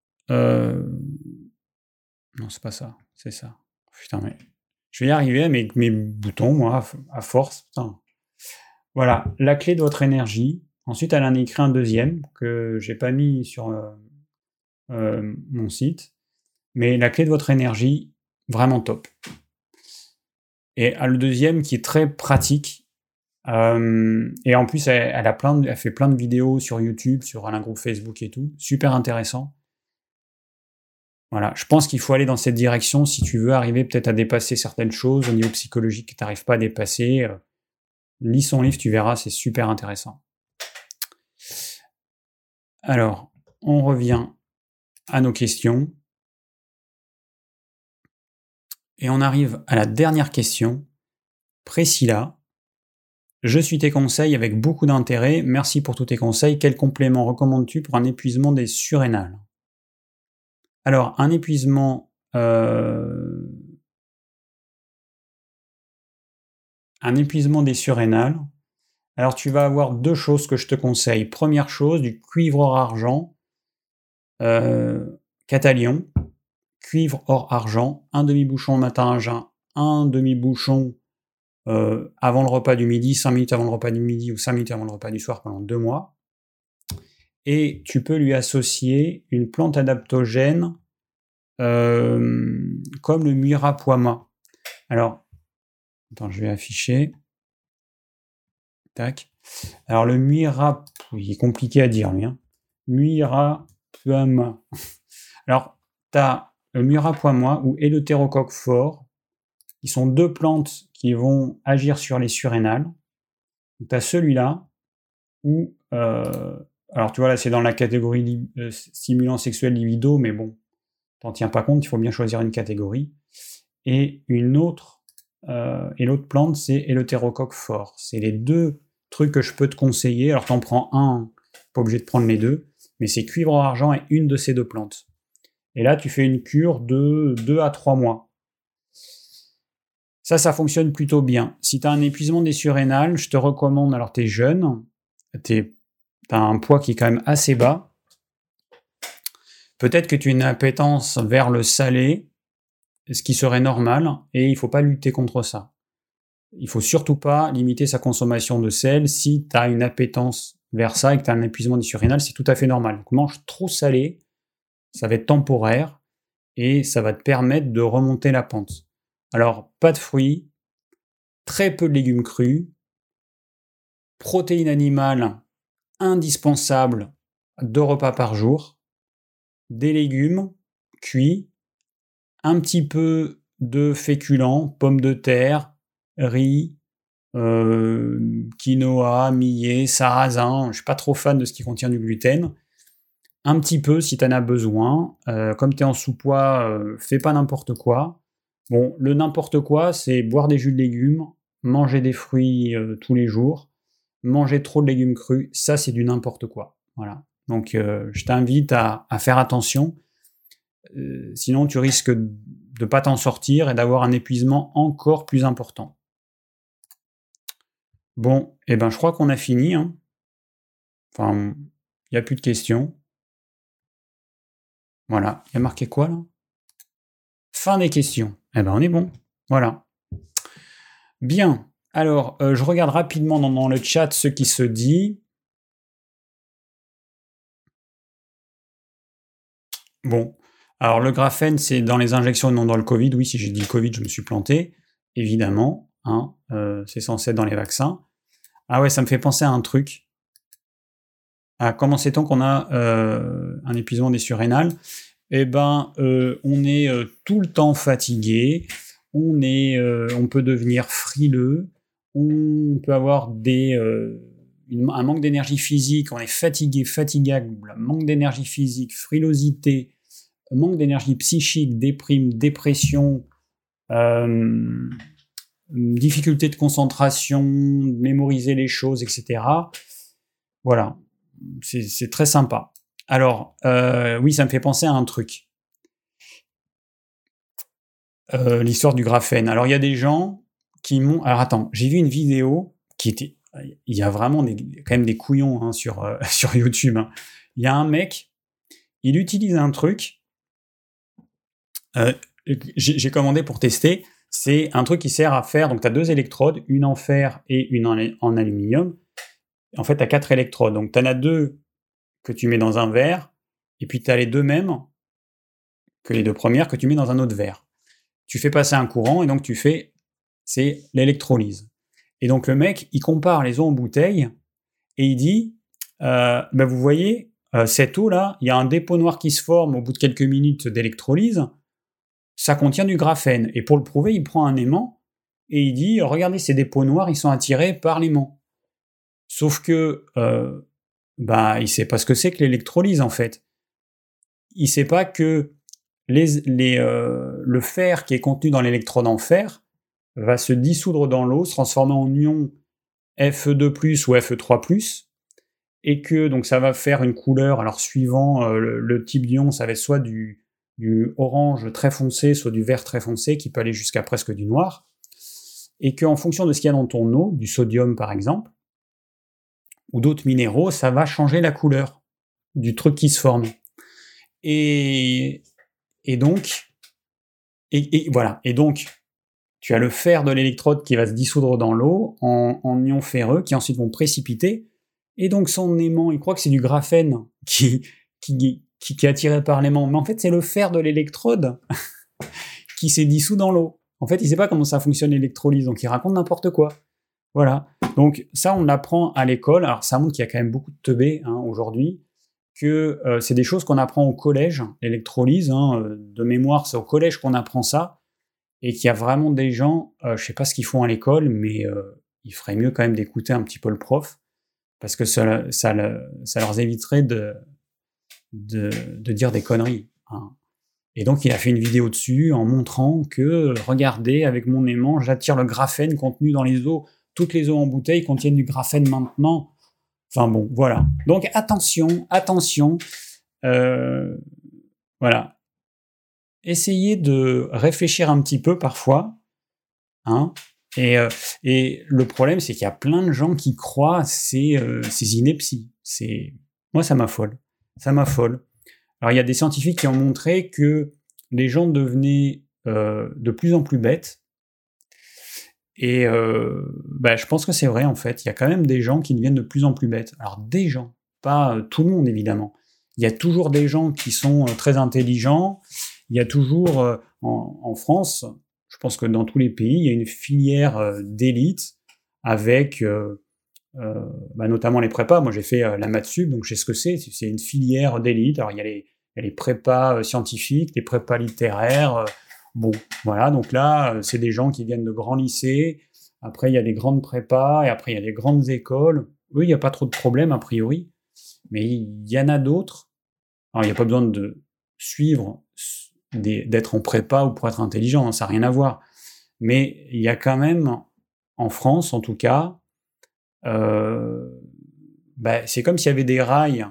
Non, c'est pas ça. C'est ça. Putain, mais... Je vais y arriver avec mes boutons, moi, à force. Putain. Voilà, la clé de votre énergie. Ensuite, elle en a écrit un deuxième que j'ai pas mis sur mon site. Mais la clé de votre énergie, vraiment top. Et le deuxième qui est très pratique. Et en plus, elle fait plein de vidéos sur YouTube, sur un groupe Facebook et tout. Super intéressant. Voilà, je pense qu'il faut aller dans cette direction si tu veux arriver peut-être à dépasser certaines choses au niveau psychologique que tu n'arrives pas à dépasser. Lis son livre, tu verras, c'est super intéressant. Alors, on revient à nos questions. Et on arrive à la dernière question. Priscilla, je suis tes conseils avec beaucoup d'intérêt. Merci pour tous tes conseils. Quel complément recommandes-tu pour un épuisement des surrénales ? Alors, un épuisement... Un épuisement des surrénales. Alors, tu vas avoir 2 choses que je te conseille. Première chose, du cuivre or argent, Catalion, cuivre or argent, un demi-bouchon le matin à jeun, un demi-bouchon avant le repas du midi, 5 minutes avant le repas du midi ou 5 minutes avant le repas du soir pendant 2 mois. Et tu peux lui associer une plante adaptogène comme le Muirapuama. Alors, attends, je vais afficher. Tac. Alors, le il est compliqué à dire, lui. Muirapuama. Alors, tu as le Muirapuama ou Eleutherocoque fort, qui sont 2 plantes qui vont agir sur les surrénales. Tu as celui-là où... alors, tu vois, là, c'est dans la catégorie stimulant sexuel libido, mais bon, t'en tiens pas compte, il faut bien choisir une catégorie. Et l'autre plante, c'est Eleutherocoque fort. C'est les 2 trucs que je peux te conseiller. Alors, t'en prends un, pas obligé de prendre les 2, mais c'est cuivre or argent et une de ces 2 plantes. Et là, tu fais une cure de 2 à 3 mois. Ça fonctionne plutôt bien. Si tu as un épuisement des surrénales, je te recommande, alors tu es jeune, tu as un poids qui est quand même assez bas, peut-être que tu as une appétence vers le salé, ce qui serait normal, et il ne faut pas lutter contre ça. Il ne faut surtout pas limiter sa consommation de sel. Si tu as une appétence vers ça et que tu as un épuisement des surrénales, c'est tout à fait normal. Donc mange trop salé, ça va être temporaire, et ça va te permettre de remonter la pente. Alors, pas de fruits, très peu de légumes crus, protéines animales indispensables, 2 repas par jour, des légumes cuits, un petit peu de féculents, pommes de terre, riz, quinoa, millet, sarrasin. Je ne suis pas trop fan de ce qui contient du gluten. Un petit peu si tu en as besoin. Comme tu es en sous-poids, fais pas n'importe quoi. Bon, le n'importe quoi, c'est boire des jus de légumes, manger des fruits tous les jours, manger trop de légumes crus, ça c'est du n'importe quoi. Voilà. Donc je t'invite à faire attention, sinon tu risques de pas t'en sortir et d'avoir un épuisement encore plus important. Bon, je crois qu'on a fini, hein. Enfin, il n'y a plus de questions. Voilà. Il y a marqué quoi, là? Fin des questions. On est bon. Voilà. Bien. Alors, je regarde rapidement dans le chat ce qui se dit. Bon. Alors, le graphène, c'est dans les injections, non dans le Covid. Oui, si j'ai dit Covid, je me suis planté. Évidemment. Hein, c'est censé être dans les vaccins. Ah ouais, ça me fait penser à un truc. Comment sait-on qu'on a un épuisement des surrénales ? On est tout le temps fatigué, on peut devenir frileux, on peut avoir un manque d'énergie physique, on est fatigué, fatigable, manque d'énergie physique, frilosité, manque d'énergie psychique, dépression, difficulté de concentration, mémoriser les choses, etc. Voilà, c'est très sympa. Alors, oui, ça me fait penser à un truc. L'histoire du graphène. Alors, il y a des gens qui m'ont... Alors, attends, j'ai vu une vidéo qui était... Il y a vraiment quand même des couillons hein, sur YouTube. Hein. Il y a un mec, il utilise un truc... j'ai commandé pour tester. C'est un truc qui sert à faire... Donc, tu as 2 électrodes, une en fer et une en aluminium. En fait, tu as 4 électrodes. Donc, tu en as 2 que tu mets dans un verre, et puis tu as les 2 mêmes que les 2 premières que tu mets dans un autre verre. Tu fais passer un courant, et donc c'est l'électrolyse. Et donc le mec, il compare les eaux en bouteille, et il dit, vous voyez, cette eau-là, il y a un dépôt noir qui se forme au bout de quelques minutes d'électrolyse, ça contient du graphène. Et pour le prouver, il prend un aimant, et il dit, regardez, ces dépôts noirs, ils sont attirés par l'aimant. Sauf que, il sait pas ce que c'est que l'électrolyse, en fait. Il sait pas que le fer qui est contenu dans l'électrode en fer va se dissoudre dans l'eau, se transformer en ion Fe2+, ou Fe3+, et que donc ça va faire une couleur, alors suivant le type d'ion, ça va être soit du orange très foncé, soit du vert très foncé, qui peut aller jusqu'à presque du noir, et qu'en fonction de ce qu'il y a dans ton eau, du sodium par exemple, ou d'autres minéraux, ça va changer la couleur du truc qui se forme. Et donc, voilà. Et donc, tu as le fer de l'électrode qui va se dissoudre dans l'eau en ions ferreux qui ensuite vont précipiter. Et donc, son aimant, il croit que c'est du graphène qui est attiré par l'aimant. Mais en fait, c'est le fer de l'électrode qui s'est dissous dans l'eau. En fait, il sait pas comment ça fonctionne l'électrolyse, donc il raconte n'importe quoi. Voilà. Donc, ça, on l'apprend à l'école. Alors, ça montre qu'il y a quand même beaucoup de teubés aujourd'hui. Que c'est des choses qu'on apprend au collège, l'électrolyse, de mémoire, c'est au collège qu'on apprend ça, et qu'il y a vraiment des gens, je sais pas ce qu'ils font à l'école, mais il ferait mieux quand même d'écouter un petit peu le prof, parce que ça leur éviterait de dire des conneries. Hein. Et donc il a fait une vidéo dessus en montrant que, regardez, avec mon aimant, j'attire le graphène contenu dans les eaux, toutes les eaux en bouteille contiennent du graphène maintenant. Enfin bon, voilà. Donc attention. Voilà. Essayez de réfléchir un petit peu parfois. Hein, et le problème, c'est qu'il y a plein de gens qui croient ces inepties. Moi, ça m'affole. Alors, il y a des scientifiques qui ont montré que les gens devenaient de plus en plus bêtes. Et je pense que c'est vrai, en fait. Il y a quand même des gens qui deviennent de plus en plus bêtes. Alors, des gens, pas tout le monde, évidemment. Il y a toujours des gens qui sont très intelligents. Il y a toujours, en France, je pense que dans tous les pays, il y a une filière d'élite avec notamment les prépas. Moi, j'ai fait la maths sup, donc je sais ce que c'est. C'est une filière d'élite. Alors, il y a les prépas scientifiques, les prépas littéraires... Bon, voilà, donc là, c'est des gens qui viennent de grands lycées, après il y a des grandes prépas, et après il y a des grandes écoles. Eux, il n'y a pas trop de problèmes, a priori, mais il y en a d'autres. Alors, il n'y a pas besoin de suivre, d'être en prépa ou pour être intelligent, ça n'a rien à voir. Mais il y a quand même, en France en tout cas, c'est comme s'il y avait des rails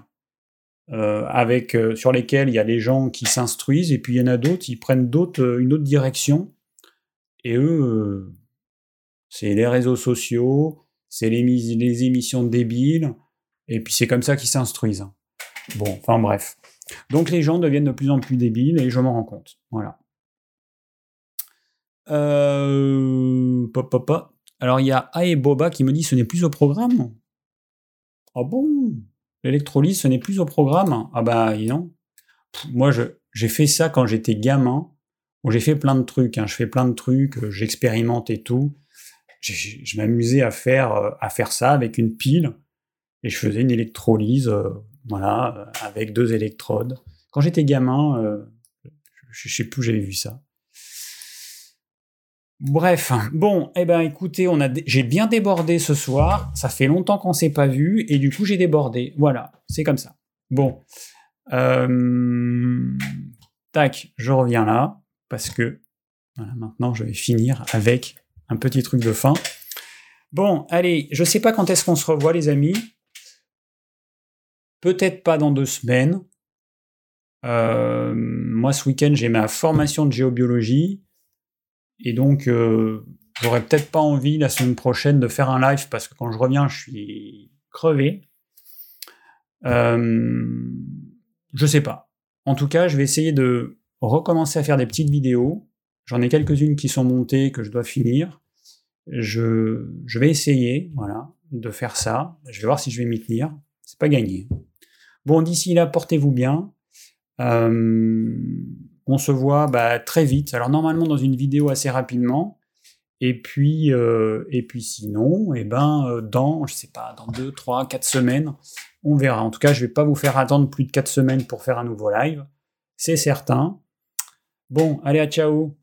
sur lesquels il y a les gens qui s'instruisent, et puis il y en a d'autres, ils prennent une autre direction, et eux, c'est les réseaux sociaux, c'est les émissions débiles, et puis c'est comme ça qu'ils s'instruisent. Bon, enfin bref. Donc les gens deviennent de plus en plus débiles, et je m'en rends compte. Voilà. Alors il y a Ae Boba qui me dit ce n'est plus au programme. Ah bon? L'électrolyse, ce n'est plus au programme? Ah bah non. Moi, j'ai fait ça quand j'étais gamin. Bon, j'ai fait plein de trucs. Je fais plein de trucs, j'expérimente et tout. Je m'amusais à faire ça avec une pile, et je faisais une électrolyse, avec 2 électrodes. Quand j'étais gamin, je sais plus où j'avais vu ça. Bref, bon, écoutez, j'ai bien débordé ce soir, ça fait longtemps qu'on s'est pas vu, et du coup j'ai débordé, voilà, c'est comme ça. Bon, tac, je reviens là, parce que voilà, maintenant je vais finir avec un petit truc de fin. Bon, allez, je sais pas quand est-ce qu'on se revoit les amis, peut-être pas dans 2 semaines. Moi ce week-end j'ai ma formation de géobiologie, et donc, j'aurais peut-être pas envie la semaine prochaine de faire un live, parce que quand je reviens, je suis crevé. Je sais pas. En tout cas, je vais essayer de recommencer à faire des petites vidéos. J'en ai quelques-unes qui sont montées, que je dois finir. Je vais essayer, voilà, de faire ça. Je vais voir si je vais m'y tenir. C'est pas gagné. Bon, d'ici là, portez-vous bien. On se voit très vite. Alors normalement dans une vidéo assez rapidement. Et puis sinon, dans 2, 3, 4 semaines, on verra. En tout cas, je vais pas vous faire attendre plus de 4 semaines pour faire un nouveau live. C'est certain. Bon, allez, à ciao.